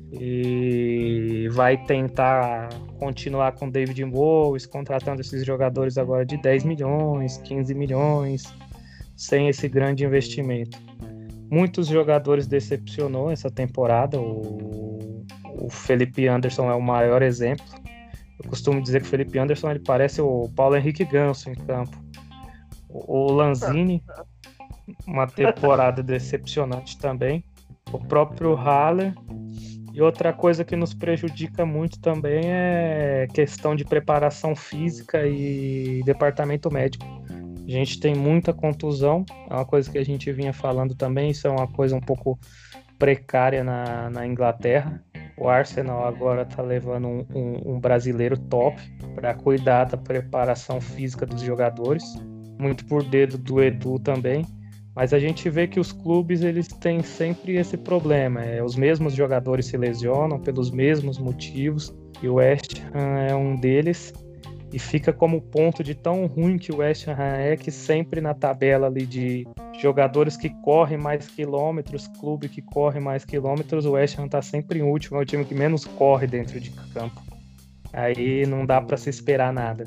[SPEAKER 10] E vai tentar continuar com David Moyes, contratando esses jogadores agora de 10 milhões, 15 milhões, sem esse grande investimento. Muitos jogadores decepcionou essa temporada. O Felipe Anderson é o maior exemplo. Eu costumo dizer que o Felipe Anderson ele parece o Paulo Henrique Ganso em campo. O Lanzini, uma temporada decepcionante também. O próprio Haller. E outra coisa que nos prejudica muito também é questão de preparação física e departamento médico. A gente tem muita contusão, é uma coisa que a gente vinha falando também, isso é uma coisa um pouco precária na Inglaterra. O Arsenal agora está levando um brasileiro top para cuidar da preparação física dos jogadores, muito por dedo do Edu também. Mas a gente vê que os clubes eles têm sempre esse problema. Os mesmos jogadores se lesionam pelos mesmos motivos. E o West Ham é um deles. E fica como ponto de tão ruim que o West Ham é, que sempre na tabela ali de jogadores que correm mais quilômetros, clube que corre mais quilômetros, o West Ham está sempre em último. É o time que menos corre dentro de campo. Aí não dá para se esperar nada.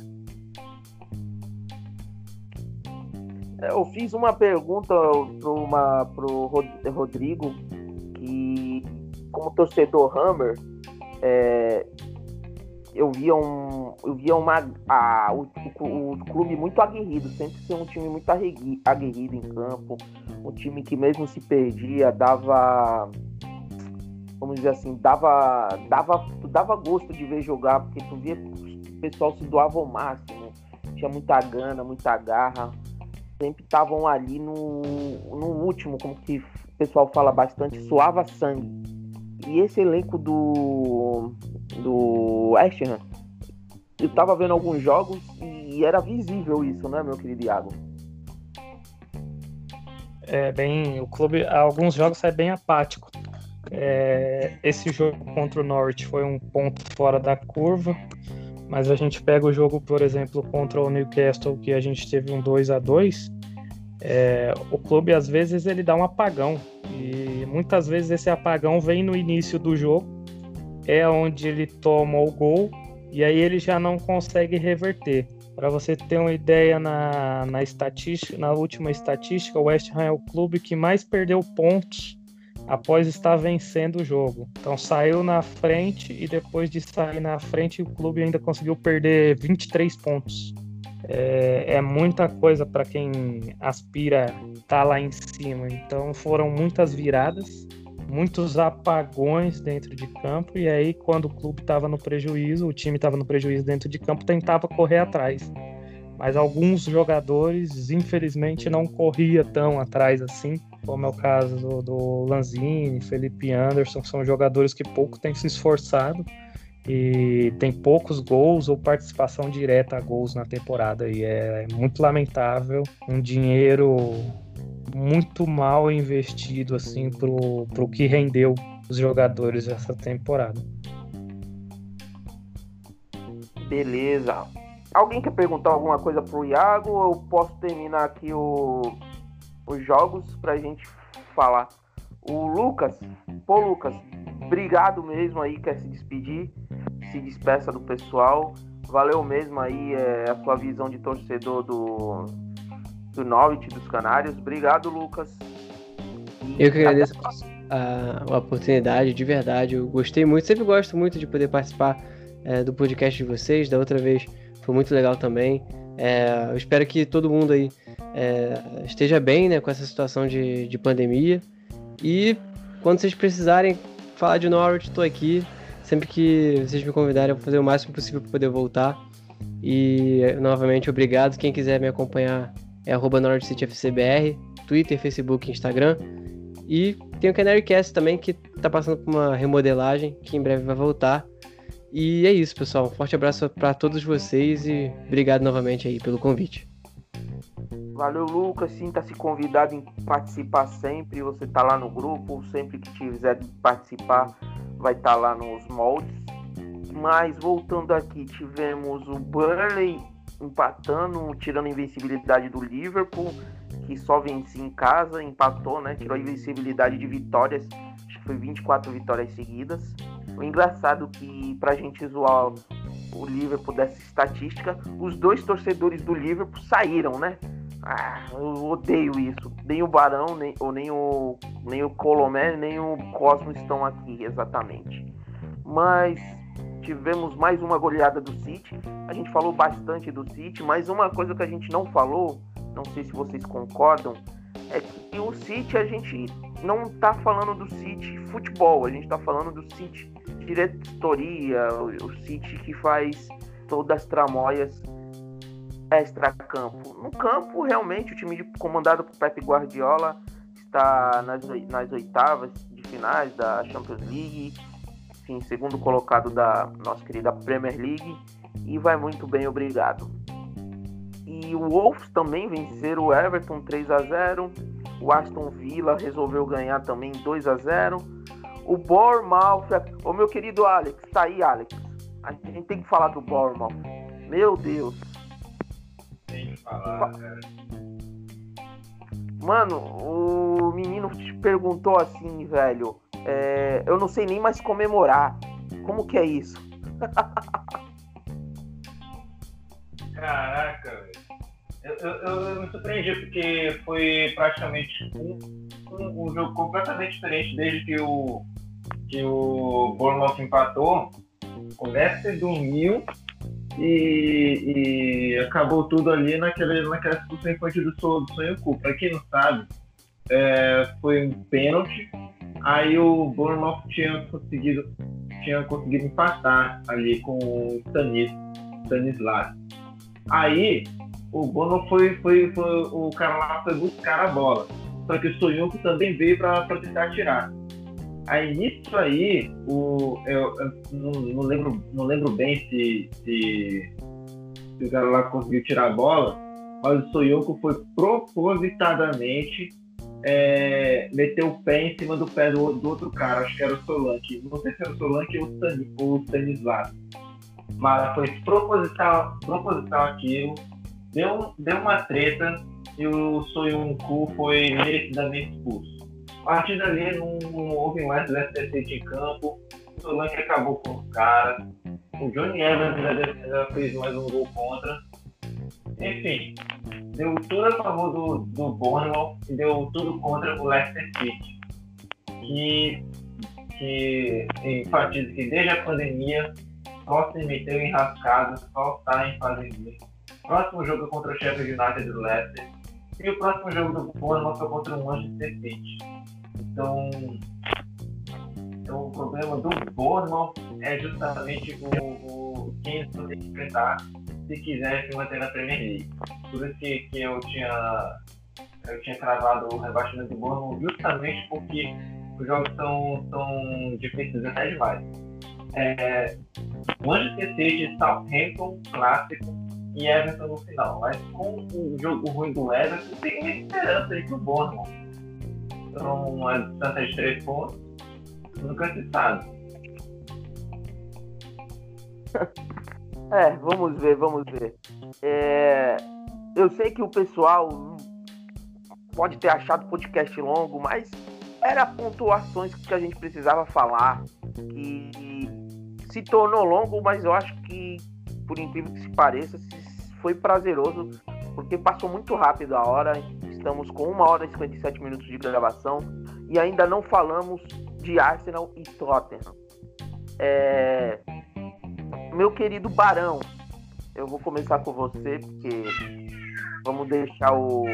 [SPEAKER 3] Eu fiz uma pergunta pro Rodrigo, que como torcedor Hammer, eu via o clube muito aguerrido, sempre ser um time muito aguerrido em campo, um time que mesmo se perdia, dava, vamos dizer assim, dava gosto de ver jogar, porque tu via que o pessoal se doava ao máximo, tinha muita gana, muita garra. Sempre estavam ali no último, como que o pessoal fala bastante, suava sangue. E esse elenco do West Ham, eu tava vendo alguns jogos e era visível isso, né, meu querido Iago?
[SPEAKER 10] O clube, alguns jogos é bem apático. Esse jogo contra o Norwich foi um ponto fora da curva. Mas a gente pega o jogo, por exemplo, contra o Newcastle, que a gente teve um 2-2, o clube às vezes ele dá um apagão, e muitas vezes esse apagão vem no início do jogo, é onde ele toma o gol, e aí ele já não consegue reverter. Para você ter uma ideia, na estatística, na última estatística, o West Ham é o clube que mais perdeu pontos após estar vencendo o jogo. Então saiu na frente e depois de sair na frente o clube ainda conseguiu perder 23 pontos. É muita coisa para quem aspira estar lá em cima. Então foram muitas viradas, muitos apagões dentro de campo, e aí quando o clube estava no prejuízo, o time estava no prejuízo dentro de campo, tentava correr atrás. Mas alguns jogadores, infelizmente, não corriam tão atrás assim, como é o caso do Lanzini, Felipe Anderson, são jogadores que pouco têm se esforçado e tem poucos gols ou participação direta a gols na temporada, e é muito lamentável, um dinheiro muito mal investido assim pro que rendeu os jogadores essa temporada.
[SPEAKER 3] Beleza. Alguém quer perguntar alguma coisa pro Iago ou eu posso terminar aqui os jogos pra gente falar. O Lucas, Lucas, obrigado mesmo aí, quer se despedir, se despeça do pessoal. Valeu mesmo aí a sua visão de torcedor do Norwich, dos Canários. Obrigado, Lucas.
[SPEAKER 4] Eu que agradeço a oportunidade, de verdade. Eu gostei muito, sempre gosto muito de poder participar do podcast de vocês. Da outra vez foi muito legal também. Eu espero que todo mundo aí esteja bem, né, com essa situação de pandemia. E quando vocês precisarem falar de Norwich, estou aqui. Sempre que vocês me convidarem, eu vou fazer o máximo possível para poder voltar. E, novamente, obrigado. Quem quiser me acompanhar é @NorwichCityFCBR, Twitter, Facebook, Instagram. E tem o CanaryCast também, que está passando por uma remodelagem, que em breve vai voltar. E é isso, pessoal. Um forte abraço para todos vocês e obrigado novamente aí pelo convite.
[SPEAKER 3] Valeu, Lucas. Sinta-se convidado em participar sempre. Você tá lá no grupo. Sempre que quiser participar, vai estar lá nos moldes. Mas voltando aqui, tivemos o Burnley empatando, tirando a invencibilidade do Liverpool, que só vencia em casa, empatou, né? Tirou a invencibilidade de vitórias. Acho que foi 24 vitórias seguidas. O engraçado que, pra gente zoar o Liverpool dessa estatística, os dois torcedores do Liverpool saíram, né? Eu odeio isso. Nem o Barão, nem o Colomé, nem o Cosmo estão aqui exatamente. Mas tivemos mais uma goleada do City. A gente falou bastante do City, mas uma coisa que a gente não falou, não sei se vocês concordam, é que o City, a gente não tá falando do City futebol, a gente tá falando do City diretoria, o City que faz todas as tramóias extra-campo. No campo, realmente, o time comandado por Pep Guardiola está nas oitavas de finais da Champions League, enfim, segundo colocado da nossa querida Premier League, e vai muito bem, obrigado. E o Wolves também venceram o Everton 3-0, o Aston Villa resolveu ganhar também 2-0, o Bournemouth, ô meu querido Alex, tá aí, Alex, a gente tem que falar do Bournemouth, meu Deus.
[SPEAKER 6] Tem que falar, cara.
[SPEAKER 3] Mano, o menino te perguntou assim, velho, eu não sei nem mais comemorar. Como que é isso?
[SPEAKER 6] Caraca, velho. Eu me surpreendi porque foi praticamente um jogo completamente diferente desde que o Bournemouth empatou. O Leicester dormiu e acabou tudo ali naquela expulsão infantil do Sonho Cu. Pra quem não sabe, foi um pênalti. Aí o Bournemouth tinha conseguido empatar ali com o Stanislas. Aí o Bournemouth o cara lá foi buscar a bola. Só que o Sonho Cu também veio para tentar tirar. Aí nisso aí, eu não lembro bem se o cara lá conseguiu tirar a bola, mas o Soyuncu foi propositadamente meter o pé em cima do pé do outro cara, acho que era o Solanke. Não sei se era o Solanke ou o Stanislas. Mas foi proposital aquilo, deu uma treta e o Soyuncu foi merecidamente expulso. A partir dali não houve mais Leicester City em campo. O Solanke acabou com os caras. O Johnny Evans ainda fez mais um gol contra. Enfim, deu tudo a favor do Bournemouth e deu tudo contra o Leicester City. Que enfatiza que desde a pandemia só se meteu em rascada, só está em pandemia. Próximo jogo é contra o Sheffield United do Leicester. E o próximo jogo do Bournemouth é contra o Manchester City. Então o problema do Bournemouth é justamente o quem eles vão ter que enfrentar se quiser se manter na Premier League. Por isso que eu tinha cravado o rebaixamento do Bournemouth, justamente porque os jogos são difíceis até demais. Manchester City, Southampton, clássico, e Everton no final. Mas com o jogo ruim do Everton, tem uma esperança aí pro Bournemouth. Então, uma distância de 3 pontos, nunca se sabe.
[SPEAKER 3] Vamos ver. Eu sei que o pessoal pode ter achado o podcast longo, mas era pontuações que a gente precisava falar, que se tornou longo, mas eu acho que, por incrível que se pareça, foi prazeroso, porque passou muito rápido a hora. Estamos com 1 hora e 57 minutos de gravação e ainda não falamos de Arsenal e Tottenham. Meu querido Barão, eu vou começar com você, porque vamos deixar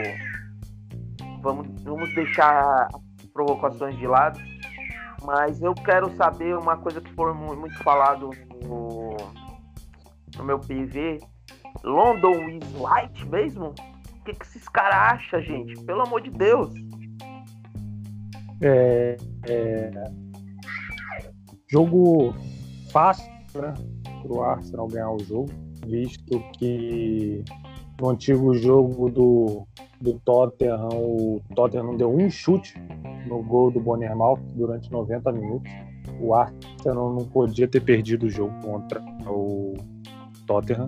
[SPEAKER 3] as provocações de lado, mas eu quero saber uma coisa que foi muito falado no meu PV. London is light mesmo? O que esses caras acham, gente? Pelo amor de Deus.
[SPEAKER 5] Jogo fácil, né, pro Arsenal ganhar o jogo, visto que no antigo jogo do Tottenham, o Tottenham deu um chute no gol do Bournemouth durante 90 minutos. O Arsenal não podia ter perdido o jogo contra o Tottenham.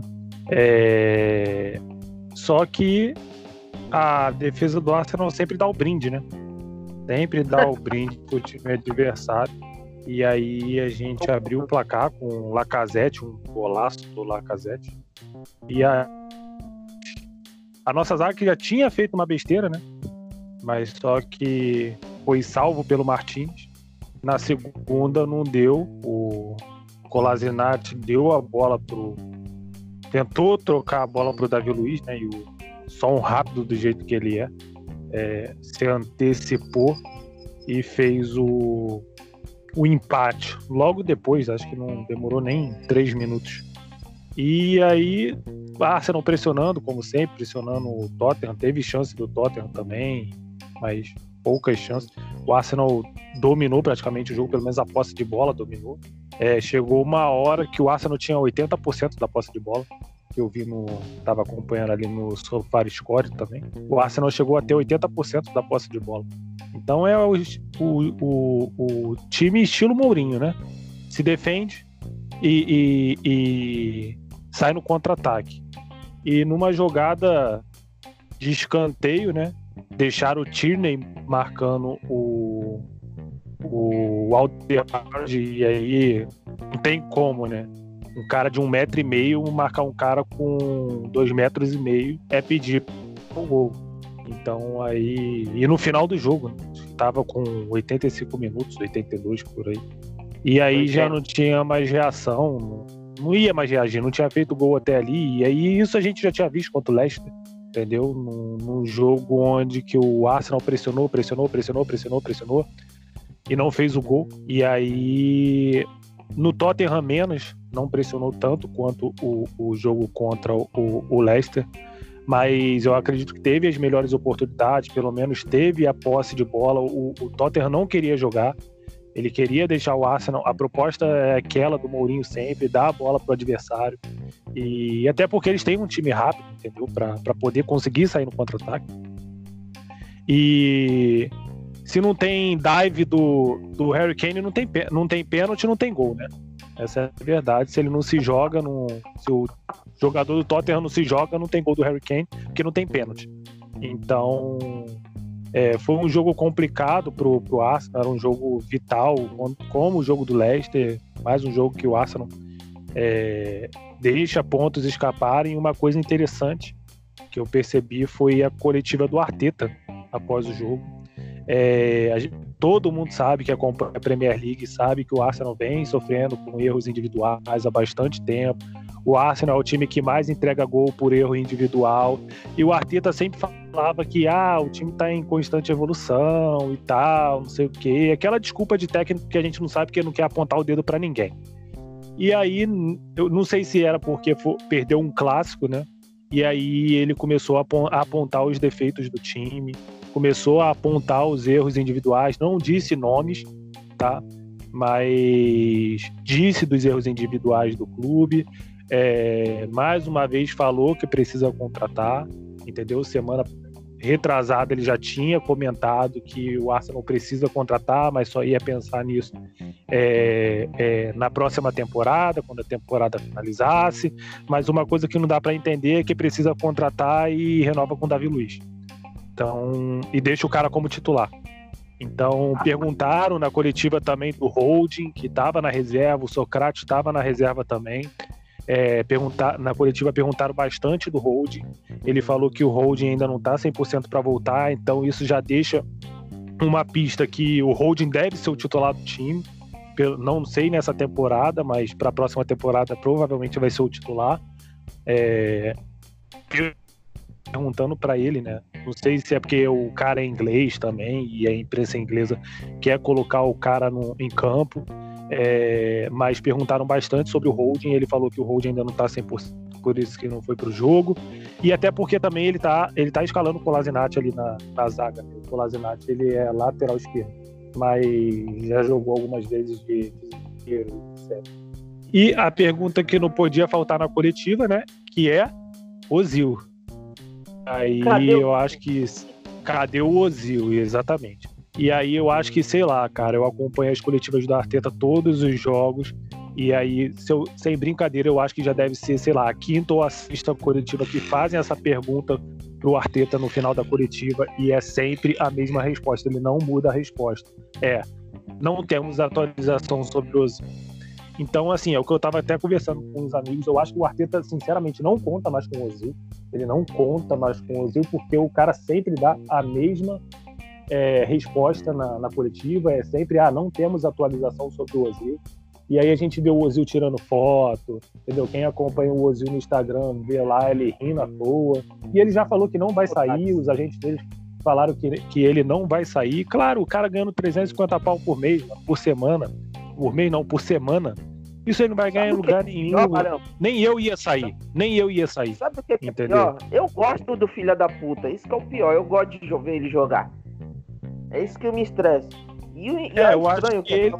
[SPEAKER 5] Só que a defesa do Arsenal sempre dá o brinde, né? Sempre dá o brinde pro time adversário. E aí a gente abriu o placar com o Lacazette, um golaço do Lacazette. E a nossa zaga, que já tinha feito uma besteira, né? Mas só que foi salvo pelo Martins. Na segunda não deu. O Kolasinac deu a bola tentou trocar a bola pro Davi Luiz, né? E só um rápido do jeito que ele se antecipou e fez o empate logo depois. Acho que não demorou nem 3 minutos. E aí o Arsenal pressionando, como sempre, pressionando o Tottenham. Teve chance do Tottenham também, mas poucas chances. O Arsenal dominou praticamente o jogo, pelo menos a posse de bola dominou. Chegou uma hora que o Arsenal tinha 80% da posse de bola, que eu vi estava acompanhando ali no SofaScore também. O Arsenal chegou a ter 80% da posse de bola. Então é o time estilo Mourinho, né? Se defende e sai no contra-ataque. E numa jogada de escanteio, né? Deixaram o Tierney marcando o Alderweireld, e aí não tem como, né? Um cara de 1,5 m marcar um cara com 2,5 m é pedir o gol. Então aí... E no final do jogo, né? Tava com 85 minutos, 82 por aí. E aí já não tinha mais reação, não ia mais reagir, não tinha feito gol até ali. E aí isso a gente já tinha visto contra o Leicester, entendeu? Num jogo onde que o Arsenal pressionou e não fez o gol. E aí no Tottenham menos, não pressionou tanto quanto o jogo contra o Leicester, mas eu acredito que teve as melhores oportunidades, pelo menos teve a posse de bola. O Tottenham não queria jogar, ele queria deixar o Arsenal. A proposta é aquela do Mourinho sempre, dar a bola pro adversário, e até porque eles têm um time rápido, entendeu? Para poder conseguir sair no contra-ataque. E se não tem dive do Harry Kane, não tem pênalti, não tem gol, né? Essa é a verdade. Se ele não se joga, se o jogador do Tottenham não se joga, não tem gol do Harry Kane, porque não tem pênalti. Então foi um jogo complicado pro Arsenal, era um jogo vital, como o jogo do Leicester, mais um jogo que o Arsenal deixa pontos escaparem. Uma coisa interessante que eu percebi foi a coletiva do Arteta após o jogo. Todo mundo sabe que acompanha a Premier League, sabe que o Arsenal vem sofrendo com erros individuais há bastante tempo. O Arsenal é o time que mais entrega gol por erro individual, e o Arteta sempre falava que o time está em constante evolução e tal, não sei o quê, aquela desculpa de técnico que a gente não sabe, porque não quer apontar o dedo para ninguém. E aí, eu não sei se era porque perdeu um clássico, né? E aí ele começou a apontar os defeitos do time, começou a apontar os erros individuais, não disse nomes, tá? Mas disse dos erros individuais do clube. Mais uma vez falou que precisa contratar, entendeu? Semana retrasada ele já tinha comentado que o Arsenal precisa contratar, mas só ia pensar nisso na próxima temporada, quando a temporada finalizasse. Mas uma coisa que não dá para entender é que precisa contratar e renova com o Davi Luiz. Então, e deixa o cara como titular. Então, perguntaram na coletiva também do Holding, que estava na reserva, o Socrates estava na reserva também. Na coletiva perguntaram bastante do Holding. Ele falou que o Holding ainda não está 100% para voltar, então isso já deixa uma pista que o Holding deve ser o titular do time. Não sei nessa temporada, mas para a próxima temporada provavelmente vai ser o titular. Perguntando para ele, né? Não sei se é porque o cara é inglês também e a imprensa inglesa quer colocar o cara em campo, mas perguntaram bastante sobre o Holding. Ele falou que o Holding ainda não está 100%, por isso que não foi pro jogo, e até porque também ele tá escalando o Kolasinac ali na zaga. O Kolasinac, ele é lateral esquerdo, mas já jogou algumas vezes de zagueiro, etc. E a pergunta que não podia faltar na coletiva, né? Que é Ozil. Aí eu acho que... Cadê o Ozil? Exatamente. E aí eu acho que, sei lá, cara, eu acompanho as coletivas do Arteta todos os jogos, e aí, sem brincadeira, eu acho que já deve ser, sei lá, a quinta ou a sexta coletiva que fazem essa pergunta pro Arteta no final da coletiva, e é sempre a mesma resposta, ele não muda a resposta. Não temos atualização sobre o Ozil. Então, assim, é o que eu tava até conversando com os amigos, eu acho que o Arteta, sinceramente, não conta mais com o Ozil. Ele não conta mais com o Ozil, porque o cara sempre dá a mesma resposta na coletiva, é sempre, não temos atualização sobre o Ozil. E aí a gente vê o Ozil tirando foto, entendeu? Quem acompanha o Ozil no Instagram vê lá ele rindo à toa. E ele já falou que não vai sair, os agentes dele falaram que ele não vai sair. Claro, o cara ganhando 350 pau por mês, por semana. Por mês não, por semana. Isso aí não vai ganhar em lugar nenhum. Nem eu ia sair.
[SPEAKER 3] Sabe o que é pior? Eu gosto do filho da puta. Isso que é o pior. Eu gosto de ver ele jogar. É isso que me estressa.
[SPEAKER 5] Eu acho que ele...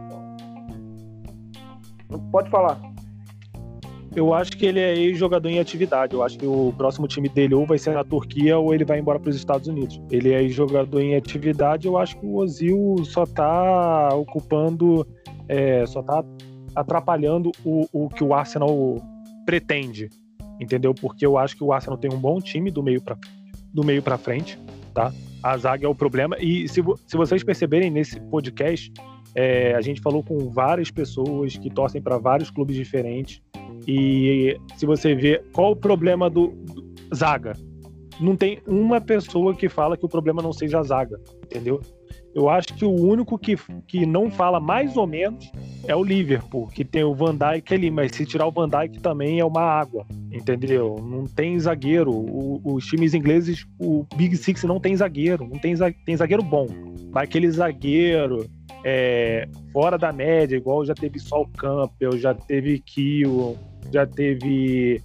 [SPEAKER 3] Não pode falar.
[SPEAKER 5] Eu acho que ele é ex-jogador em atividade. Eu acho que o próximo time dele ou vai ser na Turquia ou ele vai embora para os Estados Unidos. Ele é ex-jogador em atividade. Eu acho que o Ozil só tá ocupando... só tá atrapalhando o que o Arsenal pretende, entendeu? Porque eu acho que o Arsenal tem um bom time do meio para frente, tá? A zaga é o problema, e se vocês perceberem nesse podcast, a gente falou com várias pessoas que torcem para vários clubes diferentes, e se você vê qual o problema do zaga, não tem uma pessoa que fala que o problema não seja a zaga, entendeu? Eu acho que o único que não fala mais ou menos é o Liverpool, que tem o Van Dijk ali, mas se tirar o Van Dijk também é uma água, entendeu? Não tem zagueiro. Os times ingleses, o Big Six não tem zagueiro, tem zagueiro bom, mas aquele zagueiro fora da média, igual já teve Sol Campbell, já teve Kiel, já teve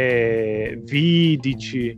[SPEAKER 5] Vidic,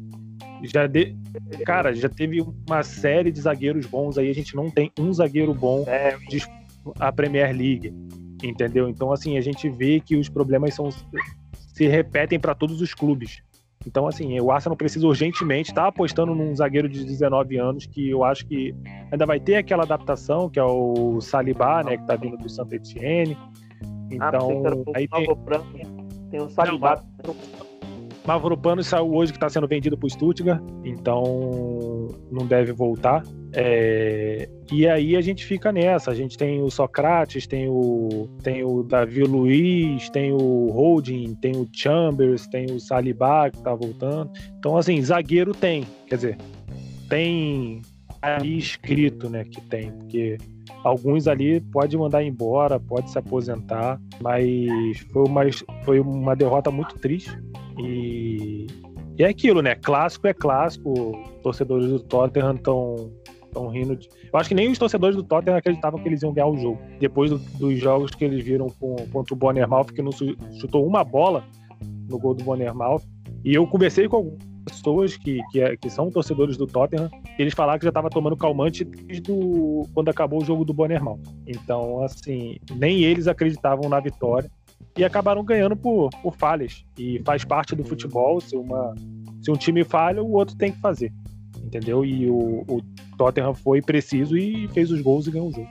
[SPEAKER 5] já teve uma série de zagueiros bons aí, a gente não tem um zagueiro bom a Premier League, entendeu? Então, assim, a gente vê que os problemas se repetem para todos os clubes. Então, assim, o Arsenal precisa urgentemente tá apostando num zagueiro de 19 anos, que eu acho que ainda vai ter aquela adaptação, que é o Saliba, né, que tá vindo do Saint-Étienne. Então, aí
[SPEAKER 3] tem o Saliba.
[SPEAKER 5] Mavropanos saiu hoje, que está sendo vendido para o Stuttgart, então não deve voltar. E aí a gente fica nessa. A gente tem o Socrates, tem o Davi Luiz, tem o Holding, tem o Chambers, tem o Saliba que está voltando. Então, assim, zagueiro tem. Quer dizer, tem ali escrito, né, que tem, porque alguns ali pode mandar embora, pode se aposentar, mas foi uma derrota muito triste. E é aquilo, né? Clássico é clássico. Torcedores do Tottenham estão rindo. Eu acho que nem os torcedores do Tottenham acreditavam que eles iam ganhar o jogo. Depois dos jogos que eles viram contra o Bournemouth, que não chutou uma bola no gol do Bournemouth. E eu conversei com algumas pessoas que são torcedores do Tottenham, e eles falaram que já estava tomando calmante desde quando acabou o jogo do Bournemouth. Então, assim, nem eles acreditavam na vitória. E acabaram ganhando por falhas. E faz parte do futebol. Se um time falha, o outro tem que fazer. Entendeu? E o Tottenham foi preciso e fez os gols e ganhou o jogo.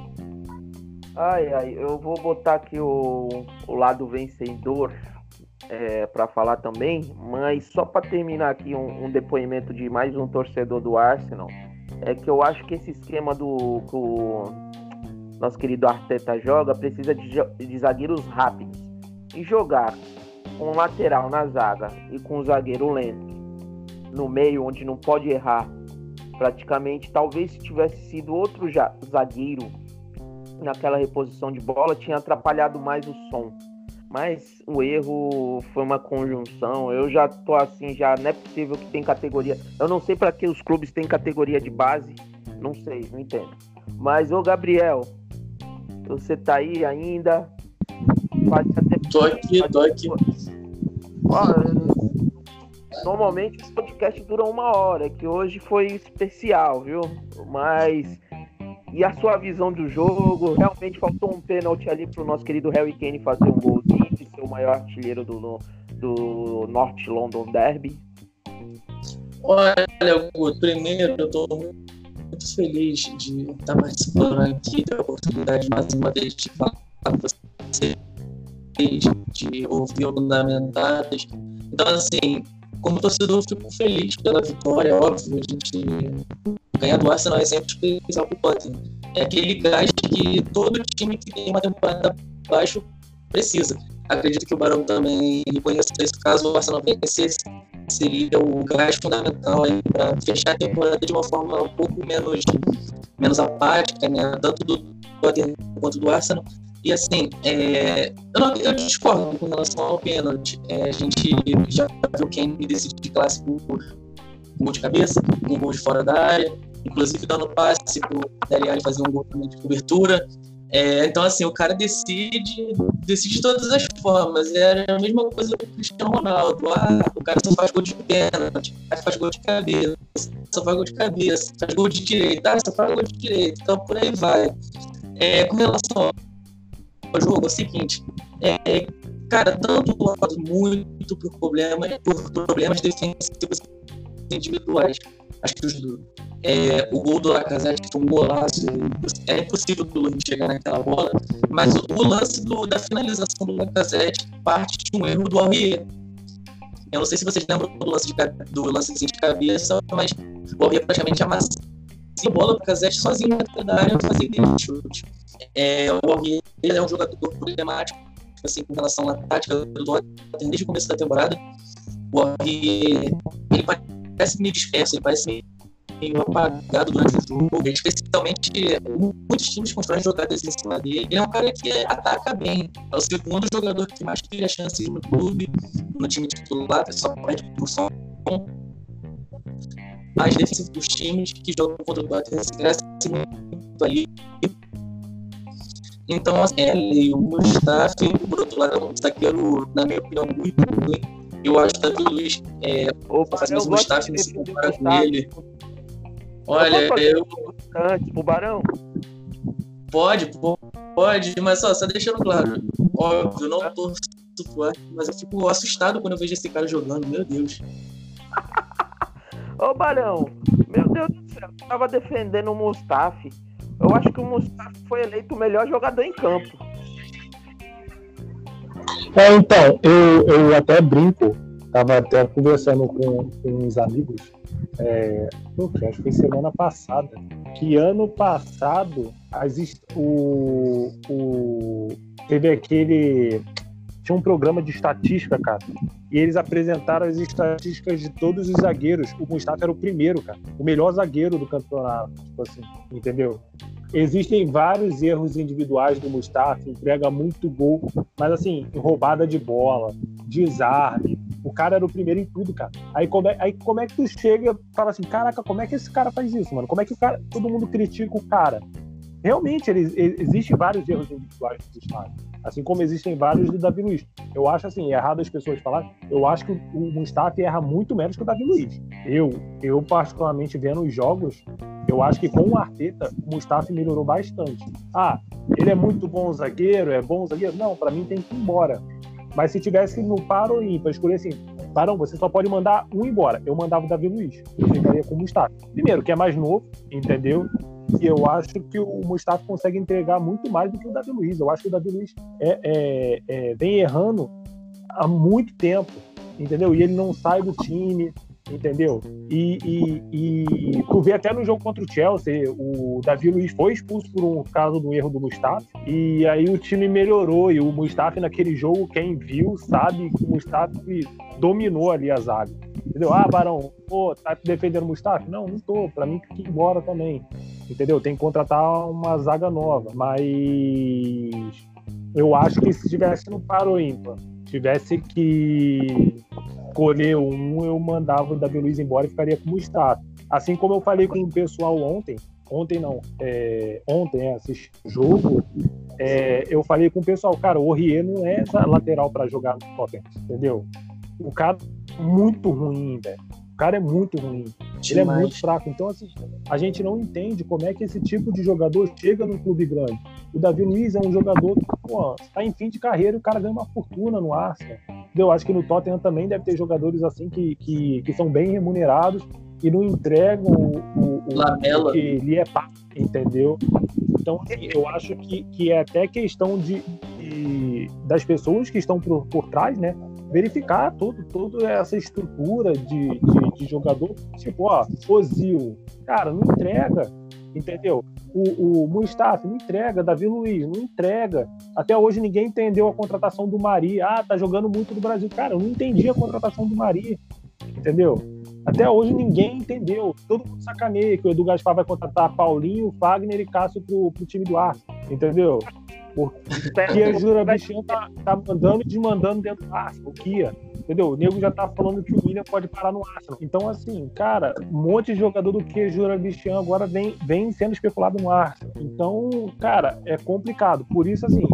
[SPEAKER 3] Eu vou botar aqui o lado vencedor. para falar também, mas só para terminar aqui um depoimento de mais um torcedor do Arsenal, é que eu acho que esse esquema que o nosso querido Arteta joga precisa de zagueiros rápidos. E jogar com um lateral na zaga e com um zagueiro lento no meio, onde não pode errar praticamente, talvez se tivesse sido outro zagueiro naquela reposição de bola, tinha atrapalhado mais o som. Mas o erro foi uma conjunção. Eu já tô assim, já não é possível que tem categoria. Eu não sei para que os clubes têm categoria de base. Não sei, não entendo. Mas, ô Gabriel, você tá aí ainda?
[SPEAKER 7] Tô aqui.
[SPEAKER 3] Normalmente o podcast dura 1 hora, que hoje foi especial, viu? Mas... E a sua visão do jogo? Realmente faltou um pênalti ali pro nosso querido Harry Kane fazer um golzinho e ser o maior artilheiro do North London Derby?
[SPEAKER 7] Olha, Guto, primeiro eu tô muito feliz de estar participando aqui, ter a oportunidade mais uma vez de falar com vocês, de ouvir fundamentadas. Então, assim, como torcedor, eu fico feliz pela vitória, óbvio. A gente ganhar do Arsenal é sempre especial pro Tottenham. É aquele gás que todo time que tem uma temporada abaixo precisa. Acredito que o Barão também reconheça isso. Caso o Arsenal vencesse, seria o gás fundamental para fechar a temporada de uma forma um pouco menos apática, né? Tanto do Tottenham quanto do Arsenal. E assim, eu discordo com relação ao pênalti. A gente já viu quem decide clássico por gol de cabeça, um gol de fora da área, inclusive dando passe pro Dele Alli fazer um gol também de cobertura. Então, assim, o cara decide de todas as formas. Era a mesma coisa do Cristiano Ronaldo. O cara só faz gol de pênalti, o cara faz gol de cabeça, só faz gol de cabeça, faz gol de direita, só faz gol de direita. Então, por aí vai. Com relação ao jogo, é o seguinte, cara, tanto do lado muito por problemas defensivos individuais. Acho que o gol do Lacazette foi um golaço. É impossível do Luiz chegar naquela bola, mas o lance da finalização do Lacazette parte de um erro do Aurier. Eu não sei se vocês lembram do lance de cabeça, mas o Aurier praticamente amassou a bola do Lacazette sozinho dentro da área fazer aquele chute. O Aurier é um jogador problemático, assim, com relação à tática do Tottenham desde o começo da temporada. O Aurier, ele parece meio disperso, ele parece meio apagado durante o jogo, especialmente muitos times constroem jogadas em cima dele. Ele é um cara que ataca bem, é o segundo jogador que mais teve a chance no clube, no time titular, só perde por som mais defensivo dos times que jogam contra o Tottenham, se cresce muito ali. Então, assim, o Mustafi, por outro lado, é um zagueiro, na minha opinião, muito ruim. Eu acho que o Davi Luiz fazendo o Mustafi não se compara com ele. Olha,
[SPEAKER 3] o Barão?
[SPEAKER 7] Pode, mas só deixando claro. Óbvio, eu não torço pro Arsenal, mas eu fico assustado quando eu vejo esse cara jogando, meu Deus.
[SPEAKER 3] Ô Barão, meu Deus do céu, eu tava defendendo o Mustafi. Eu acho que o Mustafi foi eleito o melhor jogador em campo.
[SPEAKER 5] Então, eu até brinco, tava até conversando com uns amigos, acho que foi semana passada, que ano passado teve aquele... Tinha um programa de estatística, cara, e eles apresentaram as estatísticas de todos os zagueiros. O Mustafi era o primeiro, cara, o melhor zagueiro do campeonato, tipo assim, entendeu? Existem vários erros individuais do Mustafi, entrega muito gol, mas assim, roubada de bola, desarme, o cara era o primeiro em tudo, cara. Aí como é que tu chega e fala assim, caraca, como é que esse cara faz isso, mano? Como é que todo mundo critica o cara? Realmente, existem vários erros individuais do Mustafi, assim como existem vários do Davi Luiz. Eu acho assim, é errado as pessoas falarem, eu acho que o Mustafi erra muito menos que o Davi Luiz. Eu particularmente vendo os jogos, eu acho que com o Arteta, o Mustafi melhorou bastante. Ele é muito bom zagueiro, Não, pra mim tem que ir embora. Mas se tivesse no par ou ímpar, escolher assim, Barão, você só pode mandar um embora. Eu mandava o Davi Luiz, eu ficaria com o Mustafi. Primeiro, que é mais novo, entendeu? E eu acho que o Mustafi consegue entregar muito mais do que o Davi Luiz. Eu acho que o Davi Luiz vem errando há muito tempo, entendeu? E ele não sai do time, entendeu? E tu vê até no jogo contra o Chelsea, o Davi Luiz foi expulso por um caso do erro do Mustafi, e aí o time melhorou, e o Mustafi naquele jogo, quem viu sabe que o Mustafi dominou ali a zaga, entendeu? Barão, pô, tá defendendo o Mustafi? Não tô, pra mim tem que ir embora também, entendeu? Tem que contratar uma zaga nova, mas eu acho que se tivesse no paro ímpar, tivesse que escolher um, eu mandava o Davi Luiz embora e ficaria com o Mustafi. Assim como eu falei com o pessoal ontem assisti o jogo, eu falei com o pessoal, cara, o Aurier não é essa lateral para jogar no Tottenham, entendeu? O cara é muito ruim, velho. O cara é muito ruim. Ele é muito fraco. Então, assim, a gente não entende como é que esse tipo de jogador chega num clube grande. O Davi Luiz é um jogador que, pô, tá em fim de carreira e o cara ganha uma fortuna no Arsenal. Eu acho que no Tottenham também deve ter jogadores assim que são bem remunerados e não entregam o que lhe é pago, entendeu? Então, assim, eu acho que é até questão das pessoas que estão por trás, né? Verificar toda essa estrutura de jogador, tipo, Ozil, cara, não entrega, entendeu? O Mustafi não entrega, Davi Luiz não entrega. Até hoje ninguém entendeu a contratação do Mari. Tá jogando muito no Brasil. Cara, eu não entendi a contratação do Mari, entendeu? Até hoje ninguém entendeu. Todo mundo sacaneia que o Edu Gaspar vai contratar Paulinho, Fagner e Cássio pro time do Arsenal, entendeu? Porque a Jura Bichinho tá mandando e desmandando dentro do Arsenal, o Kia, entendeu? O nego já tá falando que o William pode parar no Arsenal. Então, assim, cara, um monte de jogador do Kia Jura Bichinho agora vem sendo especulado no Arsenal. Então, cara, é complicado. Por isso, assim,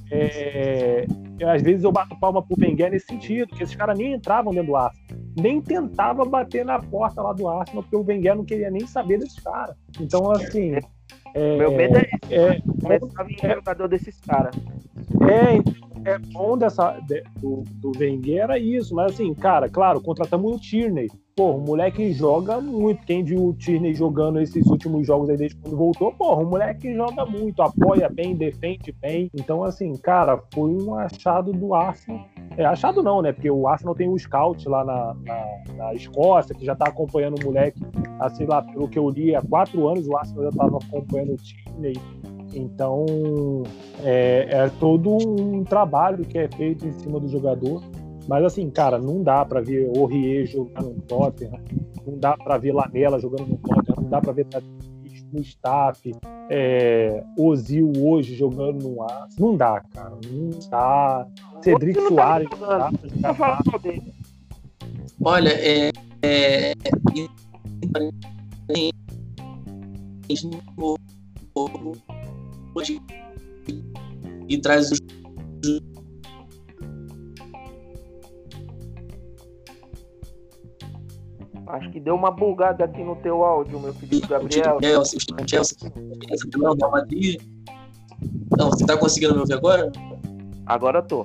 [SPEAKER 5] às vezes eu bato palma pro Wenger nesse sentido, que esses caras nem entravam dentro do Arsenal, nem tentava bater na porta lá do Arsenal, porque o Wenger não queria nem saber desses caras. Então, assim...
[SPEAKER 3] Meu medo é isso. Começar a vir jogador desses caras.
[SPEAKER 5] É bom do Wenger era isso, mas assim, cara, claro, contratamos o Tierney. Pô, o moleque joga muito. Quem viu o Tierney jogando esses últimos jogos aí desde quando voltou, o moleque joga muito, apoia bem, defende bem. Então, assim, cara, foi um achado do Arsenal. Achado não, né? Porque o Arsenal tem o scout lá na Escócia, que já tá acompanhando o moleque, assim, lá, pelo que eu li, há 4 anos o Arsenal já tava acompanhando o Tierney. Então, é todo um trabalho que é feito em cima do jogador. Mas, assim, cara, não dá pra ver Aurier jogando no Tottenham, não dá pra ver Lamela jogando no Tottenham, não dá pra ver Mustafi, Ozil hoje jogando no Arsenal. Não dá, cara, não dá. Cedric Soares, não dá pra jogar.
[SPEAKER 7] Olha, e traz os
[SPEAKER 3] Acho que deu uma bugada aqui no teu áudio, meu filho Gabriel.
[SPEAKER 7] Chelsea, Real Madrid. Não, você tá conseguindo me ouvir agora?
[SPEAKER 3] Agora tô.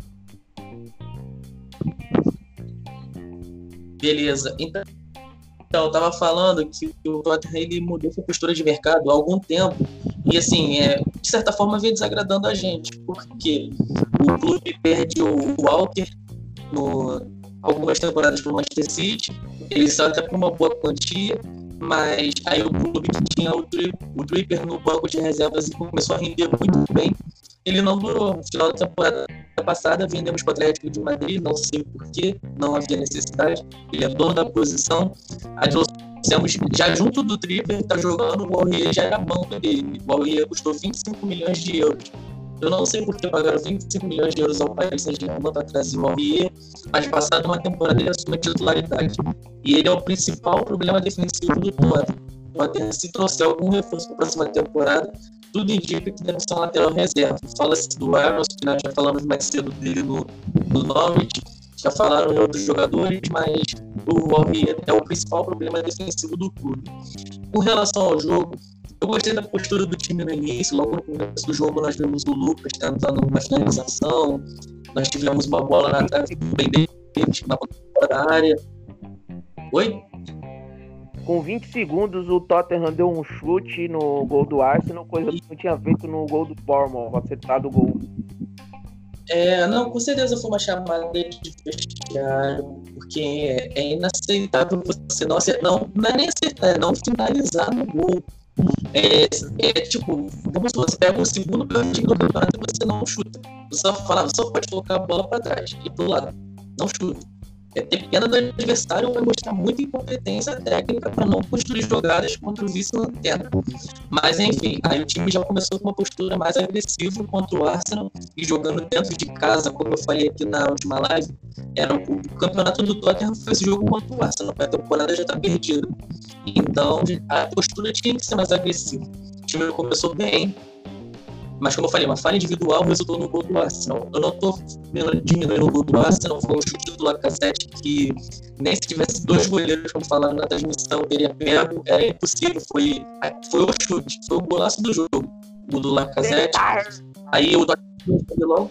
[SPEAKER 7] Beleza. Então, eu tava falando que o Tottenham ele mudou sua postura de mercado há algum tempo. E assim, de certa forma vem desagradando a gente, porque o clube perde o Walker algumas temporadas para o Manchester City, ele saiu até por uma boa quantia, mas aí o clube que tinha o Trippier no banco de reservas e começou a render muito bem, ele não durou. No final da temporada passada vendemos para o Atlético de Madrid, não sei porquê, não havia necessidade, ele é dono da posição. Já junto do Trippier, está jogando, o Aurier já era banco dele, o Aurier custou 25 milhões de euros. Eu não sei por que pagaram 25 milhões de euros ao Paris Saint-Germain para trazer o Aurier, mas passado uma temporada ele assume a titularidade. E ele é o principal problema defensivo do Tottenham. Se trouxer algum reforço para a próxima temporada, tudo indica que deve ser um lateral reserva. Fala-se do Arnold, que nós já falamos mais cedo dele no Norwich, já falaram em outros jogadores, mas o Aurier é o principal problema defensivo do clube. Com relação ao jogo, eu gostei da postura do time no início. Logo no começo do jogo nós vimos o Lucas tentando uma finalização, nós tivemos uma bola na trave bem Davis na ponta da área. Oi?
[SPEAKER 3] Com 20 segundos o Tottenham deu um chute no gol do Arsenal, coisa que não tinha feito no gol do Bournemouth, acertado o gol.
[SPEAKER 7] Não, com certeza foi uma chamada de vestiário, porque é inaceitável você não é nem acertar, é não finalizar no gol. Tipo, vamos supor, você pega o segundo pior time do campeonato e você não chuta. Você só pode colocar a bola para trás e pro lado, não chuta. Ter pena do adversário vai mostrar muita incompetência técnica para não construir jogadas contra o vice-lanterna. Mas enfim, aí o time já começou com uma postura mais agressiva contra o Arsenal e jogando dentro de casa, como eu falei aqui na última live. O campeonato do Tottenham foi esse jogo contra o Arsenal, a temporada já está perdida. Então a postura tinha que ser mais agressiva. O time começou bem, mas como eu falei, uma falha individual resultou no gol do Arsenal. Eu não estou diminuindo o gol do Arsenal, foi um chute do Lacazette que nem se tivesse 2 goleiros, como falaram na transmissão, teria pego, era impossível, foi o chute, foi o golaço do jogo, o do Lacazette. Aí o Tottenham logo,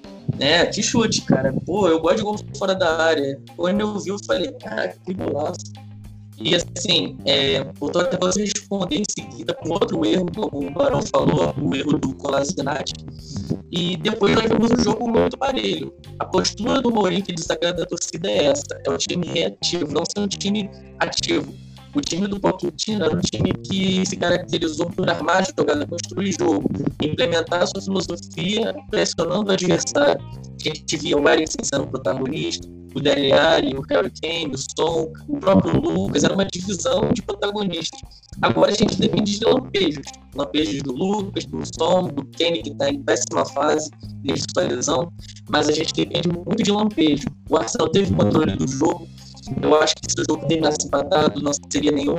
[SPEAKER 7] que chute, cara, pô, eu gosto de gol fora da área. Quando eu vi, eu falei, cara, que golaço. E assim, o Tottenham vai responder em seguida com outro erro, como o Barão falou, o erro do Kolasinac. E depois nós vimos um jogo muito parelho. A postura do Mourinho que desagrada a torcida é essa: é um time reativo, não ser um time ativo. O time do Pochettino era um time que se caracterizou por armar jogada, construir jogo, implementar a sua filosofia, pressionando o adversário. A gente via o Eriksen sendo protagonista, o Dele Alli, o Harry Kane, o Son, o próprio Lucas, era uma divisão de protagonistas. Agora a gente depende de lampejos do Lucas, do Son, do Kane, que está em péssima fase desde sua lesão, mas a gente depende muito de lampejo. O Arsenal teve controle do jogo. Eu acho que se o jogo terminasse empatado, não seria nenhum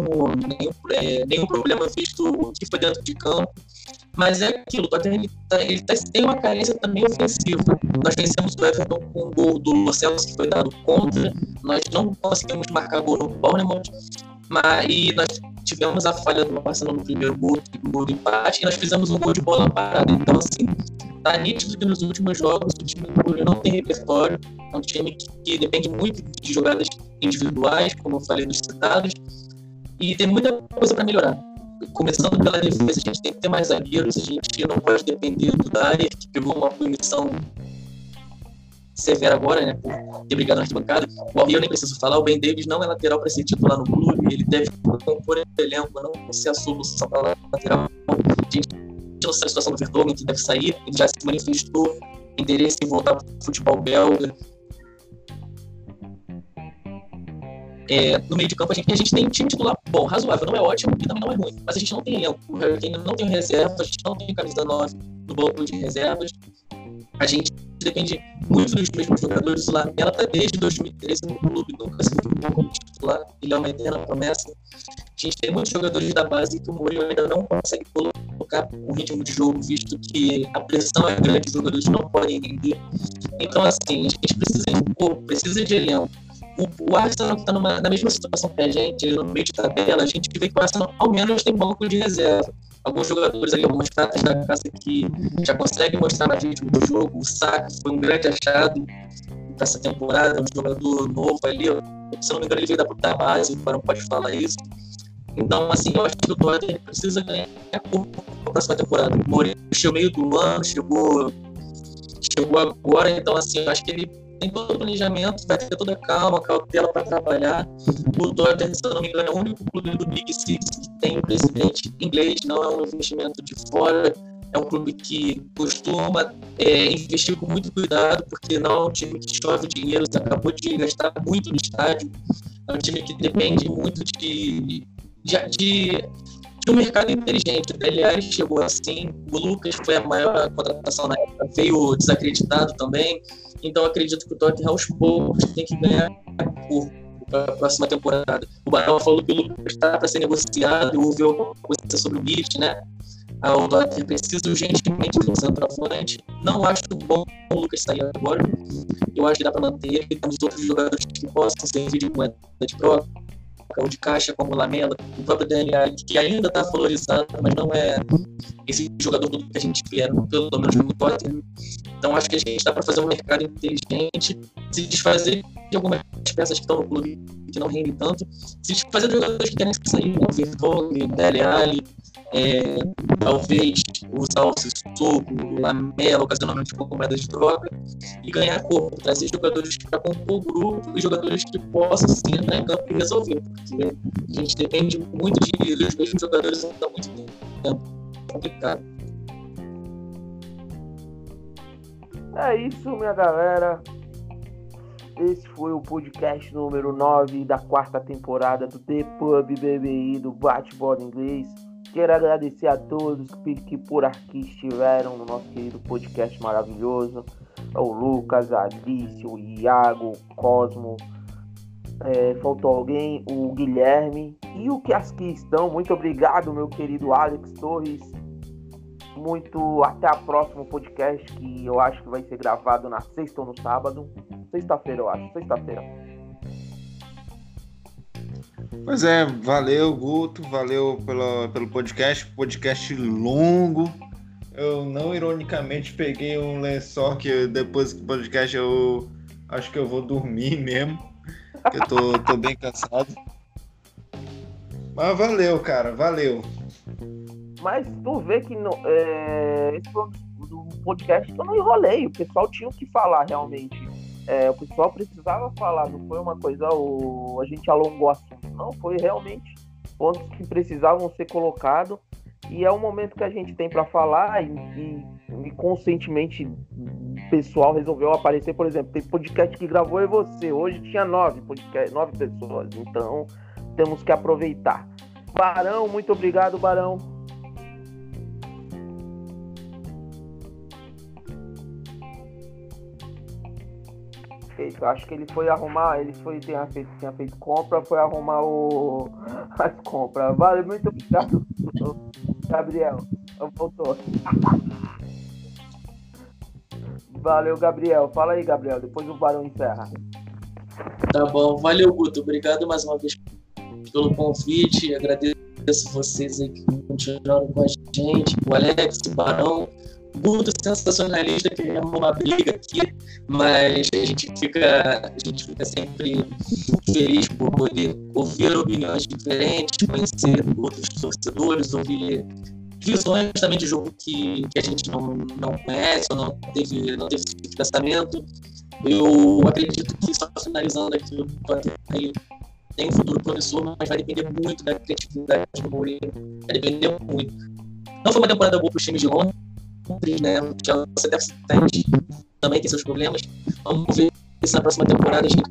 [SPEAKER 7] problema visto o que foi dentro de campo. Mas é aquilo, o Tottenham tem uma carência também ofensiva. Nós vencemos o Everton com um gol do Lo Celso que foi dado contra. Nós não conseguimos marcar gol no Bournemouth. E nós tivemos a falha do Arsenal no primeiro gol do empate, e nós fizemos um gol de bola parada. Então, assim, tá nítido que nos últimos jogos o time do Mourinho não tem repertório. É um time que depende muito de jogadas individuais, como eu falei dos citados, e tem muita coisa para melhorar. Começando pela defesa, a gente tem que ter mais zagueiros, a gente não pode depender do Dyer, que pegou uma punição severa agora, né, por ter brigado na arquibancada. Eu nem preciso falar, o Ben Davies não é lateral para ser titular no clube, ele deve compor elenco, não ser a solução para lateral. A gente não sabe a situação do Vertonghen, que deve sair, ele já se manifestou interesse em voltar para o futebol belga. No meio de campo a gente tem um time titular bom, razoável, não é ótimo e também não é ruim, mas a gente não tem elenco. O Harry Kane não tem reserva, a gente não tem camisa 9 no banco de reservas. A gente depende muito dos mesmos jogadores lá. Ela está desde 2013 no clube, nunca se viu como titular, ele é uma eterna promessa. A gente tem muitos jogadores da base que o Mourinho ainda não consegue colocar um ritmo de jogo, visto que a pressão é grande, os jogadores não podem render. Então, assim, a gente precisa de elenco. O Arsenal está na mesma situação que a gente, no meio de tabela, a gente vê que o Arsenal ao menos tem banco de reserva. Alguns jogadores ali, algumas pratas da casa que já conseguem mostrar mais ritmo do jogo. O Saka foi um grande achado para essa temporada, um jogador novo ali. Se não me engano, ele veio da base, o Barão pode falar isso. Então, assim, eu acho que o Tottenham precisa ganhar corpo para a próxima temporada. O Mourinho chegou meio do ano, chegou agora, então, assim, eu acho que ele tem todo o planejamento, vai ter toda a calma, cautela para trabalhar. O Tottenham, se eu não me engano, é o único clube do Big Six que tem um presidente inglês, não é um investimento de fora, é um clube que costuma investir com muito cuidado, porque não é um time que chove dinheiro, você acabou de gastar muito no estádio, é um time que depende muito de um mercado inteligente. O Dele Alli chegou assim, o Lucas foi a maior contratação na época, veio desacreditado também. Então acredito que o Tottenham aos poucos tem que ganhar corpo para a próxima temporada. O Barão falou que o Lucas está para ser negociado, ouviu alguma coisa sobre o Billet, né? O Tottenham precisa urgentemente de um centroavante. Não acho bom o Lucas sair agora. Eu acho que dá para manter ele. Temos outros jogadores que possam servir de moeda de troca ou de caixa, como o Lamela, o próprio Dele Alli, que ainda está valorizado, mas não é esse jogador que a gente espera, pelo menos no Tottenham. Então acho que a gente dá para fazer um mercado inteligente, se desfazer de algumas peças que estão no clube que não rendem tanto, se desfazer de jogadores que querem sair, como o Vertonghen, o Dele Alli, talvez usar o Sissoko, o Lamela, ocasionalmente com moedas de troca, e ganhar corpo, trazer jogadores para compor o grupo e jogadores que possam sim entrar em campo e resolver, porque a gente depende muito dos mesmos jogadores há muito tempo. É complicado.
[SPEAKER 3] É isso, minha galera. Esse foi o podcast número 9 da 4ª temporada do The Pub BBI do Bate-Bola Inglês. Quero agradecer a todos que por aqui estiveram no nosso querido podcast maravilhoso. O Lucas, a Alice, o Iago, o Cosmo. Faltou alguém? O Guilherme. E o que aqui estão. Muito obrigado, meu querido Alex Torres. Até a próxima podcast, que eu acho que vai ser gravado na sexta ou no sábado. Sexta-feira, eu acho. Sexta-feira.
[SPEAKER 12] Pois é, valeu, Guto. Valeu pelo podcast longo. Eu não ironicamente peguei um lençol que depois do podcast eu acho que eu vou dormir mesmo. Que eu tô bem cansado. Mas valeu, cara, valeu.
[SPEAKER 3] Mas tu vê que esse foi um podcast que eu não enrolei. O pessoal tinha o que falar realmente. O pessoal precisava falar, não foi uma coisa a gente alongou o assunto. Não, foi realmente pontos que precisavam ser colocados. E é o momento que a gente tem para falar e conscientemente o pessoal resolveu aparecer. Por exemplo, tem podcast que gravou e você. Hoje tinha 9 pessoas. Então temos que aproveitar. Barão, muito obrigado, Barão. Eu acho que ele foi arrumar, tinha feito compra, foi arrumar as compras. Valeu, muito obrigado, Gabriel. Voltou. Valeu, Gabriel. Fala aí, Gabriel, depois o Barão encerra.
[SPEAKER 7] Tá bom, valeu, Guto. Obrigado mais uma vez pelo convite. Agradeço vocês aí que continuaram com a gente, o Alex, o Barão. Guto sensacionalista, que é uma briga aqui, mas a gente fica sempre feliz por poder ouvir opiniões diferentes, conhecer outros torcedores, ouvir visões também de jogo que a gente não conhece, ou não teve esse pensamento. Eu acredito que, só finalizando aqui, o Tottenham tem um futuro promissor, mas vai depender muito da criatividade do Mourinho, vai depender muito. Não foi uma temporada boa para os times de Londres, né? O Chelsea também tem seus problemas. Vamos ver se na próxima temporada a gente...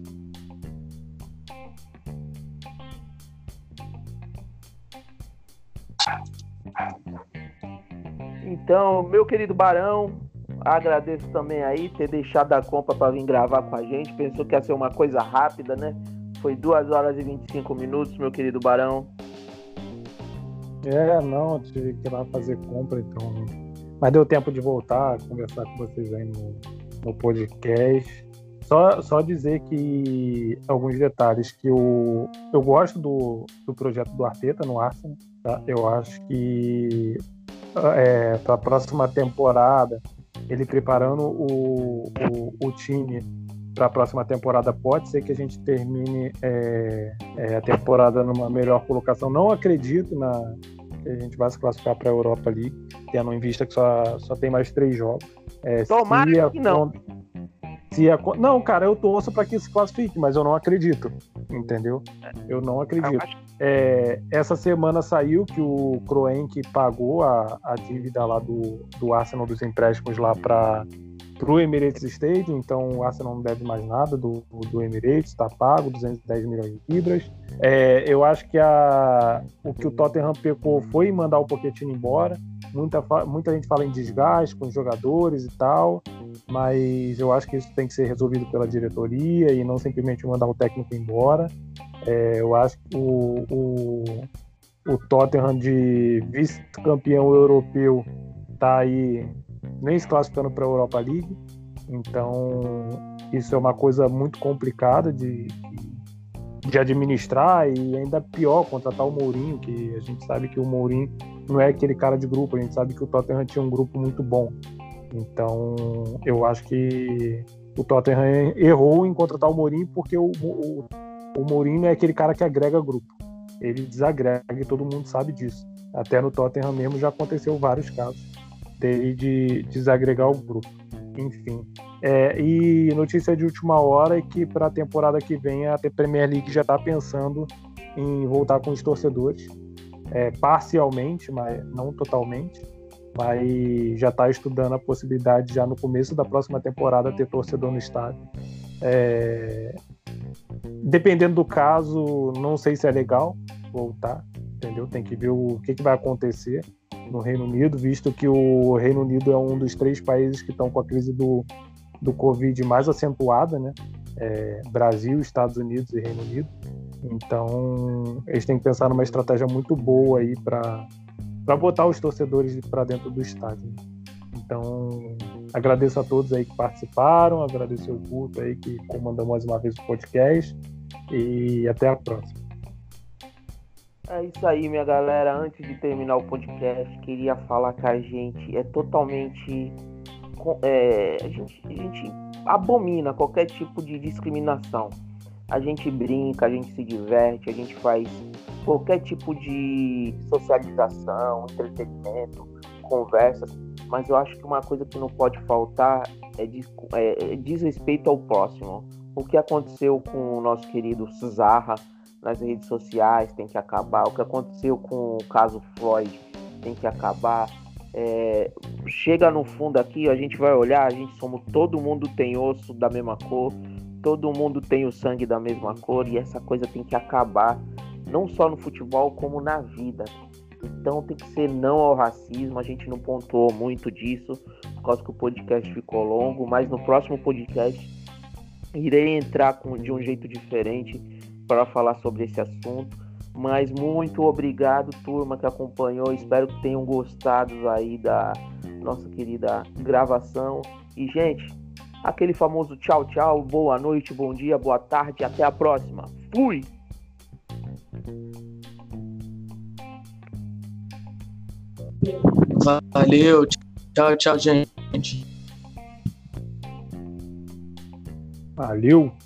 [SPEAKER 3] Então, meu querido Barão, agradeço também aí ter deixado a compra para vir gravar com a gente. Pensou que ia ser uma coisa rápida, né? Foi 2 horas e 25 minutos, meu querido Barão.
[SPEAKER 5] Não, eu tive que ir lá fazer compra, então... Mas deu tempo de voltar, conversar com vocês aí no podcast. Só dizer que alguns detalhes, que eu gosto do projeto do Arteta no Arsenal, tá? Eu acho que para a próxima temporada, ele preparando o time para a próxima temporada, pode ser que a gente termine a temporada numa melhor colocação. Não acredito que a gente vai se classificar para a Europa League, tendo em vista que só tem mais 3 jogos.
[SPEAKER 3] Tomara que não.
[SPEAKER 5] Não, cara, eu torço para que se classifique, mas eu não acredito, entendeu? Eu não acredito. Essa semana saiu que o Kroenke pagou a dívida lá do Arsenal, dos empréstimos lá para o Emirates Stadium, então o Arsenal não deve mais nada do Emirates, está pago, 210 milhões de libras. Eu acho que o que o Tottenham pecou foi mandar o Pochettino embora. Muita gente fala em desgaste com os jogadores e tal, mas eu acho que isso tem que ser resolvido pela diretoria e não simplesmente mandar o técnico embora. Eu acho que o Tottenham, de vice-campeão europeu, está aí nem se classificando para a Europa League, então isso é uma coisa muito complicada de administrar, e ainda pior contratar o Mourinho, que a gente sabe que o Mourinho não é aquele cara de grupo, a gente sabe que o Tottenham tinha um grupo muito bom. Então eu acho que o Tottenham errou em contratar o Mourinho, porque o Mourinho é aquele cara que agrega grupo, ele desagrega, e todo mundo sabe disso. Até no Tottenham mesmo já aconteceu vários casos. de desagregar o grupo. Enfim. E notícia de última hora é que para a temporada que vem a Premier League já está pensando em voltar com os torcedores, parcialmente, mas não totalmente, mas já está estudando a possibilidade já no começo da próxima temporada ter torcedor no estádio. Dependendo do caso, não sei se é legal voltar, entendeu? Tem que ver o que vai acontecer no Reino Unido, visto que o Reino Unido é um dos 3 países que estão com a crise do Covid mais acentuada, né? Brasil, Estados Unidos e Reino Unido. Então, eles têm que pensar numa estratégia muito boa aí para botar os torcedores para dentro do estádio. Então, agradeço a todos aí que participaram, agradeço ao Guto aí que comandou mais uma vez o podcast e até a próxima.
[SPEAKER 3] É isso aí, minha galera. Antes de terminar o podcast, queria falar que a gente é totalmente... a gente abomina qualquer tipo de discriminação. A gente brinca, a gente se diverte, a gente faz qualquer tipo de socialização, entretenimento, conversas, mas eu acho que uma coisa que não pode faltar é desrespeito ao próximo. O que aconteceu com o nosso querido Zaha nas redes sociais tem que acabar. O que aconteceu com o caso Floyd tem que acabar. Chega no fundo aqui, a gente vai olhar, todo mundo tem osso da mesma cor, todo mundo tem o sangue da mesma cor, e essa coisa tem que acabar, não só no futebol como na vida. Então tem que ser não ao racismo. A gente não pontuou muito disso por causa que o podcast ficou longo, mas no próximo podcast irei entrar de um jeito diferente para falar sobre esse assunto. Mas muito obrigado, turma, que acompanhou. Espero que tenham gostado aí da nossa querida gravação. E, gente, aquele famoso tchau, tchau, boa noite, bom dia, boa tarde, até a próxima. Fui!
[SPEAKER 7] Valeu, tchau, tchau, gente.
[SPEAKER 5] Valeu!